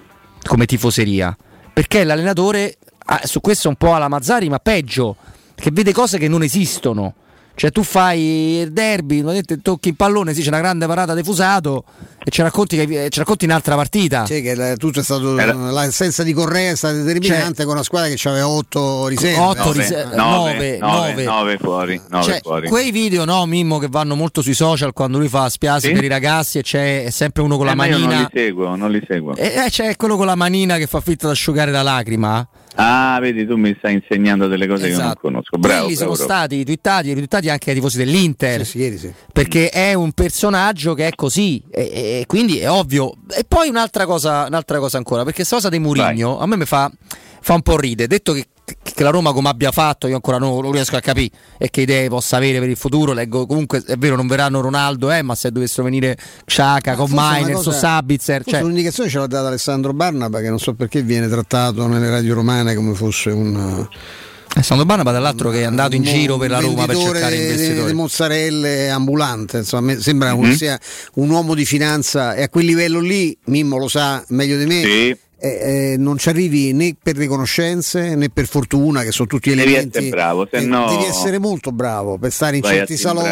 come tifoseria, perché l'allenatore ah, su questo è un po' alla Mazzarri, ma peggio, che vede cose che non esistono. Cioè tu fai il derby, tocchi il pallone, sì, c'è una grande parata defusato e ci racconti, che, ci racconti un'altra partita. Sì, che tutto è stato Era... l'assenza di Correa è stata determinante, cioè, con una squadra che aveva otto riserve. otto riserve, nove, nove fuori, nove cioè, fuori. Quei video, no, Mimmo, che vanno molto sui social quando lui fa spiasi sì? per i ragazzi e c'è sempre uno con eh, la manina. Io non li seguo, non li seguo. E eh, c'è quello con la manina che fa finta di asciugare la lacrima. Ah, vedi, tu mi stai insegnando delle cose esatto. che io non conosco. Bravo, Quelli bravo, sono bravo. stati twittati e ritwittati anche ai tifosi dell'Inter, sì, sì, sì. perché è un personaggio che è così e, e quindi è ovvio. E poi un'altra cosa, un'altra cosa ancora, perché questa cosa di Mourinho a me mi fa, fa un po' ridere. Detto che, che la Roma come abbia fatto, io ancora non lo riesco a capire e che idee possa avere per il futuro. Leggo comunque, è vero, non verranno Ronaldo, eh, ma se dovessero venire Xhaka, con Mainers o Sabitzer, cioè... un'indicazione ce l'ha data Alessandro Barnaba, che non so perché viene trattato nelle radio romane come fosse un Alessandro Barnaba, dall'altro, che è andato in giro per la Roma per cercare investitori di mozzarelle ambulante, insomma, sembra mm-hmm. sia un uomo di finanza, e a quel livello lì Mimmo lo sa meglio di me. Sì. Eh, eh, non ci arrivi né per riconoscenze né per fortuna, che sono tutti elementi. Devi essere bravo, se eh, no devi essere molto bravo per stare in certi salotti,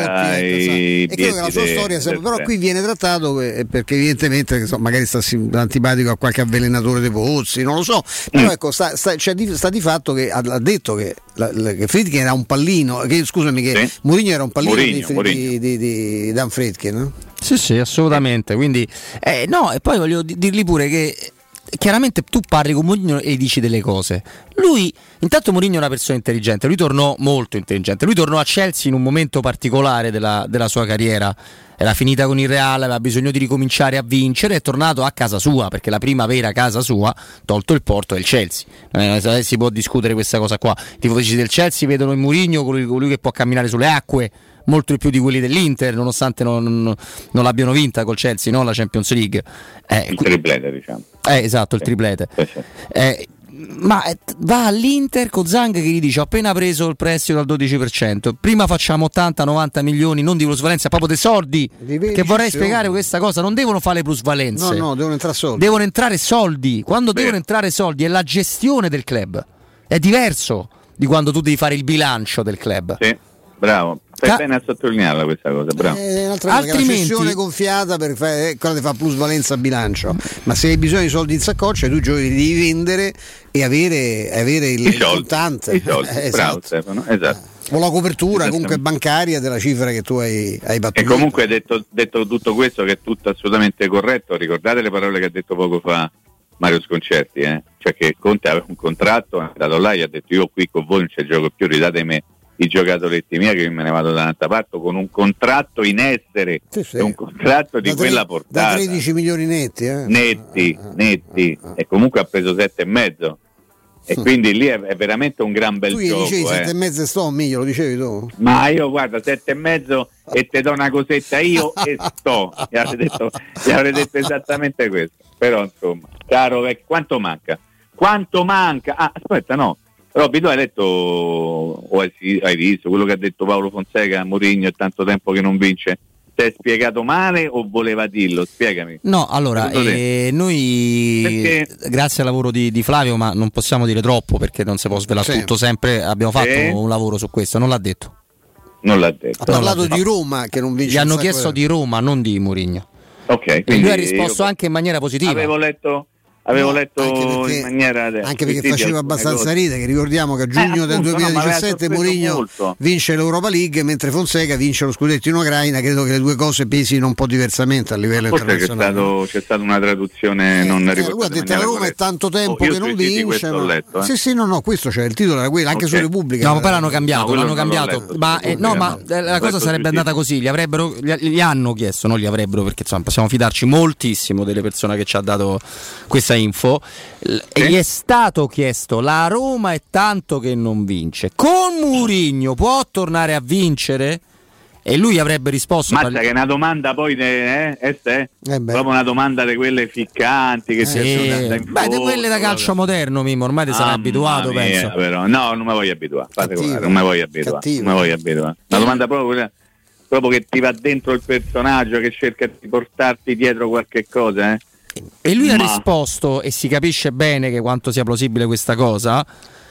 e credo che la sua storia sia, però qui viene trattato perché evidentemente insomma, magari sta antipatico a qualche avvelenatore dei pozzi, non lo so, però mm. ecco sta, sta, cioè, sta di fatto che ha, ha detto che, la, la, che Friedkin era un pallino, che scusami che sì. Mourinho era un pallino Mourinho, di, Mourinho. di, di, di Dan Friedkin, no? Sì sì, assolutamente, quindi eh, no, e poi voglio dirgli pure che chiaramente tu parli con Mourinho e dici delle cose. Lui, intanto Mourinho è una persona intelligente, lui tornò molto intelligente, lui tornò a Chelsea in un momento particolare della, della sua carriera, era finita con il Real, aveva bisogno di ricominciare a vincere, è tornato a casa sua, perché la prima vera casa sua, tolto il Porto, è il Chelsea. Eh, si può discutere questa cosa qua. I tifosi del Chelsea vedono in Mourinho colui, colui che può camminare sulle acque, molto di più di quelli dell'Inter, nonostante non, non, non l'abbiano vinta col Chelsea, no? La Champions League. Eh, il triplete, diciamo. Eh, esatto, il triplete. Sì, sì. Eh, ma va all'Inter con Zang che gli dice: ho appena preso il prestito al dodici per cento, prima facciamo ottanta novanta milioni, non di plusvalenza, proprio dei soldi. Che vorrei spiegare questa cosa, non devono fare le plusvalenze, no no, devono entrare soldi, devono entrare soldi. Quando Beh. devono entrare soldi è la gestione del club, è diverso di quando tu devi fare il bilancio del club. Sì, bravo. Fai Ca- bene a sottolinearla questa cosa, bravo. Eh, altrimenti la cessione gonfiata per fare, quella di fare plusvalenza a bilancio, ma se hai bisogno di soldi in saccoccia tu giochi devi vendere e avere, avere il, il contante, i soldi. Eh, bravo esatto. Stefano, esatto. O la copertura comunque bancaria della cifra che tu hai, hai battuto. E comunque detto, detto tutto questo, che è tutto assolutamente corretto, ricordate le parole che ha detto poco fa Mario Sconcerti, eh? Cioè che Conte aveva un contratto, è andato là e ha detto: io qui con voi non ci gioco più, ridatemi i giocatori miei che me ne vado da un'altra parte, con un contratto in essere, sì, sì. un contratto di da quella tre, portata, da tredici milioni netti, eh? netti, netti, e comunque ha preso sette e mezzo, e quindi lì è, è veramente un gran bel tu gioco. Tu dicevi eh. sette e mezzo e sto, miglio, lo dicevi tu? Ma io guarda, sette e mezzo e te do una cosetta io e sto, gli avrei detto, gli avrei detto esattamente questo, però insomma, caro vecchio, quanto manca? Quanto manca? Ah, aspetta, no. Robby, tu hai letto o hai, hai visto quello che ha detto Paolo Fonseca? Mourinho è tanto tempo che non vince. Ti hai spiegato male o voleva dirlo? Spiegami. No, allora eh, noi perché... grazie al lavoro di, di Flavio, ma non possiamo dire troppo perché non si può svelare sì. tutto sempre, abbiamo fatto sì. un lavoro su questo, non l'ha detto. Non l'ha detto. Ha parlato di Roma che non vince. Gli hanno chiesto di Roma, non di Mourinho. Ok. E lui ha risposto io... anche in maniera positiva. Avevo letto Avevo no, letto perché, in maniera anche perché faceva abbastanza ridere, che ricordiamo che a giugno eh, del appunto, duemiladiciassette no, Mourinho vince l'Europa League mentre Fonseca vince lo scudetto in Ucraina. Credo che le due cose pesino un po' diversamente a livello forse internazionale. C'è, stato, c'è stata una traduzione eh, non eh, lui ha detto la Roma è tanto tempo oh, che non vince, ma... letto, eh. sì sì no no questo c'è, il titolo era quello anche okay. su Repubblica. No, ma poi l'hanno cambiato, no, l'hanno cambiato letto, ma eh, no ma la cosa sarebbe andata così, gli avrebbero gli hanno chiesto, non gli avrebbero, perché insomma possiamo fidarci moltissimo delle persone che ci ha dato questa info. E gli è stato chiesto: la Roma è tanto che non vince, con Mourinho può tornare a vincere? E lui avrebbe risposto: mazza che è una domanda poi de, eh, eh, eh proprio una domanda di quelle ficcanti che sì. si beh di quelle da calcio moderno, Mimmo, ormai ti sarai abituato mia, penso però. No, non mi voglio abituare, fate guardare, non mi voglio abituare, non mi voglio abituare. Una domanda proprio, proprio che ti va dentro il personaggio, che cerca di portarti dietro qualche cosa, eh E lui Ma... ha risposto, e si capisce bene che quanto sia plausibile questa cosa.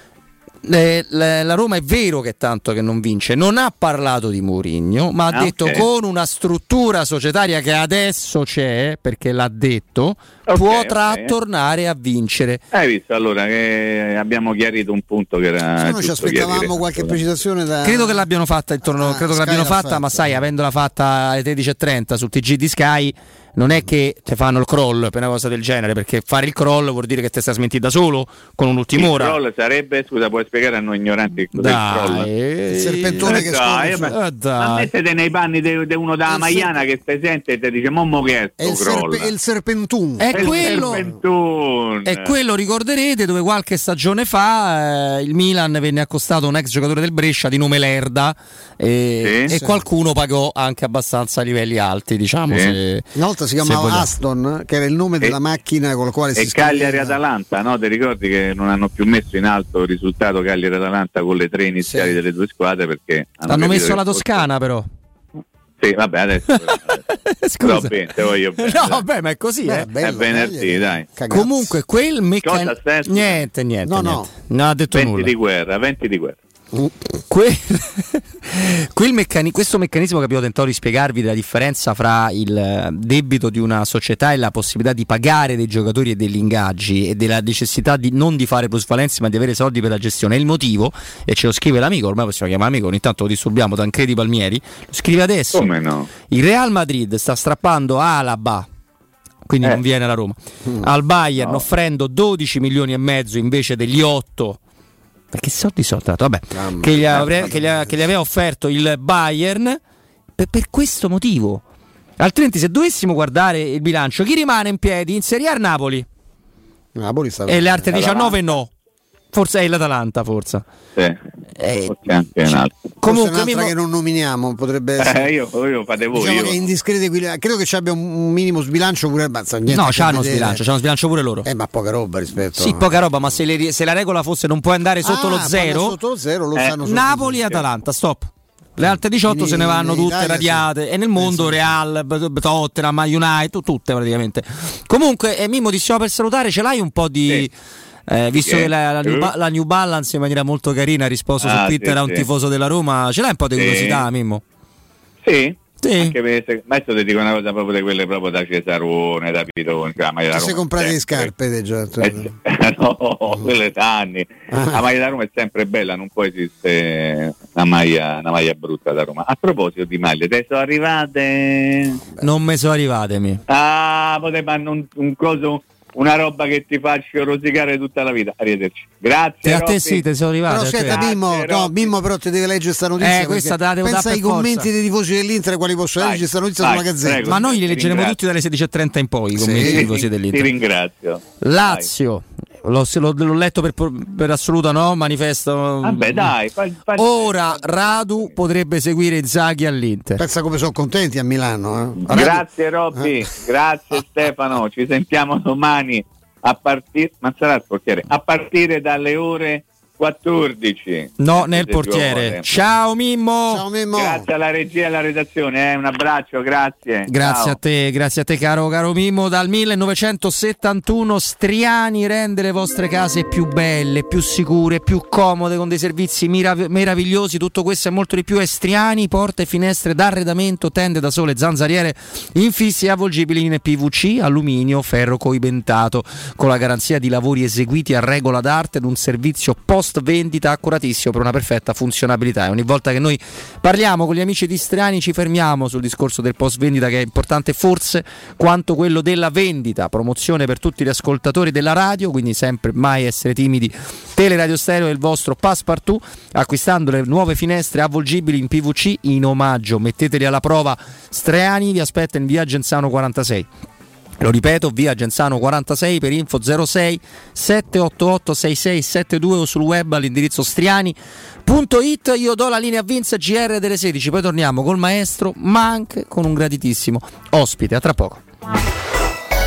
Eh, la Roma è vero che tanto che non vince, non ha parlato di Mourinho, ma ha ah, detto okay. con una struttura societaria che adesso c'è, perché l'ha detto, okay, potrà okay. tornare a vincere. Hai visto allora che abbiamo chiarito un punto che era. Se no ci aspettavamo chiarire. Qualche precisazione da. Credo che l'abbiano fatta intorno, ah, credo che l'abbiano fatta, fatto. Ma sai, avendola fatta alle tredici e trenta sul T G di Sky. Non è che ti fanno il crawl per una cosa del genere, perché fare il crawl vuol dire che ti stai smentito da solo con un'ultima ora. Il crawl sarebbe, scusa, puoi spiegare a noi ignoranti cos'è il crawl? Il serpentone eh, che dai, scorre. Eh, ma mettete nei panni di uno dalla Maiana che stai sente e ti dice mommo che è sto crawl. È il serpentun. È, è quello, serpentun. È quello, ricorderete, dove qualche stagione fa eh, il Milan venne accostato a un ex giocatore del Brescia di nome Lerda e, sì, e sì. qualcuno pagò anche abbastanza a livelli alti, diciamo. Sì. Se, una volta si chiamava Aston, che era il nome della e, macchina con la quale si e Cagliari Atalanta, no? Ti ricordi che non hanno più messo in alto il risultato Cagliari Atalanta con le tre iniziali sì. delle due squadre, perché hanno, hanno messo la Toscana forse... però. Sì, vabbè, adesso scusa. Bene, te voglio bene, no, vabbè, ma è così, Beh, eh. bello, è venerdì, dai. Cagazzi. Comunque quel meccanismo niente, niente, no, niente. no. Non ha detto venti nulla. di guerra, venti di guerra. Que- quel meccani- questo meccanismo che abbiamo tentato di spiegarvi della differenza fra il debito di una società e la possibilità di pagare dei giocatori e degli ingaggi e della necessità di non di fare plusvalenze ma di avere soldi per la gestione è il motivo, e ce lo scrive l'amico, ormai possiamo chiamare amico, ogni tanto lo disturbiamo, Tancredi Palmieri lo scrive adesso. Come no? Il Real Madrid sta strappando Alaba, quindi eh. non viene alla Roma, mm. al Bayern, no. offrendo dodici milioni e mezzo invece degli otto. Perché soldi sono dato? Vabbè, um, che, gli avre- che, gli ha- che gli aveva offerto il Bayern per, per questo motivo. Altrimenti, se dovessimo guardare il bilancio, chi rimane in piedi in Serie A? Napoli. Napoli sta e le altre diciannove no. Forse è l'Atalanta, forse. Sì. Eh, forse anche un altro. Comunque un'altra Mimo... che non nominiamo potrebbe essere. Eh, io, io fate voi. Diciamo io. che in discrete equilibrio. Credo che ci abbia un minimo sbilancio pure. Basta, niente no, c'hanno sbilancio, c'hanno sbilancio pure loro. Eh, ma poca roba rispetto. Sì, poca roba, ma se, le, se la regola fosse non può andare sotto ah, lo zero. Sotto lo zero lo eh, sanno Napoli e Atalanta, stop. Le altre diciotto in, se ne vanno tutte Italia, radiate. Sì. E nel mondo eh, sì. Real, Tottenham, United, tutte praticamente. Comunque, eh, Mimmo, ti stiamo per salutare, ce l'hai un po' di. Sì. Eh, visto che, che la, la, New ba- la New Balance in maniera molto carina ha risposto ah, su Twitter sì, a un sì. tifoso della Roma, ce l'hai un po' di sì. curiosità, Mimmo? Sì, sì. Anche per, ma adesso ti dico una cosa proprio di quelle proprio da Cesarone, da Pirone, cioè, la maglia da Roma. Se comprate le scarpe dei giocatori. Eh, no, quelle da anni. Ah. La maglia da Roma è sempre bella, non può esistere una maglia, una maglia brutta da Roma. A proposito di maglie, te sono arrivate? Non me sono arrivate, mi. Ah, poteva un, un coso. Una roba che ti faccio rosicare tutta la vita. Arrivederci. Grazie. E a te sì, te sono arrivate. Però aspetta, Mimmo, no, Mimmo però ti deve leggere sta notizia. Eh, questa te la devo pensa ai commenti forza. dei tifosi dell'Inter, quali possono leggere sta notizia vai, sulla Gazzetta. Prego, ma noi li leggeremo tutti dalle sedici e trenta in poi, i commenti sì, dei tifosi dell'Inter. Ti ringrazio. Lazio. L'ho, l'ho, l'ho letto per, per assoluta no manifesto. Vabbè dai fa, fa... Ora Radu potrebbe seguire Inzaghi all'Inter. Pensa come sono contenti a Milano, eh? Grazie Robby, eh. grazie Stefano, ci sentiamo domani a partire ma sarà il portiere a partire dalle ore quattordici. No, nel portiere. Ciao Mimmo. Ciao Mimmo. Grazie alla regia e alla redazione, eh. un abbraccio, grazie. Grazie Ciao. a te, grazie a te caro caro Mimmo. Dal millenovecentosettantuno Striani rende le vostre case più belle, più sicure, più comode con dei servizi mirav- meravigliosi. Tutto questo e molto di più è Striani, porte e finestre d'arredamento, tende da sole, zanzariere infissi e avvolgibili in P V C, alluminio, ferro coibentato, con la garanzia di lavori eseguiti a regola d'arte ed un servizio post vendita accuratissimo per una perfetta funzionabilità. E ogni volta che noi parliamo con gli amici di Striani ci fermiamo sul discorso del post vendita, che è importante forse quanto quello della vendita. Promozione per tutti gli ascoltatori della radio, quindi sempre mai essere timidi. Teleradio Stereo è il vostro passepartout. Acquistando le nuove finestre avvolgibili in P V C in omaggio, metteteli alla prova. Striani vi aspetta in via Genzano quarantasei. Lo ripeto, via Genzano quarantasei, per info zero sei sette otto otto sei sei sette due o sul web all'indirizzo striani punto it. Io do la linea a Vince G R delle sedici, poi torniamo col maestro ma anche con un graditissimo ospite. A tra poco.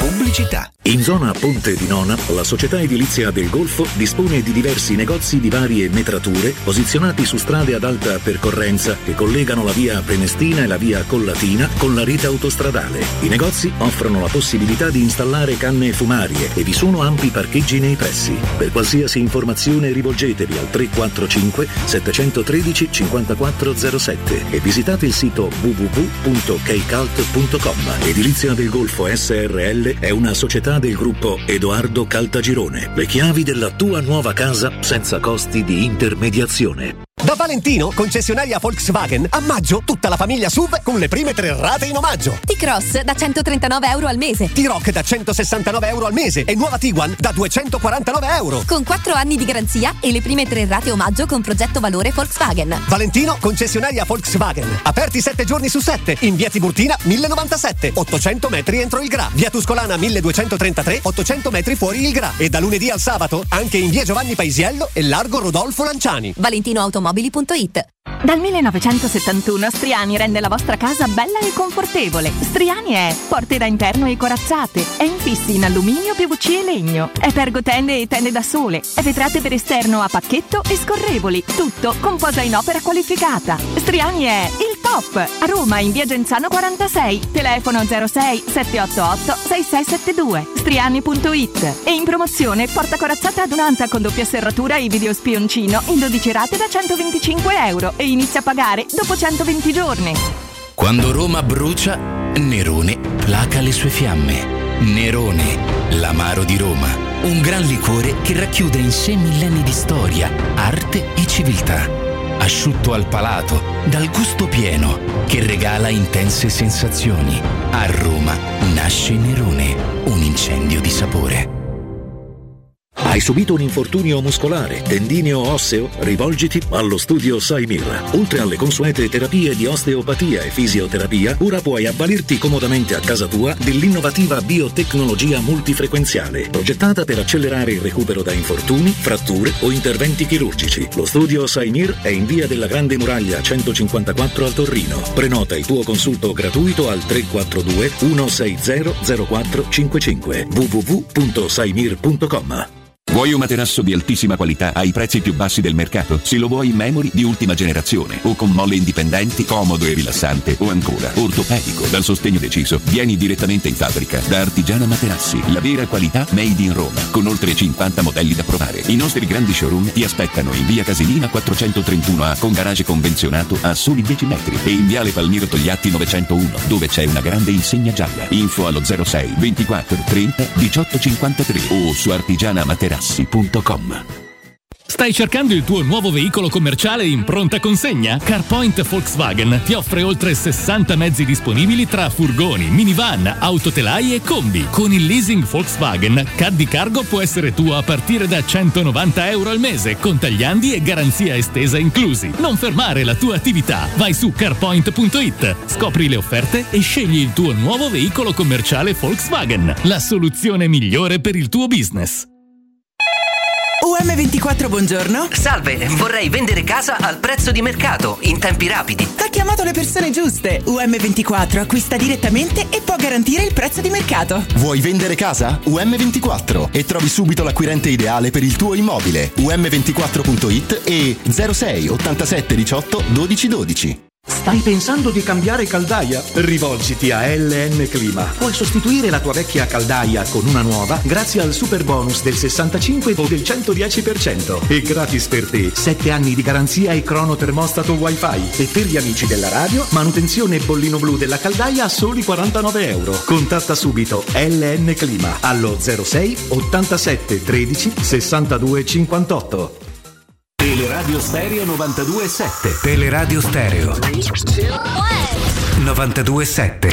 Pubblicità. In zona Ponte di Nona, la società edilizia del Golfo dispone di diversi negozi di varie metrature posizionati su strade ad alta percorrenza che collegano la via Prenestina e la via Collatina con la rete autostradale. I negozi offrono la possibilità di installare canne fumarie e vi sono ampi parcheggi nei pressi. Per qualsiasi informazione rivolgetevi al tre quattro cinque sette uno tre cinque quattro zero sette e visitate il sito w w w punto keycult punto com. Edilizia del Golfo S R L è una società del gruppo Edoardo Caltagirone. Le chiavi della tua nuova casa senza costi di intermediazione. Da Valentino, concessionaria Volkswagen, a maggio tutta la famiglia S U V con le prime tre rate in omaggio. T-Cross da centotrentanove euro al mese. T-Roc da centosessantanove euro al mese e nuova Tiguan da duecentoquarantanove euro. Con quattro anni di garanzia e le prime tre rate omaggio con progetto valore Volkswagen. Valentino, concessionaria Volkswagen. Aperti sette giorni su sette. In via Tiburtina mille novantasette, ottocento metri entro il Gra. Via Tuscolana milleduecentotrentatré, ottocento metri fuori il Gra. E da lunedì al sabato anche in via Giovanni Paisiello e largo Rodolfo Lanciani. Valentino Automobili punto it. Dal millenovecentosettantuno Striani rende la vostra casa bella e confortevole. Striani è porte da interno e corazzate, è infissi in alluminio, P V C e legno, è pergotende e tende da sole, è vetrate per esterno a pacchetto e scorrevoli, tutto con posa in opera qualificata. Striani è il top! A Roma in via Genzano quarantasei, telefono zero sei sette otto otto sei sei sette due, striani punto it. E in promozione porta corazzata adunata con doppia serratura e video spioncino in dodici rate da centoventicinque euro e inizia a pagare dopo centoventi giorni. Quando Roma brucia, Nerone placa le sue fiamme. Nerone, l'amaro di Roma. Un gran liquore che racchiude in sé millenni di storia, arte e civiltà. Asciutto al palato, dal gusto pieno, che regala intense sensazioni. A Roma nasce Nerone, un incendio di sapore. Hai subito un infortunio muscolare, tendineo o osseo? Rivolgiti allo studio Saimir. Oltre alle consuete terapie di osteopatia e fisioterapia, ora puoi avvalerti comodamente a casa tua dell'innovativa biotecnologia multifrequenziale, progettata per accelerare il recupero da infortuni, fratture o interventi chirurgici. Lo studio Saimir è in via della Grande Muraglia centocinquantaquattro al Torino. Prenota il tuo consulto gratuito al tre quattro due uno sei zero zero quattro cinque cinque w w w punto saimir punto com. Vuoi un materasso di altissima qualità ai prezzi più bassi del mercato? Se lo vuoi in memory di ultima generazione o con molle indipendenti, comodo e rilassante o ancora ortopedico dal sostegno deciso, vieni direttamente in fabbrica da Artigiana Materassi, la vera qualità made in Roma, con oltre cinquanta modelli da provare. I nostri grandi showroom ti aspettano in via Casilina quattrocentotrentuno A con garage convenzionato a soli dieci metri e in viale Palmiro Togliatti novecentouno dove c'è una grande insegna gialla. Info allo zero sei ventiquattro trenta diciotto cinquantatré o su artigiana materassi punto com. Stai cercando il tuo nuovo veicolo commerciale in pronta consegna? CarPoint Volkswagen ti offre oltre sessanta mezzi disponibili tra furgoni, minivan, autotelai e combi. Con il leasing Volkswagen, Caddy Cargo può essere tuo a partire da centonovanta euro al mese, con tagliandi e garanzia estesa inclusi. Non fermare la tua attività, vai su carpoint punto it, scopri le offerte e scegli il tuo nuovo veicolo commerciale Volkswagen, la soluzione migliore per il tuo business. U M ventiquattro, buongiorno. Salve, vorrei vendere casa al prezzo di mercato, in tempi rapidi. Ha chiamato le persone giuste. U M ventiquattro acquista direttamente e può garantire il prezzo di mercato. Vuoi vendere casa? U M ventiquattro e trovi subito l'acquirente ideale per il tuo immobile. u m ventiquattro punto it e zero sei ottantasette diciotto dodici dodici. Stai pensando di cambiare caldaia? Rivolgiti a L N Clima. Puoi sostituire la tua vecchia caldaia con una nuova grazie al super bonus del sessantacinque o del centodieci per cento. E gratis per te sette anni di garanzia e crono termostato wifi. E per gli amici della radio, manutenzione e bollino blu della caldaia a soli quarantanove euro. Contatta subito L N Clima allo zero sei ottantasette tredici sessantadue cinquantotto. Teleradio Stereo novantadue sette. Teleradio Stereo novantadue sette.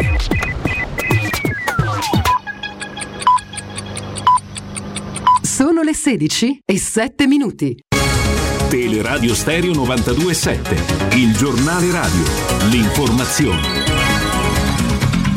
Sono le sedici e sette minuti. Teleradio Stereo novantadue sette. Il giornale radio. L'informazione.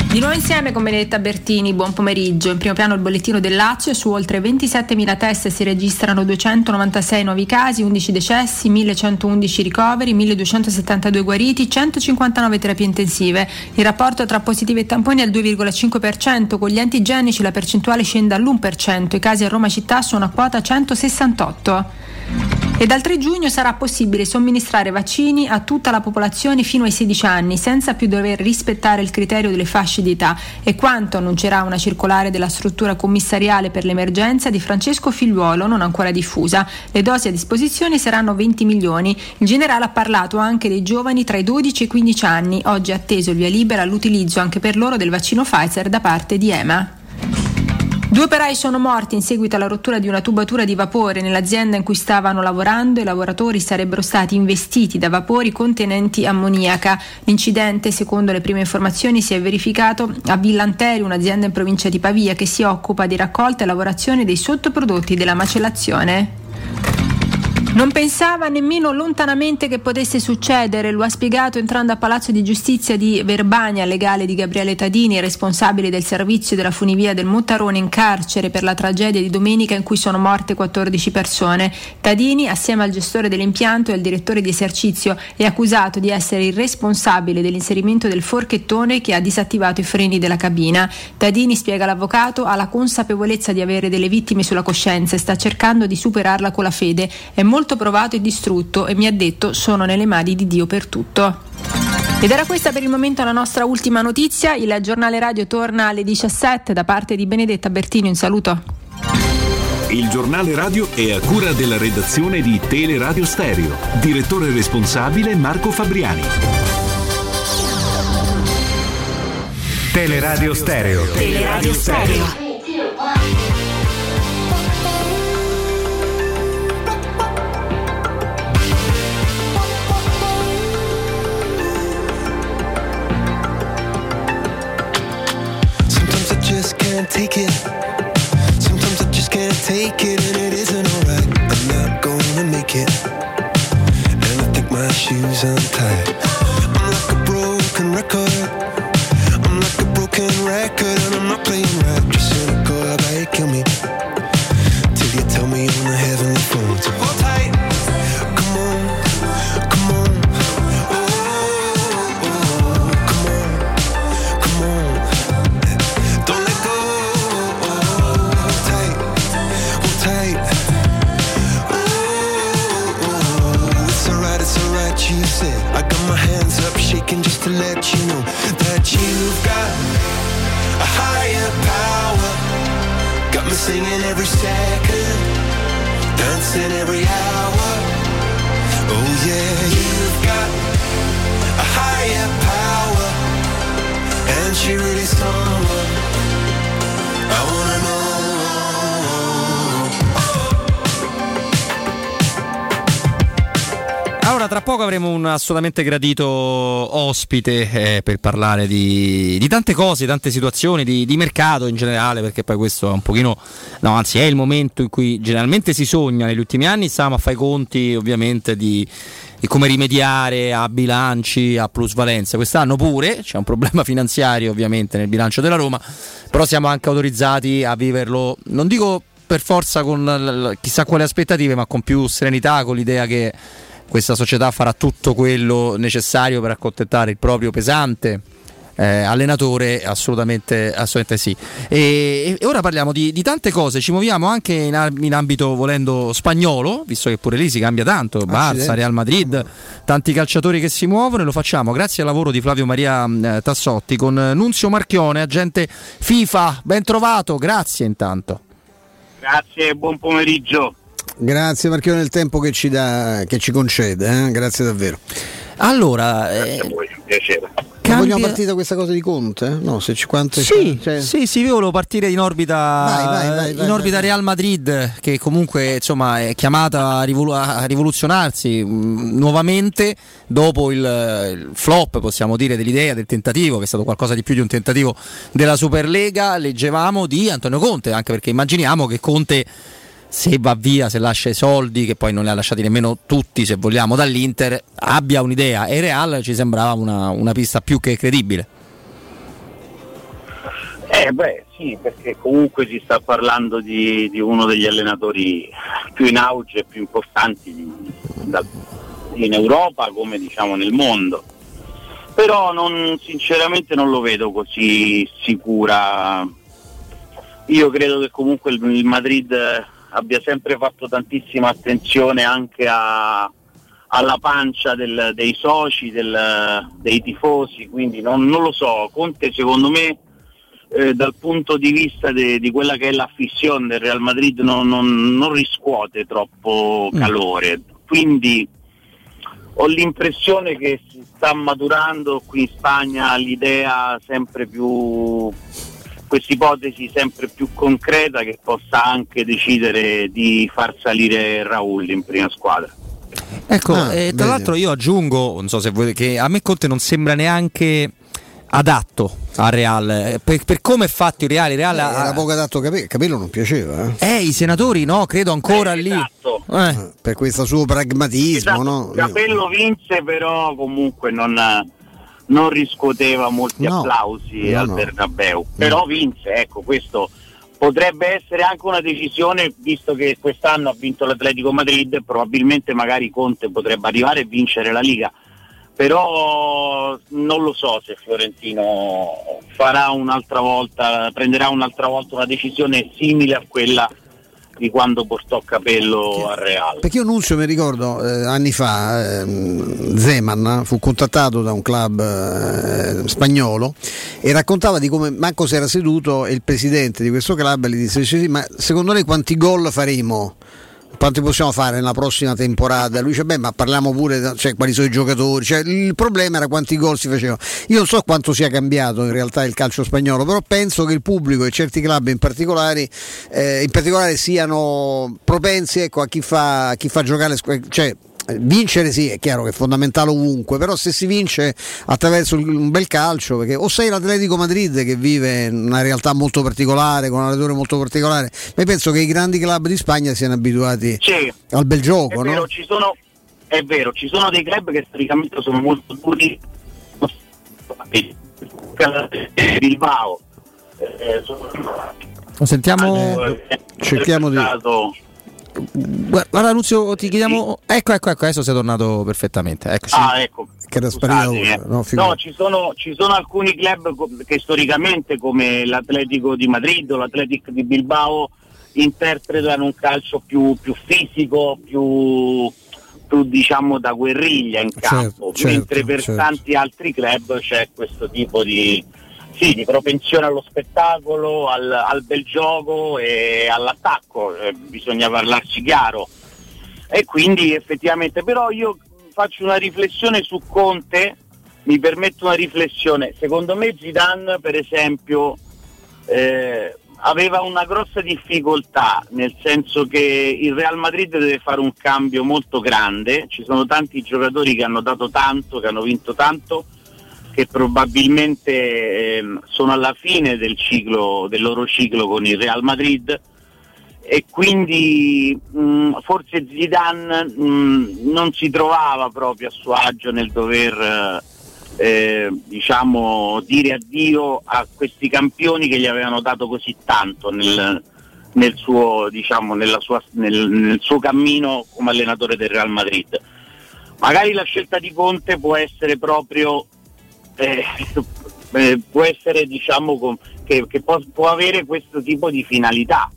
Di nuovo insieme con Benedetta Bertini, buon pomeriggio. In primo piano il bollettino del Lazio, su oltre ventisettemila test si registrano duecentonovantasei nuovi casi, undici decessi, millecentoundici ricoveri, milleduecentosettantadue guariti, centocinquantanove terapie intensive. Il rapporto tra positivi e tamponi è al due virgola cinque per cento, con gli antigenici la percentuale scende all'uno per cento, i casi a Roma città sono a quota centosessantotto. E dal tre giugno sarà possibile somministrare vaccini a tutta la popolazione fino ai sedici anni, senza più dover rispettare il criterio delle fasce di età, e quanto annuncerà una circolare della struttura commissariale per l'emergenza di Francesco Figliuolo, non ancora diffusa. Le dosi a disposizione saranno venti milioni. Il generale ha parlato anche dei giovani tra i dodici e i quindici anni. Oggi è atteso il via libera all'utilizzo anche per loro del vaccino Pfizer da parte di E M A. Due operai sono morti in seguito alla rottura di una tubatura di vapore nell'azienda in cui stavano lavorando. I lavoratori sarebbero stati investiti da vapori contenenti ammoniaca. L'incidente, secondo le prime informazioni, si è verificato a Villanteri, un'azienda in provincia di Pavia che si occupa di raccolta e lavorazione dei sottoprodotti della macellazione. Non pensava nemmeno lontanamente che potesse succedere, lo ha spiegato entrando a Palazzo di Giustizia di Verbania, legale di Gabriele Tadini, responsabile del servizio della funivia del Mottarone, in carcere per la tragedia di domenica in cui sono morte quattordici persone. Tadini, assieme al gestore dell'impianto e al direttore di esercizio, è accusato di essere il responsabile dell'inserimento del forchettone che ha disattivato i freni della cabina. Tadini, spiega l'avvocato, ha la consapevolezza di avere delle vittime sulla coscienza e sta cercando di superarla con la fede. È molto provato e distrutto e mi ha detto: sono nelle mani di Dio per tutto. Ed era questa per il momento la nostra ultima notizia. Il giornale radio torna alle diciassette. Da parte di Benedetta Bertini un saluto. Il giornale radio è a cura della redazione di Teleradio Stereo. Direttore responsabile Marco Fabriani. Teleradio Stereo. Teleradio Stereo. Can't take it. Sometimes I just can't take it, and it isn't alright. I'm not gonna make it, and I think my shoes untied. I'm like a broken record. I'm like a broken record, and I'm not playing right. Just cynical, how about you kill me till you tell me on the heavenly phone to hold tight. Come on, come on. You said I got my hands up shaking just to let you know that you've got a higher power. Got me singing every second, dancing every hour. Oh yeah, you've got a higher power, and she really someone I wanna know. Allora, tra poco avremo un assolutamente gradito ospite eh, per parlare di, di tante cose, tante situazioni, di, di mercato in generale, perché poi questo è un pochino, no, anzi è il momento in cui generalmente si sogna. Negli ultimi anni stavamo a fare i conti ovviamente di, di come rimediare a bilanci, a plusvalenza. Quest'anno pure c'è un problema finanziario ovviamente nel bilancio della Roma, però siamo anche autorizzati a viverlo, non dico per forza con chissà quali aspettative, ma con più serenità, con l'idea che questa società farà tutto quello necessario per accontentare il proprio pesante eh, allenatore, assolutamente, assolutamente sì. E, e ora parliamo di, di tante cose, ci muoviamo anche in, in ambito, volendo, spagnolo, visto che pure lì si cambia tanto, Barça, Real Madrid, tanti calciatori che si muovono, e lo facciamo grazie al lavoro di Flavio Maria eh, Tassotti con Nunzio Marchione, agente FIFA. Ben trovato, grazie intanto. Grazie, buon pomeriggio. Grazie Marchione del tempo che ci dà, che ci concede, eh? Grazie davvero. Allora, eh, voi, un piacere. Cambia... vogliamo partire da questa cosa di Conte? No, se ci quante sì, cioè... sì, sì, io volevo partire in orbita, vai, vai, vai, vai, in orbita vai. Real Madrid, che comunque insomma è chiamata a, rivolu- a rivoluzionarsi mh, nuovamente dopo il, il flop, possiamo dire, dell'idea, del tentativo, che è stato qualcosa di più di un tentativo della Superlega. Leggevamo di Antonio Conte, anche perché immaginiamo che Conte, se va via, se lascia i soldi, che poi non li ha lasciati nemmeno tutti, se vogliamo, dall'Inter, abbia un'idea, e Real ci sembrava una, una pista più che credibile. Eh beh sì, perché comunque si sta parlando di, di uno degli allenatori più in auge e più importanti di, da, in Europa come diciamo nel mondo. Però non, sinceramente non lo vedo così sicura. Io credo che comunque il, il Madrid abbia sempre fatto tantissima attenzione anche a, alla pancia del, dei soci, del, dei tifosi, quindi non, non lo so. Conte secondo me eh, dal punto di vista de, di quella che è l'affissione del Real Madrid non, non, non riscuote troppo calore, quindi ho l'impressione che si sta maturando qui in Spagna l'idea sempre più, questa ipotesi sempre più concreta che possa anche decidere di far salire Raul in prima squadra. Ecco, Ah, e tra vedi. l'altro io aggiungo, non so se voi, che a me Conte non sembra neanche adatto al Real, eh, per, per come è fatto il Real, il Real Eh, ha- era poco adatto Capello, Capello non piaceva eh? eh, i senatori no, credo ancora Eh, lì. esatto. Eh. per questo suo pragmatismo, Esatto, no? Capello vinse, però comunque non, non riscuoteva molti No, applausi no, al no. Bernabeu, però vinse, ecco, questo potrebbe essere anche una decisione, visto che quest'anno ha vinto l'Atletico Madrid, probabilmente magari Conte potrebbe arrivare e vincere la Liga, però non lo so se Fiorentino farà un'altra volta, prenderà un'altra volta una decisione simile a quella di quando portò Capello al Real. Perché io Nunzio mi ricordo eh, anni fa ehm, Zeman fu contattato da un club eh, spagnolo e raccontava di come manco si era seduto e il presidente di questo club gli disse sì, sì, ma secondo lei quanti gol faremo? Quanti possiamo fare nella prossima temporada? Lui dice beh ma parliamo pure, cioè, quali sono i giocatori, cioè, il problema era quanti gol si facevano. Io non so quanto sia cambiato in realtà il calcio spagnolo, però penso che il pubblico e certi club in particolare, eh, in particolare siano propensi, ecco, a chi fa, chi fa giocare le squadre, cioè vincere sì, è chiaro che è fondamentale ovunque, però se si vince attraverso un bel calcio, perché o sei l'Atletico Madrid che vive una realtà molto particolare, con un allenatore molto particolare, ma penso che i grandi club di Spagna siano abituati Sì, al bel gioco, è vero, no? ci sono, è vero, ci sono dei club che storicamente sono molto duri, Bilbao, eh, sono, Lo sentiamo. eh, cerchiamo di- stato- Guarda Nunzio, ti chiediamo. Ecco, ecco, ecco, adesso sei tornato perfettamente. Eccoci. Ah, ecco. Che era sparito, Scusate, eh. no, figurati. No, ci sono, ci sono alcuni club co- che storicamente, come l'Atletico di Madrid o l'Atletico di Bilbao, interpretano un calcio più, più fisico, più, più diciamo da guerriglia in campo, certo, mentre per certo. tanti altri club c'è questo tipo di, sì, di propensione allo spettacolo, al, al bel gioco e all'attacco, eh, bisogna parlarci chiaro. E quindi effettivamente, però io faccio una riflessione su Conte, mi permetto una riflessione. Secondo me Zidane, per esempio, eh, aveva una grossa difficoltà, nel senso che il Real Madrid deve fare un cambio molto grande, ci sono tanti giocatori che hanno dato tanto, che hanno vinto tanto, che probabilmente ehm, sono alla fine del ciclo, del loro ciclo con il Real Madrid, e quindi mh, forse Zidane mh, non si trovava proprio a suo agio nel dover eh, diciamo dire addio a questi campioni che gli avevano dato così tanto nel, nel suo diciamo nella sua, nel, nel suo cammino come allenatore del Real Madrid. Magari la scelta di Conte può essere proprio eh, eh, può essere diciamo com- che, che può, può avere questo tipo di finalità.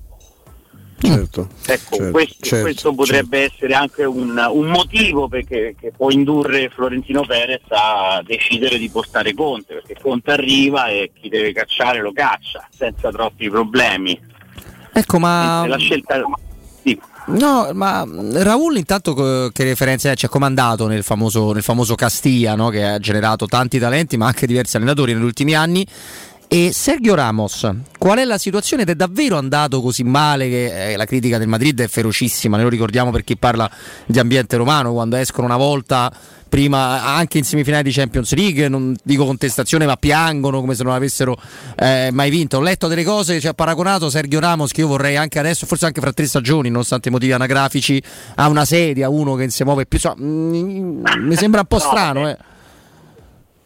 Certo, Ecco, certo, questo, certo, questo potrebbe essere anche un, un motivo perché, che può indurre Florentino Perez a decidere di portare Conte, perché Conte arriva e chi deve cacciare lo caccia senza troppi problemi. Ecco, ma. Mentre la scelta sì. No, ma Raul intanto co- che referenza è? Ci ha comandato nel famoso, nel famoso Castilla, no? Che ha generato tanti talenti ma anche diversi allenatori negli ultimi anni. E Sergio Ramos, qual è la situazione? Ed è davvero andato così male che eh, la critica del Madrid è ferocissima, noi lo ricordiamo per chi parla di ambiente romano, quando escono una volta prima anche in semifinale di Champions League, non dico contestazione ma piangono come se non avessero eh, mai vinto. Ho letto delle cose, ci ha paragonato Sergio Ramos, che io vorrei anche adesso, forse anche fra tre stagioni, nonostante i motivi anagrafici, a una sedia, uno che si muove più, so, mm, mi sembra un po' strano eh.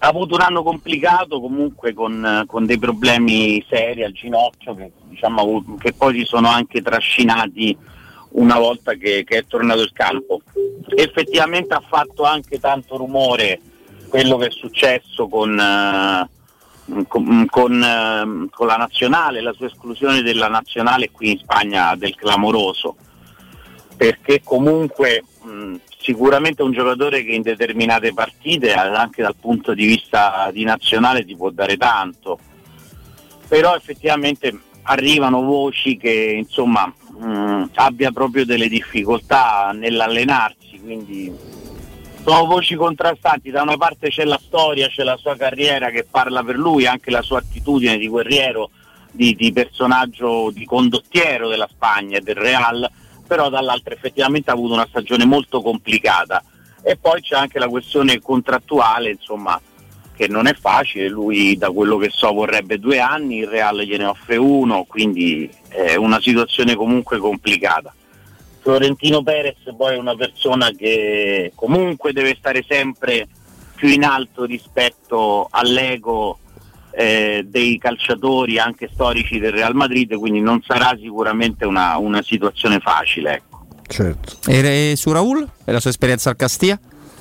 ha avuto un anno complicato comunque con, con dei problemi seri al ginocchio che, diciamo, che poi si sono anche trascinati una volta che, che è tornato in campo. Effettivamente ha fatto anche tanto rumore quello che è successo con, uh, con, con, uh, con la nazionale, la sua esclusione della nazionale qui in Spagna del clamoroso, perché comunque mh, sicuramente è un giocatore che in determinate partite anche dal punto di vista di nazionale ti può dare tanto, però effettivamente arrivano voci che insomma mh, abbia proprio delle difficoltà nell'allenarsi, quindi sono voci contrastanti. Da una parte c'è la storia, c'è la sua carriera che parla per lui, anche la sua attitudine di guerriero, di, di personaggio, di condottiero della Spagna e del Real, però dall'altra effettivamente ha avuto una stagione molto complicata. E poi c'è anche la questione contrattuale, insomma, che non è facile. Lui, da quello che so, vorrebbe due anni, il Real gliene offre uno, quindi è una situazione comunque complicata. Florentino Perez poi è una persona che comunque deve stare sempre più in alto rispetto all'ego eh, dei calciatori anche storici del Real Madrid, quindi non sarà sicuramente una, una situazione facile, ecco. Certo. E su Raul e la sua esperienza al Castia?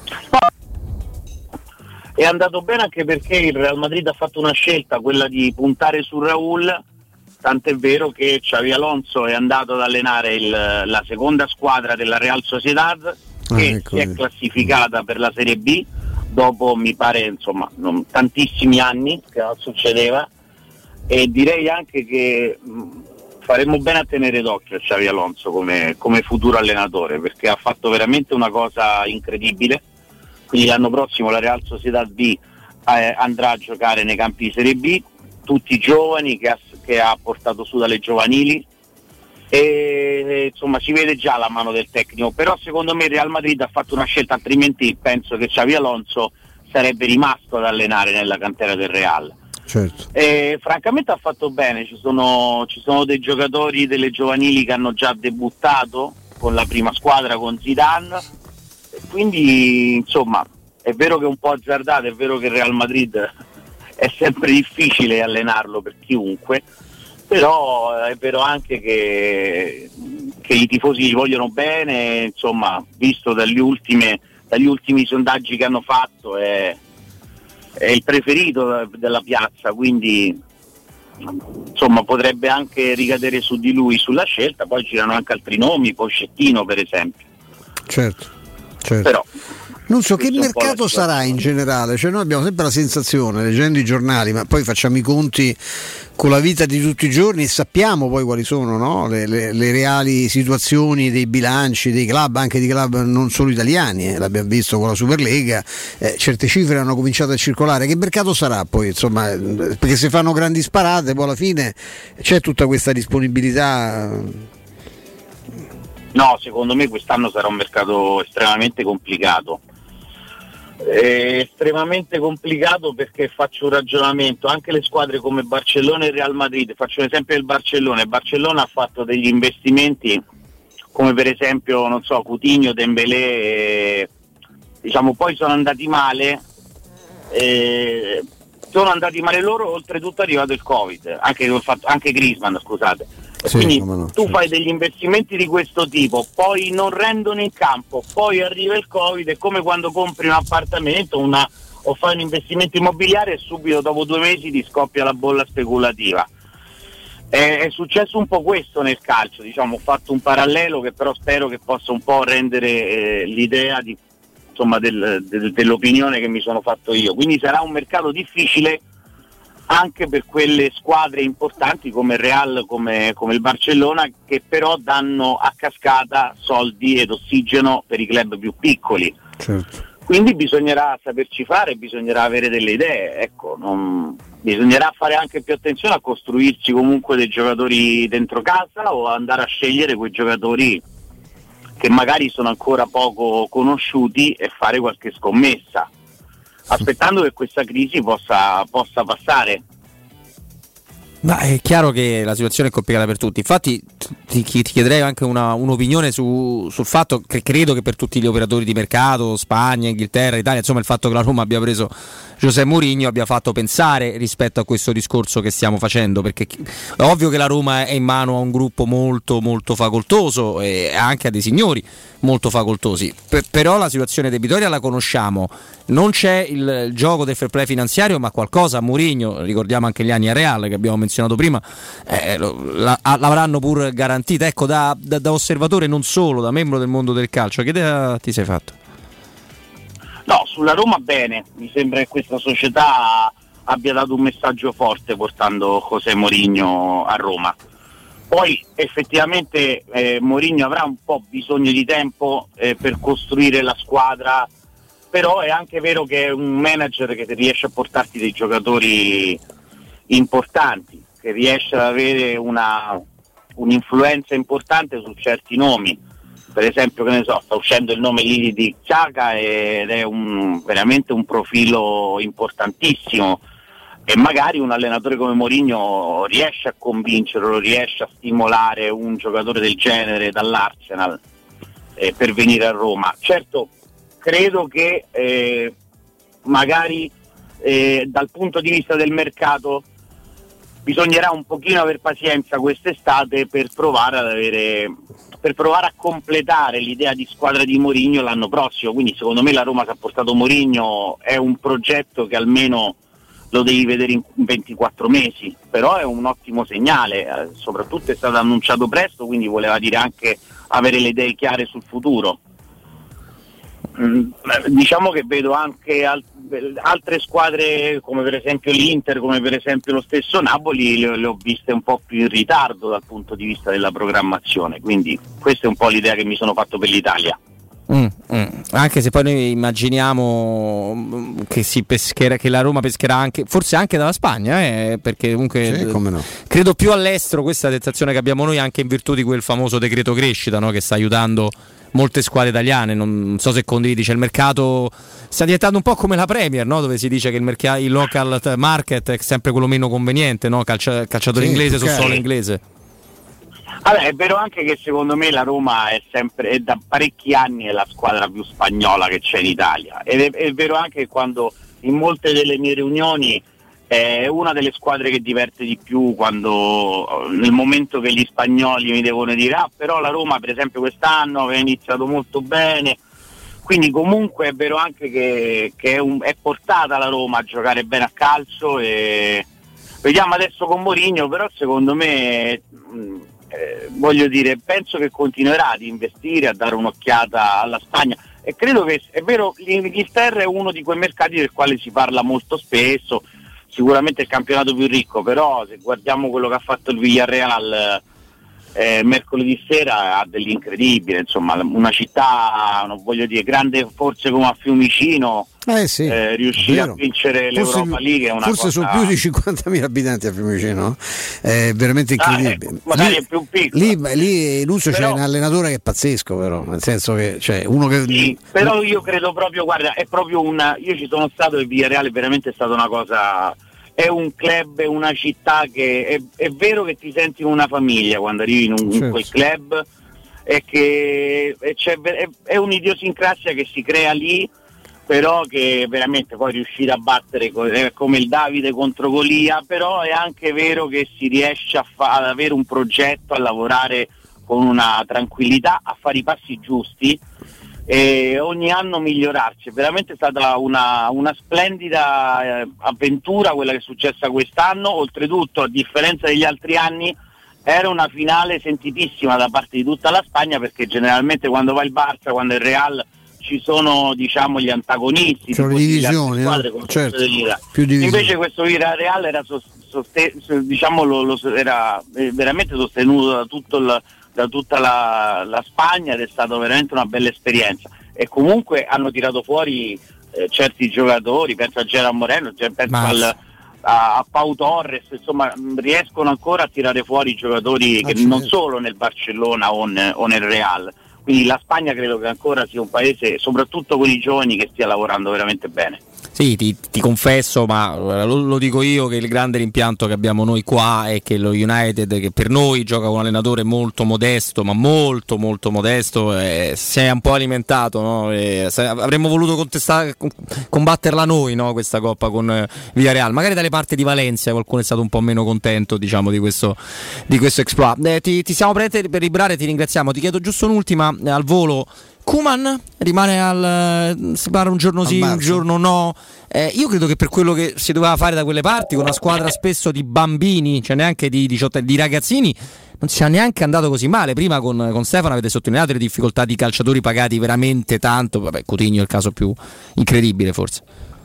È andato bene anche perché il Real Madrid ha fatto una scelta, quella di puntare su Raul, tant'è vero che Xavi Alonso è andato ad allenare il, la seconda squadra della Real Sociedad, che ah, ecco, si è classificata per la Serie B dopo, mi pare, insomma, non, tantissimi anni che non succedeva, e direi anche che mh, faremmo bene a tenere d'occhio Xavi Alonso come, come futuro allenatore, perché ha fatto veramente una cosa incredibile. Quindi l'anno prossimo la Real Sociedad B eh, andrà a giocare nei campi di Serie B, tutti giovani che ha, che ha portato su dalle giovanili, e insomma si vede già la mano del tecnico, però secondo me il Real Madrid ha fatto una scelta, altrimenti penso che Xavi Alonso sarebbe rimasto ad allenare nella cantera del Real. Certo. E francamente ha fatto bene, ci sono, ci sono dei giocatori delle giovanili che hanno già debuttato con la prima squadra, con Zidane, quindi insomma è vero che è un po' azzardato, è vero che il Real Madrid è sempre difficile allenarlo per chiunque, però è vero anche che, che i tifosi gli vogliono bene, insomma, visto dagli, ultime, dagli ultimi sondaggi che hanno fatto è, è il preferito della piazza, quindi insomma potrebbe anche ricadere su di lui sulla scelta. Poi girano anche altri nomi, Pochettino per esempio. Certo, certo. Però non so che mercato sarà in generale, cioè noi abbiamo sempre la sensazione, leggendo i giornali, ma poi facciamo i conti con la vita di tutti i giorni e sappiamo poi quali sono, no? le, le, le reali situazioni dei bilanci dei club, anche di club non solo italiani, eh, l'abbiamo visto con la Superlega, eh, certe cifre hanno cominciato a circolare. Che mercato sarà poi, insomma, perché se fanno grandi sparate poi alla fine c'è tutta questa disponibilità. No, secondo me quest'anno sarà un mercato estremamente complicato. È estremamente complicato perché faccio un ragionamento, anche le squadre come Barcellona e Real Madrid, faccio l'esempio del Barcellona. Il Barcellona ha fatto degli investimenti come per esempio, non so, Coutinho, Dembélé, eh, diciamo poi sono andati male, eh, sono andati male loro, oltretutto è arrivato il Covid, anche, anche Griezmann, scusate. Sì, quindi no, tu sì. fai degli investimenti di questo tipo, poi non rendono in campo, poi arriva il Covid, è come quando compri un appartamento una, o fai un investimento immobiliare e subito dopo due mesi ti scoppia la bolla speculativa. È, è successo un po' questo nel calcio, diciamo, ho fatto un parallelo che però spero che possa un po' rendere eh, l'idea di, insomma, del, del, dell'opinione che mi sono fatto io. Quindi sarà un mercato difficile anche per quelle squadre importanti come il Real, come, come il Barcellona, che però danno a cascata soldi ed ossigeno per i club più piccoli. Certo. Quindi bisognerà saperci fare, bisognerà avere delle idee, ecco, non, bisognerà fare anche più attenzione a costruirsi comunque dei giocatori dentro casa o andare a scegliere quei giocatori che magari sono ancora poco conosciuti e fare qualche scommessa, aspettando che questa crisi possa, possa passare. Ma è chiaro che la situazione è complicata per tutti. Infatti ti, ti chiederei anche una, un'opinione su, sul fatto che credo che per tutti gli operatori di mercato, Spagna, Inghilterra, Italia, insomma il fatto che la Roma abbia preso José Mourinho abbia fatto pensare rispetto a questo discorso che stiamo facendo, perché è ovvio che la Roma è in mano a un gruppo molto molto facoltoso e anche a dei signori molto facoltosi, per, però la situazione debitoria la conosciamo, non c'è il, il gioco del fair play finanziario, ma qualcosa a Mourinho, ricordiamo anche gli anni a Real che abbiamo menzionato prima, eh, la, l'avranno pur garantita. Ecco, da, da, da osservatore, non solo da membro del mondo del calcio, che idea ti sei fatto? No, sulla Roma bene, mi sembra che questa società abbia dato un messaggio forte portando José Mourinho a Roma. Poi effettivamente eh, Mourinho avrà un po' bisogno di tempo eh, per costruire la squadra, però è anche vero che è un manager che riesce a portarti dei giocatori importanti, che riesce ad avere una, un'influenza importante su certi nomi. Per esempio, che ne so, sta uscendo il nome lì di Xhaka ed è un, veramente un profilo importantissimo, e magari un allenatore come Mourinho riesce a convincerlo, riesce a stimolare un giocatore del genere dall'Arsenal eh, per venire a Roma. Certo, credo che eh, magari eh, dal punto di vista del mercato bisognerà un pochino aver pazienza quest'estate per provare ad avere, per provare a completare l'idea di squadra di Mourinho l'anno prossimo. Quindi secondo me la Roma, che ha portato Mourinho, è un progetto che almeno lo devi vedere in ventiquattro mesi, però è un ottimo segnale, eh, soprattutto è stato annunciato presto, quindi voleva dire anche avere le idee chiare sul futuro. Mm, diciamo che vedo anche al- altre squadre come per esempio l'Inter, come per esempio lo stesso Napoli, le, le ho viste un po' più in ritardo dal punto di vista della programmazione, quindi questa è un po' l'idea che mi sono fatto per l'Italia. Mm, mm. Anche se poi noi immaginiamo che si pescherà, che la Roma pescherà anche, forse anche dalla Spagna, eh, perché comunque sì, come no. credo più all'estero, questa è la sensazione che abbiamo noi, anche in virtù di quel famoso decreto crescita, no, che sta aiutando molte squadre italiane. Non so se condividi, c'è il mercato, sta diventando un po' come la Premier, no? Dove si dice che il, mercato, il local market è sempre quello meno conveniente, no? Calcia, calciatore sì, inglese su solo inglese. Vabbè, è vero anche che secondo me la Roma è sempre, è da parecchi anni è la squadra più spagnola che c'è in Italia, ed è, è vero anche che quando in molte delle mie riunioni è una delle squadre che diverte di più, quando nel momento che gli spagnoli mi devono dire ah però la Roma per esempio quest'anno aveva iniziato molto bene, quindi comunque è vero anche che, che è, un, è portata la Roma a giocare bene a calcio, e vediamo adesso con Mourinho, però secondo me mh, eh, voglio dire, penso che continuerà ad investire, a dare un'occhiata alla Spagna, e credo che è vero, l'Inghilterra è uno di quei mercati del quale si parla molto spesso, sicuramente il campionato più ricco, però se guardiamo quello che ha fatto il Villarreal eh, mercoledì sera, ha dell'incredibile, insomma, una città, non voglio dire grande forse come a Fiumicino, eh sì, eh, riuscire a vincere forse, l'Europa League è una forse cosa... sono più di cinquantamila abitanti a Fiumicino, è veramente incredibile. Ah, eh, magari lì, è più piccolo. Lì, lì Lucio però... c'è un allenatore che è pazzesco, però, nel senso che cioè, uno che... Sì, però io credo proprio, guarda, è proprio una... Io ci sono stato e il Villarreal è veramente stata una cosa... È un club, è una città che è, è vero che ti senti una famiglia quando arrivi in, un, certo. in quel club, e che e c'è, è, è un'idiosincrasia che si crea lì, però che veramente poi riuscire a battere è come il Davide contro Golia, però è anche vero che si riesce a fa, ad avere un progetto, a lavorare con una tranquillità, a fare i passi giusti e ogni anno migliorarci. È veramente stata una, una splendida eh, avventura quella che è successa quest'anno. Oltretutto, a differenza degli altri anni, era una finale sentitissima da parte di tutta la Spagna, perché generalmente quando va il Barça, quando è il Real, ci sono, diciamo, gli antagonisti, sono le divisioni, squadre, no? Certo, più invece questo Real era soste- diciamo lo, lo, era veramente sostenuto da tutto il da tutta la, la Spagna, ed è stata veramente una bella esperienza, e comunque hanno tirato fuori eh, certi giocatori, penso a Gerard Moreno, cioè, penso al, a, a Pau Torres, insomma riescono ancora a tirare fuori giocatori ah, che certo. non solo nel Barcellona o, ne, o nel Real, quindi la Spagna credo che ancora sia un paese, soprattutto con i giovani, che stia lavorando veramente bene. Sì, ti, ti confesso, ma lo, lo dico io, che il grande rimpianto che abbiamo noi qua è che lo United, che per noi gioca con un allenatore molto modesto, ma molto molto modesto, eh, si è un po' alimentato, no? E se, avremmo voluto contestare, combatterla noi, no? Questa coppa con eh, Villarreal. Magari dalle parti di Valencia qualcuno è stato un po' meno contento, diciamo, di questo, di questo exploit. Eh, ti, ti siamo pronti per vibrare, ti ringraziamo. Ti chiedo giusto un'ultima eh, al volo. Koeman rimane al si parla un giorno sì, un giorno no. Eh, io credo che per quello che si doveva fare da quelle parti, con una squadra spesso di bambini, cioè neanche di diciotto, di ragazzini, non sia neanche andato così male. Prima con, con Stefano avete sottolineato le difficoltà di calciatori pagati veramente tanto. Vabbè, Coutinho è il caso più incredibile forse.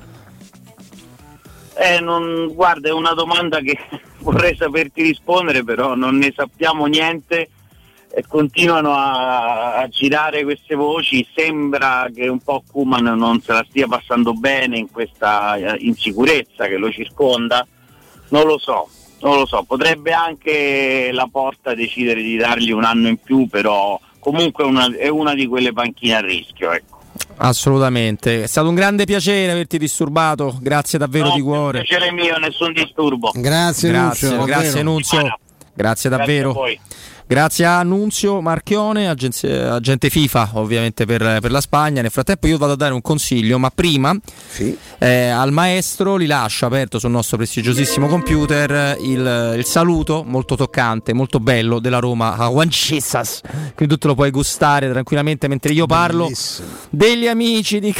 Eh, non, guarda, è una domanda che vorrei saperti rispondere, però non ne sappiamo niente. E continuano a, a girare queste voci. Sembra che un po' Koeman non se la stia passando bene in questa insicurezza che lo circonda. Non lo so, non lo so. Potrebbe anche Laporta decidere di dargli un anno in più, però comunque una, è una di quelle panchine a rischio, ecco. Assolutamente, è stato un grande piacere averti disturbato, grazie davvero no, di cuore. Piacere mio, nessun disturbo. Grazie, grazie, Nunzio, grazie Nunzio. Grazie davvero. Grazie a voi. Grazie a Nunzio Marchione, agenzia, agente FIFA ovviamente per, per la Spagna. Nel frattempo io vado a dare un consiglio, ma prima sì. eh, al maestro li lascio aperto sul nostro prestigiosissimo computer il, il saluto molto toccante, molto bello della Roma a Juanchisas, quindi tu te lo puoi gustare tranquillamente mentre io parlo. Bellissimo. Degli amici di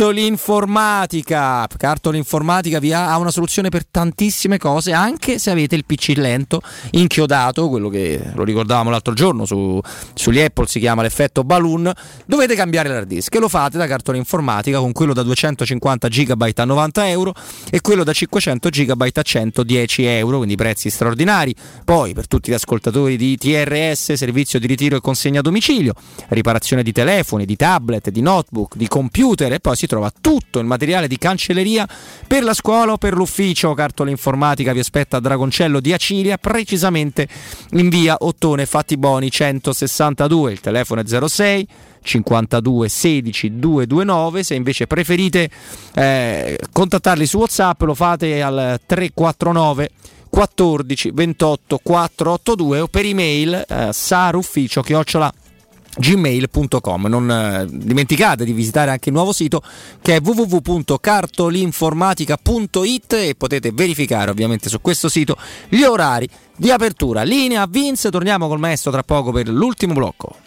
Cartolinformatica. Cartolinformatica vi ha, ha una soluzione per tantissime cose, anche se avete il P C lento, inchiodato, quello che lo ricordavamo l'altro giorno su, sugli Apple, si chiama l'effetto balloon. Dovete cambiare l'hard disk e lo fate da Cartolinformatica con quello da duecentocinquanta giga a novanta euro e quello da cinquecento giga a centodieci euro, quindi prezzi straordinari. Poi per tutti gli ascoltatori di T R S, servizio di ritiro e consegna a domicilio, riparazione di telefoni, di tablet, di notebook, di computer, e poi si trova tutto il materiale di cancelleria per la scuola o per l'ufficio. Cartolinformatica vi aspetta a Dragoncello di Acilia, precisamente in via Ottone Fattiboni centosessantadue. Il telefono è zero sei cinquantadue sedici duecentonovantanove. Se invece preferite eh, contattarli su WhatsApp, lo fate al tre quattro nove quattordici ventotto quattrocentottantadue o per email eh, sarufficio chiocciola gmail punto com. Non eh, dimenticate di visitare anche il nuovo sito che è w w w punto cartolinformatica punto it e potete verificare ovviamente su questo sito gli orari di apertura. Linea a Vince, torniamo col maestro tra poco per l'ultimo blocco.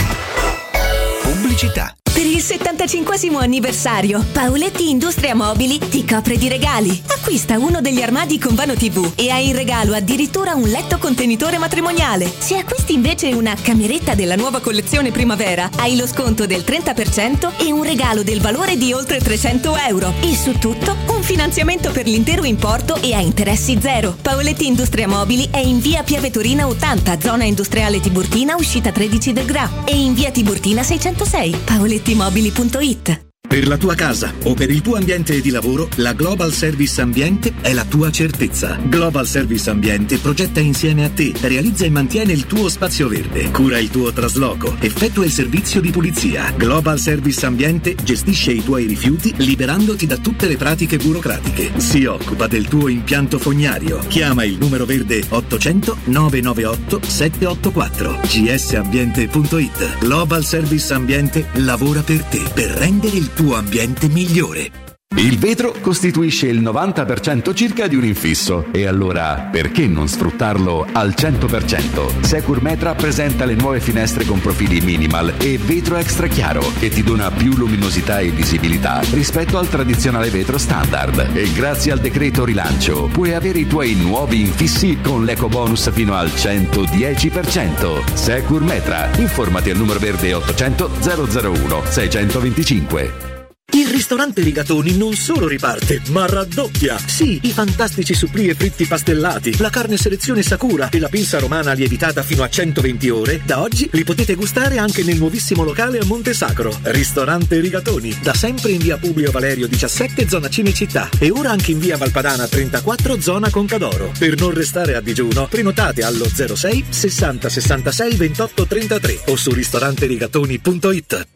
Pubblicità. Per il settantacinquesimo anniversario, Paoletti Industria Mobili ti copre di regali. Acquista uno degli armadi con vano tivù e hai in regalo addirittura un letto contenitore matrimoniale. Se acquisti invece una cameretta della nuova collezione primavera, hai lo sconto del trenta per cento e un regalo del valore di oltre trecento euro. E su tutto, un finanziamento per l'intero importo e a interessi zero. Paoletti Industria Mobili è in via Piave Torina ottanta, zona industriale Tiburtina, uscita tredici del Gra, e in via Tiburtina seicentosei. Paoletti Mobili punto it. Per la tua casa o per il tuo ambiente di lavoro, la Global Service Ambiente è la tua certezza. Global Service Ambiente progetta insieme a te, realizza e mantiene il tuo spazio verde, cura il tuo trasloco, effettua il servizio di pulizia. Global Service Ambiente gestisce i tuoi rifiuti liberandoti da tutte le pratiche burocratiche. Si occupa del tuo impianto fognario. Chiama il numero verde ottocento nove nove otto sette otto quattro. g s ambiente punto it. Global Service Ambiente lavora per te, per rendere il tuo ambiente migliore. Il vetro costituisce il novanta per cento circa di un infisso e allora perché non sfruttarlo al cento per cento? Securmetra presenta le nuove finestre con profili minimal e vetro extra chiaro che ti dona più luminosità e visibilità rispetto al tradizionale vetro standard, e grazie al decreto rilancio puoi avere i tuoi nuovi infissi con l'eco bonus fino al centodieci per cento. Securmetra, informati al numero verde ottocento zero zero uno seicentoventicinque. Il ristorante Rigatoni non solo riparte, ma raddoppia! Sì, i fantastici supplì e fritti pastellati, la carne selezione Sakura e la pinza romana lievitata fino a centoventi ore, da oggi li potete gustare anche nel nuovissimo locale a Monte Sacro. Ristorante Rigatoni, da sempre in via Publio Valerio diciassette, zona Cinecittà, e ora anche in via Valpadana trentaquattro, zona Concadoro. Per non restare a digiuno, prenotate allo zero sei sessanta sessantasei ventotto trentatré o su ristorante rigatoni punto it.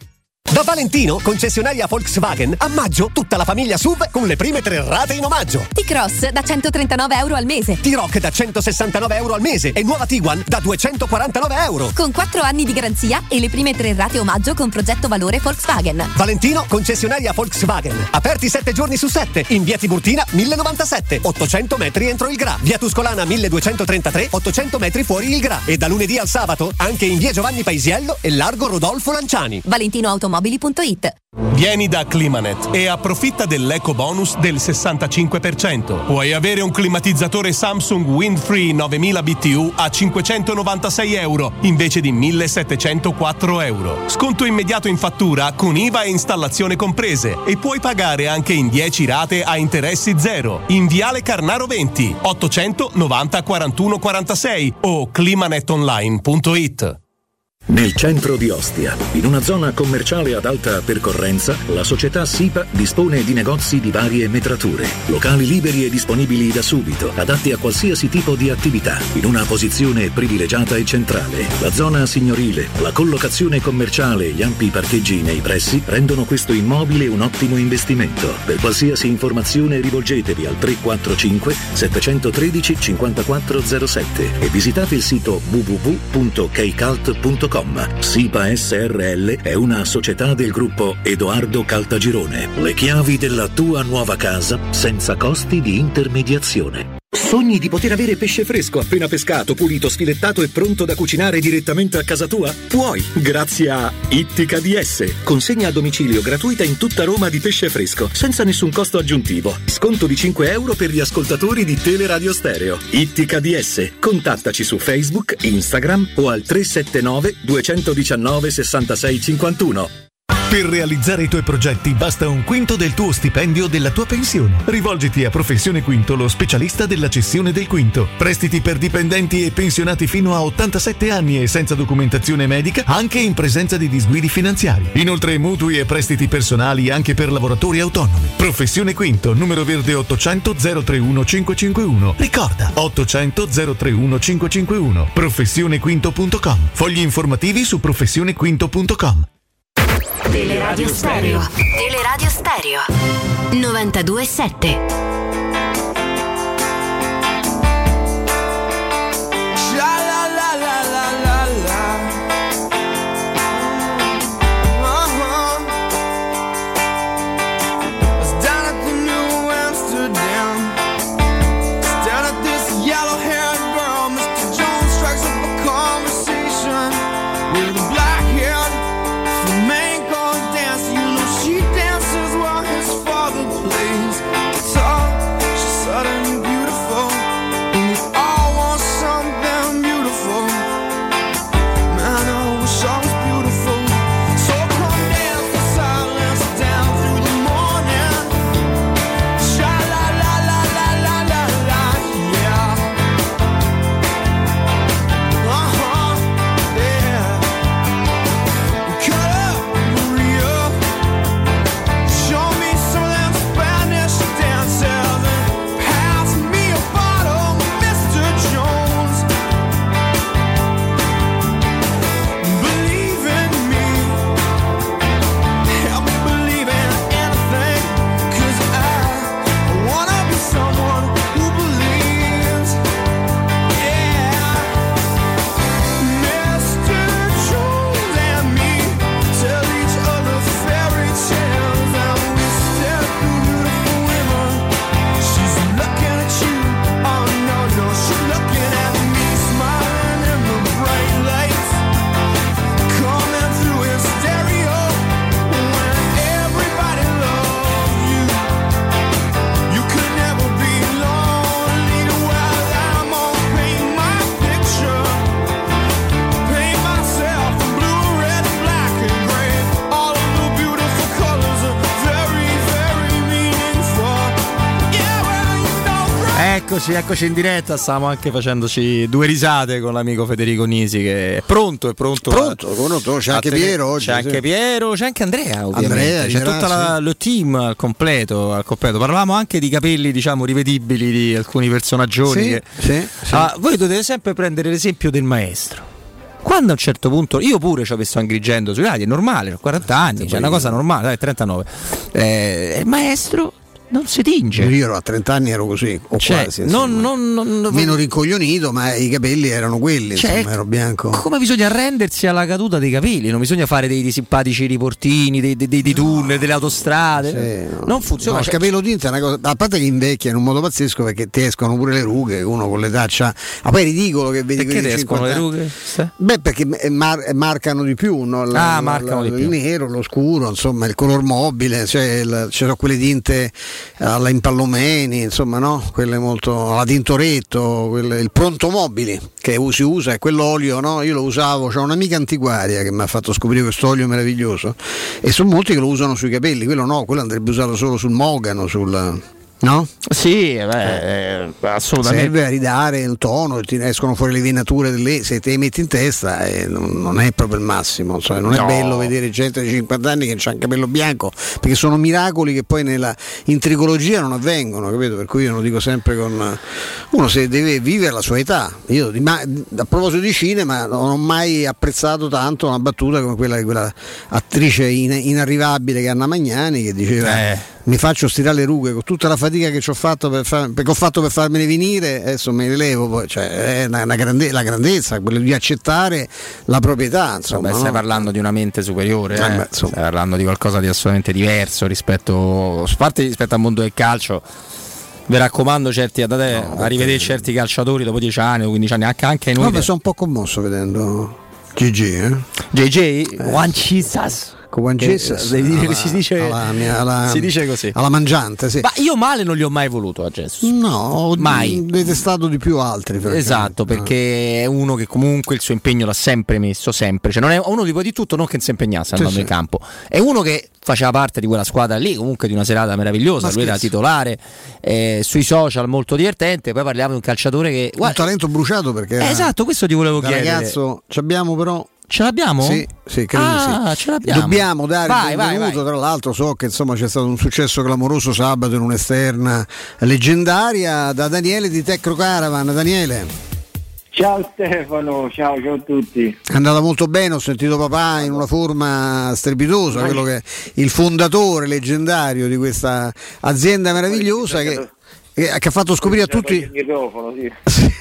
Da Valentino, concessionaria Volkswagen, a maggio tutta la famiglia S U V con le prime tre rate in omaggio. T-Cross da centotrentanove euro al mese. T-Roc da centosessantanove euro al mese e nuova Tiguan da duecentoquarantanove euro. Con quattro anni di garanzia e le prime tre rate omaggio con progetto valore Volkswagen. Valentino, concessionaria Volkswagen. Aperti sette giorni su sette. In via Tiburtina mille novantasette, ottocento metri entro il Gra. Via Tuscolana milleduecentotrentatré, ottocento metri fuori il Gra. E da lunedì al sabato anche in via Giovanni Paisiello e largo Rodolfo Lanciani. Valentino Automobili punto it. Vieni da Climanet e approfitta dell'eco bonus del sessantacinque per cento. Puoi avere un climatizzatore Samsung Windfree novemila B T U a cinquecentonovantasei euro invece di millesettecentoquattro euro. Sconto immediato in fattura con I V A e installazione comprese e puoi pagare anche in dieci rate a interessi zero. In Viale Carnaro venti, ottocento novanta quarantuno quarantasei o climanetonline punto it. Nel centro di Ostia, in una zona commerciale ad alta percorrenza, la società SIPA dispone di negozi di varie metrature, locali liberi e disponibili da subito, adatti a qualsiasi tipo di attività, in una posizione privilegiata e centrale. La zona signorile, la collocazione commerciale e gli ampi parcheggi nei pressi rendono questo immobile un ottimo investimento. Per qualsiasi informazione rivolgetevi al tre quattro cinque sette uno tre cinque zero sette e visitate il sito w w w punto keicalt punto com. SIPA S R L è una società del gruppo Edoardo Caltagirone. Le chiavi della tua nuova casa senza costi di intermediazione. Sogni di poter avere pesce fresco appena pescato, pulito, sfilettato e pronto da cucinare direttamente a casa tua? Puoi, grazie a Ittica D S. Consegna a domicilio gratuita in tutta Roma di pesce fresco, senza nessun costo aggiuntivo. Sconto di cinque euro per gli ascoltatori di Teleradio Stereo. Ittica D S. Contattaci su Facebook, Instagram o al tre sette nove due uno nove sei sei cinque uno. Per realizzare i tuoi progetti basta un quinto del tuo stipendio della tua pensione. Rivolgiti a Professione Quinto, lo specialista della cessione del quinto. Prestiti per dipendenti e pensionati fino a ottantasette anni e senza documentazione medica, anche in presenza di disguidi finanziari. Inoltre mutui e prestiti personali anche per lavoratori autonomi. Professione Quinto, numero verde ottocento zero trentuno cinquecentocinquantuno. Ricorda, ottocento zero trentuno cinquecentocinquantuno. professione quinto punto com. Fogli informativi su professione quinto punto com. Teleradio Stereo. Teleradio Stereo. novantadue sette. Eccoci, eccoci in diretta, stavamo anche facendoci due risate con l'amico Federico Nisi che è pronto, è pronto. Pronto, pronto. C'è anche tenere, Piero oggi. C'è anche sì. Piero, c'è anche Andrea ovviamente. Andrea, c'è Gerard, tutto la, sì. lo team al completo, al completo. Parlavamo anche di capelli, diciamo, rivedibili di alcuni personaggioni. Sì, che... sì, sì. Ah, voi dovete sempre prendere l'esempio del maestro. Quando a un certo punto, io pure ci ho visto Agrigento sui lati, è normale, ho quaranta anni, cioè è una cosa normale, dai, trentanove. Eh, il maestro non si tinge. Io ero a trenta anni, ero così, o cioè, quasi. Non, non, non, meno rincoglionito, ma i capelli erano quelli, cioè, insomma, ero bianco. Come bisogna arrendersi alla caduta dei capelli? Non bisogna fare dei, dei simpatici riportini, dei, dei, dei, dei tunnel, delle autostrade. Sì, no. Non funziona. No, cioè, il capello tinta è una cosa, a parte che invecchia in un modo pazzesco, perché ti escono pure le rughe, uno con l'età c'ha. Ma poi è ridicolo che vedi perché che ti escono le rughe? Sì. Beh, perché mar- marcano di più, no? La, ah, marcano la, di più. Il nero, lo scuro, insomma, il color mobile, cioè il, ci sono quelle tinte alla impallomeni, insomma, no? Quelle molto alla Tintoretto, quelle, il pronto mobili che si usa è quell'olio, no? Io lo usavo, c'ho un'amica antiquaria che mi ha fatto scoprire questo olio meraviglioso e sono molti che lo usano sui capelli, quello no, quello andrebbe usato solo sul mogano, sul no? Sì, beh, eh, assolutamente. Serve a ridare il tono, ti escono fuori le venature delle, se te le metti in testa eh, non, non è proprio il massimo, cioè, non no. È bello vedere gente di cinquanta anni che c'ha il capello bianco, perché sono miracoli che poi nella in tricologia non avvengono, capito? Per cui io lo dico sempre con uno, se deve vivere la sua età. Io a proposito di cinema non ho mai apprezzato tanto una battuta come quella di quella attrice in, inarrivabile che è Anna Magnani, che diceva eh. mi faccio stirare le rughe con tutta la fatica che ci ho fatto per, far, perché ho fatto per farmene venire, adesso me le levo, poi, cioè, è una, una grande, la grandezza, quello di accettare la proprietà, insomma. Beh, stai no? parlando di una mente superiore, eh? Beh, stai parlando di qualcosa di assolutamente diverso rispetto, a parte rispetto al mondo del calcio. Vi raccomando, certi, andate no, a rivedere okay. certi calciatori dopo dieci anni o quindici anni, anche, anche noi. No, sono un po' commosso vedendo G G, eh? J J, eh. One Jesus. Con Jesus, eh, alla, si, dice, alla, mia, alla, si dice così, alla mangiante, sì. Ma io male non gli ho mai voluto a Jesus, no, ho mai detestato di più altri, esatto, perché è uno che comunque il suo impegno l'ha sempre messo, sempre, cioè non è uno di, di tutto non che si impegnasse andando sì, in sì. campo, è uno che faceva parte di quella squadra lì, comunque di una serata meravigliosa, ma lui era titolare, eh, sui social molto divertente, poi parliamo di un calciatore che guarda, un talento bruciato, perché eh, esatto, questo ti volevo chiedere, ragazzo, ci abbiamo però ce l'abbiamo? Sì, sì, credo ah, di sì. Ce l'abbiamo. Dobbiamo dare vai, il benvenuto, vai, vai. Tra l'altro so che insomma c'è stato un successo clamoroso sabato in un'esterna leggendaria da Daniele di Tecno Caravan. Daniele. Ciao Stefano, ciao, ciao a tutti. È andata molto bene, ho sentito papà in una forma strepitosa, vai. Quello che è il fondatore leggendario di questa azienda meravigliosa che... che ha fatto scoprire a tutti il microfono, sì.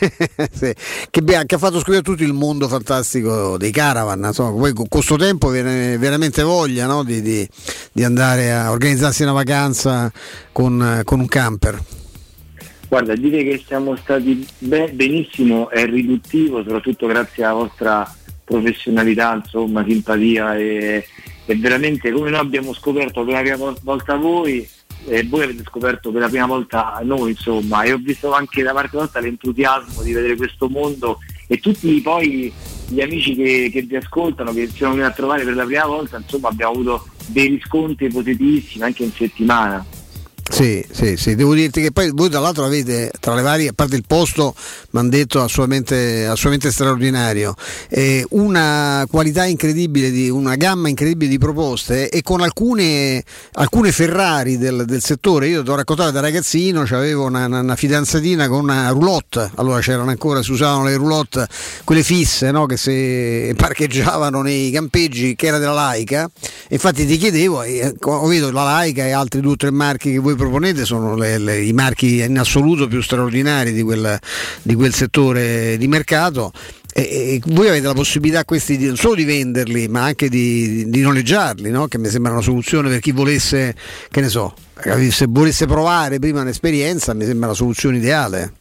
sì, che, che ha fatto scoprire a tutti il mondo fantastico dei caravan, insomma, poi con questo tempo viene veramente voglia, no? di, di, di andare a organizzarsi una vacanza con, con un camper. Guarda, dire che siamo stati be- benissimo è riduttivo, soprattutto grazie alla vostra professionalità, insomma, simpatia e, e veramente come noi abbiamo scoperto per la prima volta voi e voi avete scoperto per la prima volta noi, insomma, e ho visto anche da parte vostra l'entusiasmo di vedere questo mondo e tutti poi gli amici che, che vi ascoltano, che ci sono venuti a trovare per la prima volta, insomma abbiamo avuto dei riscontri positivissimi anche in settimana. Sì, sì, sì, devo dirti che poi voi tra l'altro avete tra le varie, a parte il posto mi hanno detto assolutamente, assolutamente straordinario, eh, una qualità incredibile, di una gamma incredibile di proposte e con alcune, alcune Ferrari del, del settore. Io ti ho raccontato da ragazzino, avevo una, una, una fidanzatina con una roulotte, allora c'erano ancora, si usavano le roulotte, quelle fisse, no? Che si parcheggiavano nei campeggi, che era della Laika, infatti ti chiedevo, eh, ho visto la Laika e altri due o tre marchi che voi proponete sono le, le, i marchi in assoluto più straordinari di quel, di quel settore di mercato e, e voi avete la possibilità questi di, non solo di venderli ma anche di, di noleggiarli, no? Che mi sembra una soluzione per chi volesse, che ne so, se volesse provare prima un'esperienza, mi sembra la soluzione ideale.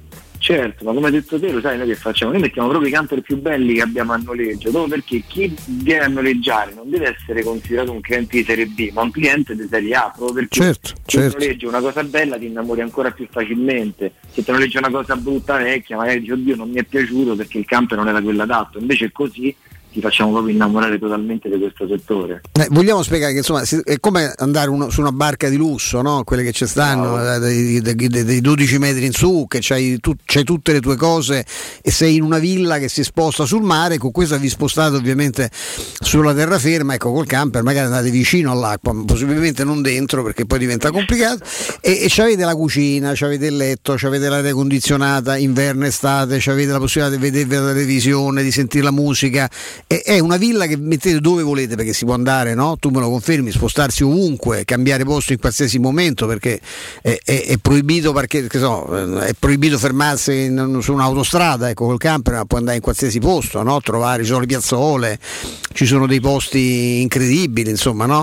Certo, ma come hai detto te, lo sai noi che facciamo? Noi mettiamo proprio i camper più belli che abbiamo a noleggio, proprio perché chi viene a noleggiare non deve essere considerato un cliente di serie B, ma un cliente di serie A, proprio perché certo, se certo. noleggi una cosa bella ti innamori ancora più facilmente, se ti noleggi una cosa brutta vecchia magari dici oddio non mi è piaciuto perché il camper non era quello adatto, invece così ti facciamo proprio innamorare totalmente di questo settore. Eh, vogliamo spiegare che insomma è come andare uno, su una barca di lusso, no? Quelle che ci stanno, no. dei, dei, dei dodici metri in su, che c'hai, tu, c'hai tutte le tue cose e sei in una villa che si sposta sul mare. Con questa vi spostate ovviamente sulla terraferma, ecco, col camper magari andate vicino all'acqua, possibilmente non dentro perché poi diventa complicato, e, e c'avete la cucina, c'avete il letto, c'avete l'aria condizionata inverno, estate, c'avete la possibilità di vedervi la televisione, di sentire la musica. È una villa che mettete dove volete, perché si può andare, no? Tu me lo confermi, spostarsi ovunque, cambiare posto in qualsiasi momento, perché è, è, è proibito, perché che so, è proibito fermarsi in, su un'autostrada, ecco, col camper, ma puoi andare in qualsiasi posto, no? Trovare, ci sono le piazzole, ci sono dei posti incredibili, insomma, no?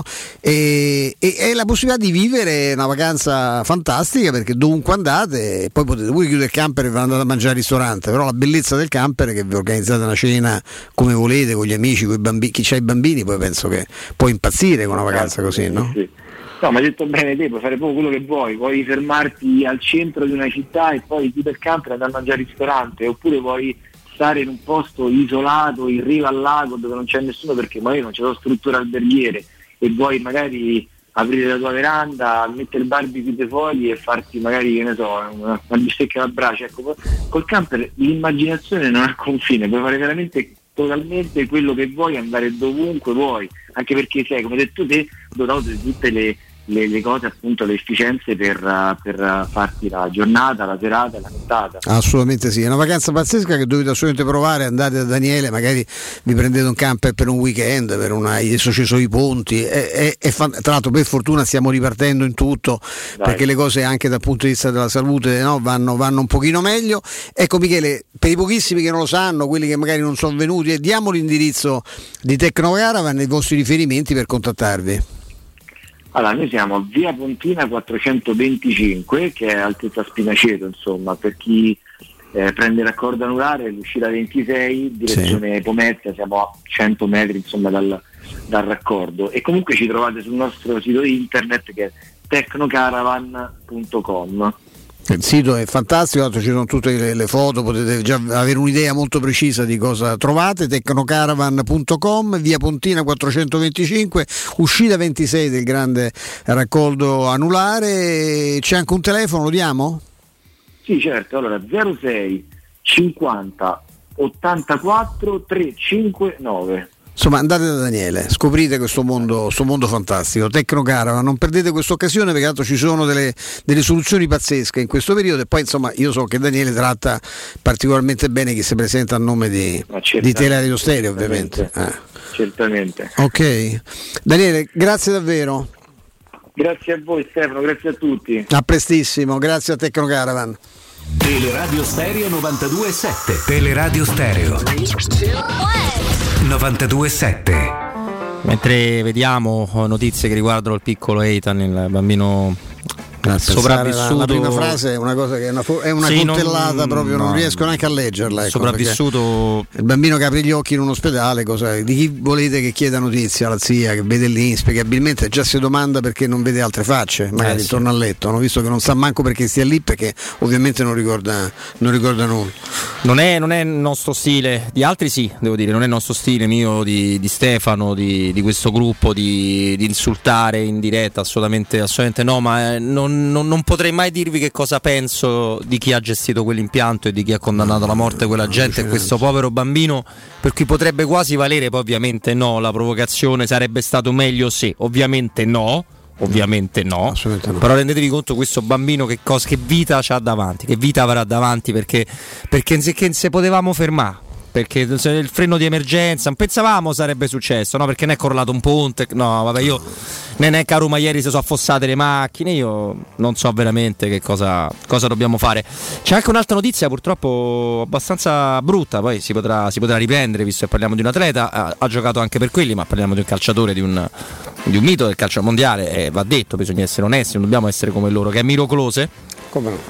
E, e, e la possibilità di vivere una vacanza fantastica, perché dovunque andate, poi potete voi chiudere il camper e andare a mangiare al ristorante, però la bellezza del camper è che vi organizzate una cena come volete, con gli amici, con i bambini. Chi c'ha i bambini poi penso che può impazzire con una vacanza così, no? Sì. No, ma hai detto bene te, puoi fare proprio quello che vuoi, puoi fermarti al centro di una città e poi chiudere il camper e andare a mangiare al ristorante, oppure vuoi stare in un posto isolato in riva al lago dove non c'è nessuno perché magari non c'è la struttura alberghiere e vuoi magari aprire la tua veranda, mettere il barbecue dei fuori e farti magari, che ne so, una, una bistecca alla brace. Ecco, col camper l'immaginazione non ha confine, puoi fare veramente totalmente quello che vuoi, andare dovunque vuoi, anche perché sei, come hai detto te, dotato di tutte le, le, le cose, appunto, le efficienze per, per farti la giornata, la serata, la nottata. Assolutamente sì, è una vacanza pazzesca che dovete assolutamente provare. Andate da Daniele, magari vi prendete un camper per un weekend, per una, adesso ci sono i ponti, è, è, è fan, tra l'altro per fortuna stiamo ripartendo in tutto. Dai. Perché le cose anche dal punto di vista della salute, no, vanno, vanno un pochino meglio. Ecco Michele, per i pochissimi che non lo sanno, quelli che magari non sono venuti, eh, diamo l'indirizzo di Tecnocaravan e i vostri riferimenti per contattarvi. Allora, noi siamo a via Pontina quattrocentoventicinque, che è altezza Spinaceto, insomma, per chi eh, prende raccordo anulare, l'uscita ventisei, direzione sì. Pomezia, siamo a cento metri, insomma, dal, dal raccordo. E comunque ci trovate sul nostro sito internet, che è tecnocaravan punto com. Il sito è fantastico, ci sono tutte le, le foto, potete già avere un'idea molto precisa di cosa trovate. Tecnocaravan punto com, via Pontina quattrocentoventicinque, uscita ventisei del grande raccordo anulare. C'è anche un telefono, lo diamo? Sì, certo, allora zero sei cinquanta ottantaquattro trecentocinquantanove. Insomma, andate da Daniele, scoprite questo mondo, questo mondo fantastico. Tecnocaravan, non perdete questa occasione, perché tanto ci sono delle, delle soluzioni pazzesche in questo periodo. E poi insomma io so che Daniele tratta particolarmente bene chi si presenta a nome di, di Teleradio Stereo, ovviamente. Eh. Certamente. Ok, Daniele, grazie davvero. Grazie a voi Stefano, grazie a tutti. A prestissimo, grazie a Tecnocaravan. Teleradio Stereo novantadue virgola sette. Teleradio Stereo novantadue virgola sette. Mentre vediamo notizie che riguardano il piccolo Eitan, il bambino sopravvissuto. La, la prima frase è una cosa che è una, è una sì, coltellata, non, proprio no, non riesco neanche a leggerla. Ecco, sopravvissuto. Il bambino che apre gli occhi in un ospedale, cosa, di chi volete che chieda notizia? La zia che vede lì, inspiegabilmente già si domanda perché non vede altre facce, magari eh, sì. Torna a letto, no? Visto che non sa manco perché stia lì, perché ovviamente non ricorda, non ricorda nulla. Non è, non è il nostro stile, di altri sì, devo dire, non è il nostro stile, mio, di, di Stefano, di, di questo gruppo, di, di insultare in diretta, assolutamente, assolutamente no, ma eh, non Non, non potrei mai dirvi che cosa penso di chi ha gestito quell'impianto e di chi ha condannato alla morte quella gente e questo povero bambino, per cui potrebbe quasi valere, poi ovviamente no, la provocazione sarebbe stato meglio se, ovviamente no, ovviamente no, no. Però rendetevi conto questo bambino che, cosa, che vita c'ha davanti, che vita avrà davanti, perché, perché se, che se potevamo fermare, perché il freno di emergenza non pensavamo sarebbe successo, no? Perché ne è correlato un ponte, no vabbè, io ne è caro, ma ieri si sono affossate le macchine, io non so veramente che cosa, cosa dobbiamo fare. C'è anche un'altra notizia purtroppo abbastanza brutta, poi si potrà, si potrà riprendere, visto che parliamo di un atleta, ha, ha giocato anche per quelli, ma parliamo di un calciatore, di un, di un mito del calcio mondiale, e va detto, bisogna essere onesti, non dobbiamo essere come loro, che è Miro Klose. Come no?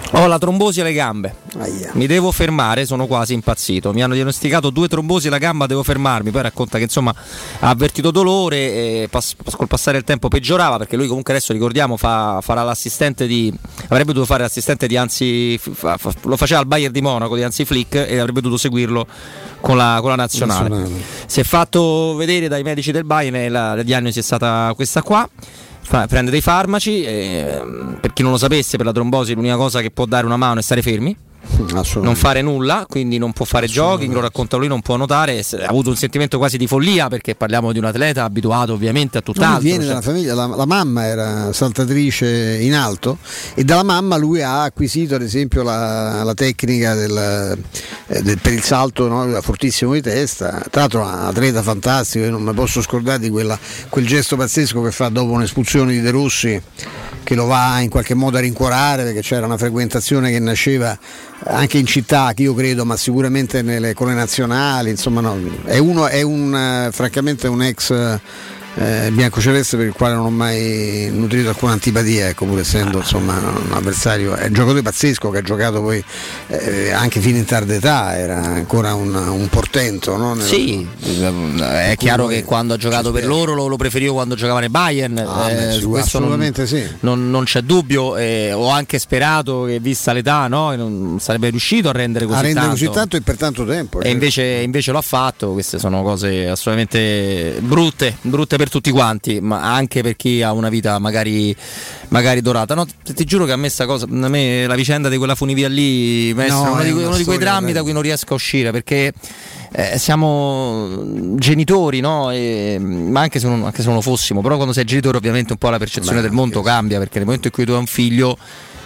Ho la trombosi alle gambe. Aia. Mi devo fermare, sono quasi impazzito. Mi hanno diagnosticato due trombosi alla gamba, devo fermarmi. Poi racconta che insomma ha avvertito dolore e pass- col passare del tempo peggiorava, perché lui comunque adesso ricordiamo fa, farà l'assistente di avrebbe dovuto fare l'assistente di Hansi, fa, fa, lo faceva al Bayern di Monaco di Hansi Flick e avrebbe dovuto seguirlo con la, con la nazionale. nazionale. Si è fatto vedere dai medici del Bayern e la, la diagnosi è stata questa qua. Prende dei farmaci, eh, per chi non lo sapesse, per la trombosi l'unica cosa che può dare una mano è stare fermi, non fare nulla, quindi non può fare jogging, lo racconta lui, non può nuotare, ha avuto un sentimento quasi di follia, perché parliamo di un atleta abituato ovviamente a tutt'altro. Lui viene cioè. dalla famiglia, la, la mamma era saltatrice in alto e dalla mamma lui ha acquisito ad esempio la, la tecnica del, eh, del, per il salto, no? Fortissimo di testa, tra l'altro un atleta fantastico, io non mi posso scordare di quella, quel gesto pazzesco che fa dopo un'espulsione di De Rossi, che lo va in qualche modo a rincuorare, perché c'era una frequentazione che nasceva anche in città, che io credo, ma sicuramente nelle con le nazionali, insomma no, è uno è un francamente un ex eh, biancoceleste per il quale non ho mai nutrito alcuna antipatia, ecco, pur essendo insomma un avversario, è un giocatore pazzesco che ha giocato poi eh, anche fino in tarda età, era ancora un, un portento, no? Nello, sì, è chiaro che quando ha giocato per loro lo, lo preferivo quando giocava nel Bayern, ah, eh, beh, su questo assolutamente non, sì, non, non c'è dubbio, eh, ho anche sperato che vista l'età, no, non sarebbe riuscito a rendere così a rendere tanto. così tanto e per tanto tempo, e invece, invece lo ha fatto. Queste sono cose assolutamente brutte brutte per tutti quanti, ma anche per chi ha una vita magari magari dorata. No, ti, ti giuro che a me sta cosa, a me la vicenda di quella funivia lì, maestro, no, uno, di, uno uno di quei drammi da cui non riesco a uscire, perché eh, siamo genitori, no? E, ma anche se, non, anche se non lo fossimo, però quando sei genitore ovviamente un po' la percezione Beh, del mondo cambia, perché nel momento in cui tu hai un figlio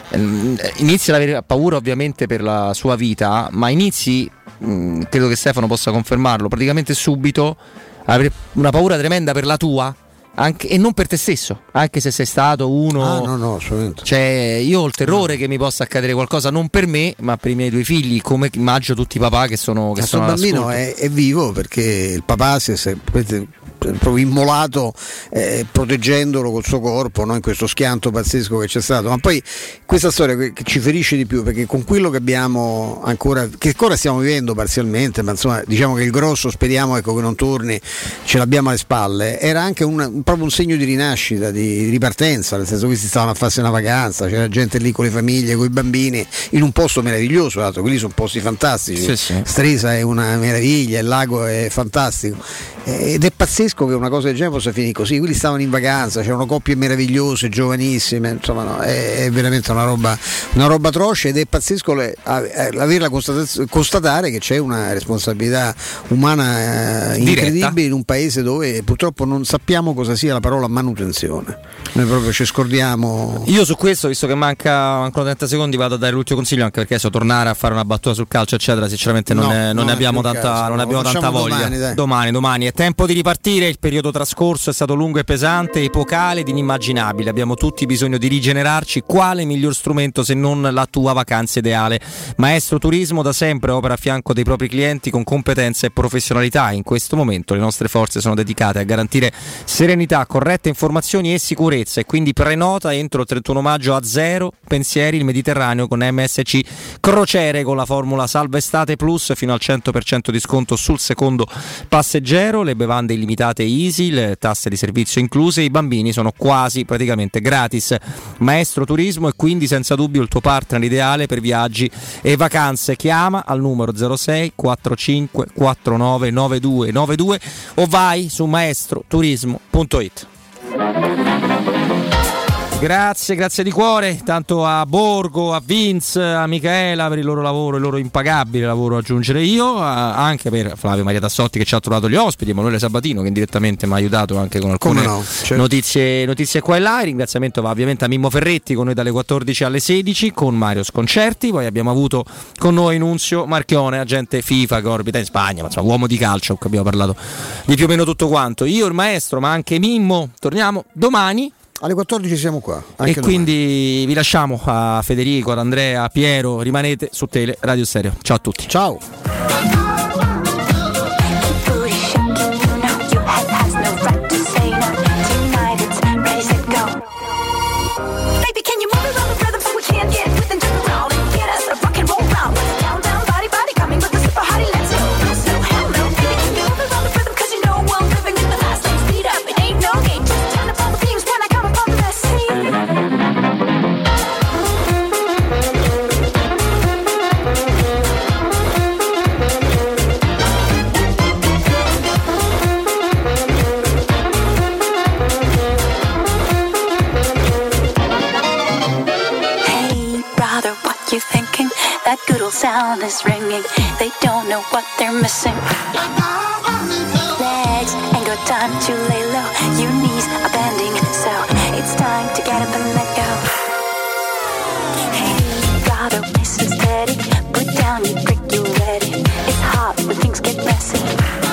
eh, inizi ad avere paura ovviamente per la sua vita, ma inizi, mh, credo che Stefano possa confermarlo, praticamente subito avere una paura tremenda per la tua. Anche, e non per te stesso, anche se sei stato uno. Ah, no, no, assolutamente. Cioè, io ho il terrore no. che mi possa accadere qualcosa, non per me, ma per i miei due figli, come immagino tutti i papà che sono. Che sono il bambino è, è vivo perché il papà si è proprio immolato eh, proteggendolo col suo corpo, no? In questo schianto pazzesco che c'è stato. Ma poi questa storia che ci ferisce di più, perché con quello che abbiamo ancora, che ancora stiamo vivendo parzialmente, ma insomma diciamo che il grosso speriamo ecco che non torni, ce l'abbiamo alle spalle, era anche un, proprio un segno di rinascita, di, di ripartenza, nel senso che questi stavano a farsi una vacanza, c'era gente lì con le famiglie, con i bambini, in un posto meraviglioso, dato, quelli sono posti fantastici, sì, sì. Stresa è una meraviglia, il lago è fantastico ed è pazzesco che una cosa del genere possa finire così. Quelli stavano in vacanza, c'erano coppie meravigliose, giovanissime, insomma no, è, è veramente una roba una roba atroce, ed è pazzesco le, averla constatare che c'è una responsabilità umana eh, incredibile in un paese dove purtroppo non sappiamo cosa sia la parola manutenzione, noi proprio ci scordiamo. Io su questo, visto che manca mancano trenta secondi, vado a dare l'ultimo consiglio, anche perché adesso tornare a fare una battuta sul calcio eccetera sinceramente non, no, è, non, non ne abbiamo tanta, caso, non abbiamo tanta voglia. Domani, domani, domani è tempo di ripartire, il periodo trascorso è stato lungo e pesante, epocale ed inimmaginabile, abbiamo tutti bisogno di rigenerarci. Quale miglior strumento se non la tua vacanza ideale? Maestro Turismo da sempre opera a fianco dei propri clienti con competenza e professionalità. In questo momento le nostre forze sono dedicate a garantire serenità, corrette informazioni e sicurezza, e quindi prenota entro il trentuno maggio a zero pensieri il Mediterraneo con M S C Crociere, con la formula Salva Estate Plus, fino al cento per cento di sconto sul secondo passeggero, le bevande illimitate Easy, le tasse di servizio incluse, i bambini sono quasi praticamente gratis. Maestro Turismo è quindi senza dubbio il tuo partner ideale per viaggi e vacanze. Chiama al numero zero sei quarantacinque quarantanove novantadue novantadue o vai su maestroturismo punto it. Grazie, grazie di cuore, tanto a Borgo, a Vince, a Michaela per il loro lavoro, il loro impagabile lavoro, aggiungere io, anche per Flavio Maria Tassotti che ci ha trovato gli ospiti, Emanuele Sabatino che indirettamente mi ha aiutato anche con alcune no, certo. notizie, notizie qua e là. Il ringraziamento va ovviamente a Mimmo Ferretti con noi dalle quattordici alle sedici con Mario Sconcerti. Poi abbiamo avuto con noi Nunzio Marchione, agente FIFA che orbita in Spagna, ma insomma uomo di calcio, che abbiamo parlato di più o meno tutto quanto. Io, il maestro, ma anche Mimmo, torniamo domani alle quattordici, siamo qua anche e domani. Quindi vi lasciamo a Federico, ad Andrea, a Piero, rimanete su Tele Radio Stereo. Ciao a tutti. Ciao. Baby, can you move it around the rhythm so we can't get with into the round? That good old sound is ringing. They don't know what they're missing. Legs ain't got time to lay low. Your knees are bending, so it's time to get up and let go. Hey, gotta nice and steady. Put down your brick, you're ready. It's hot when things get messy.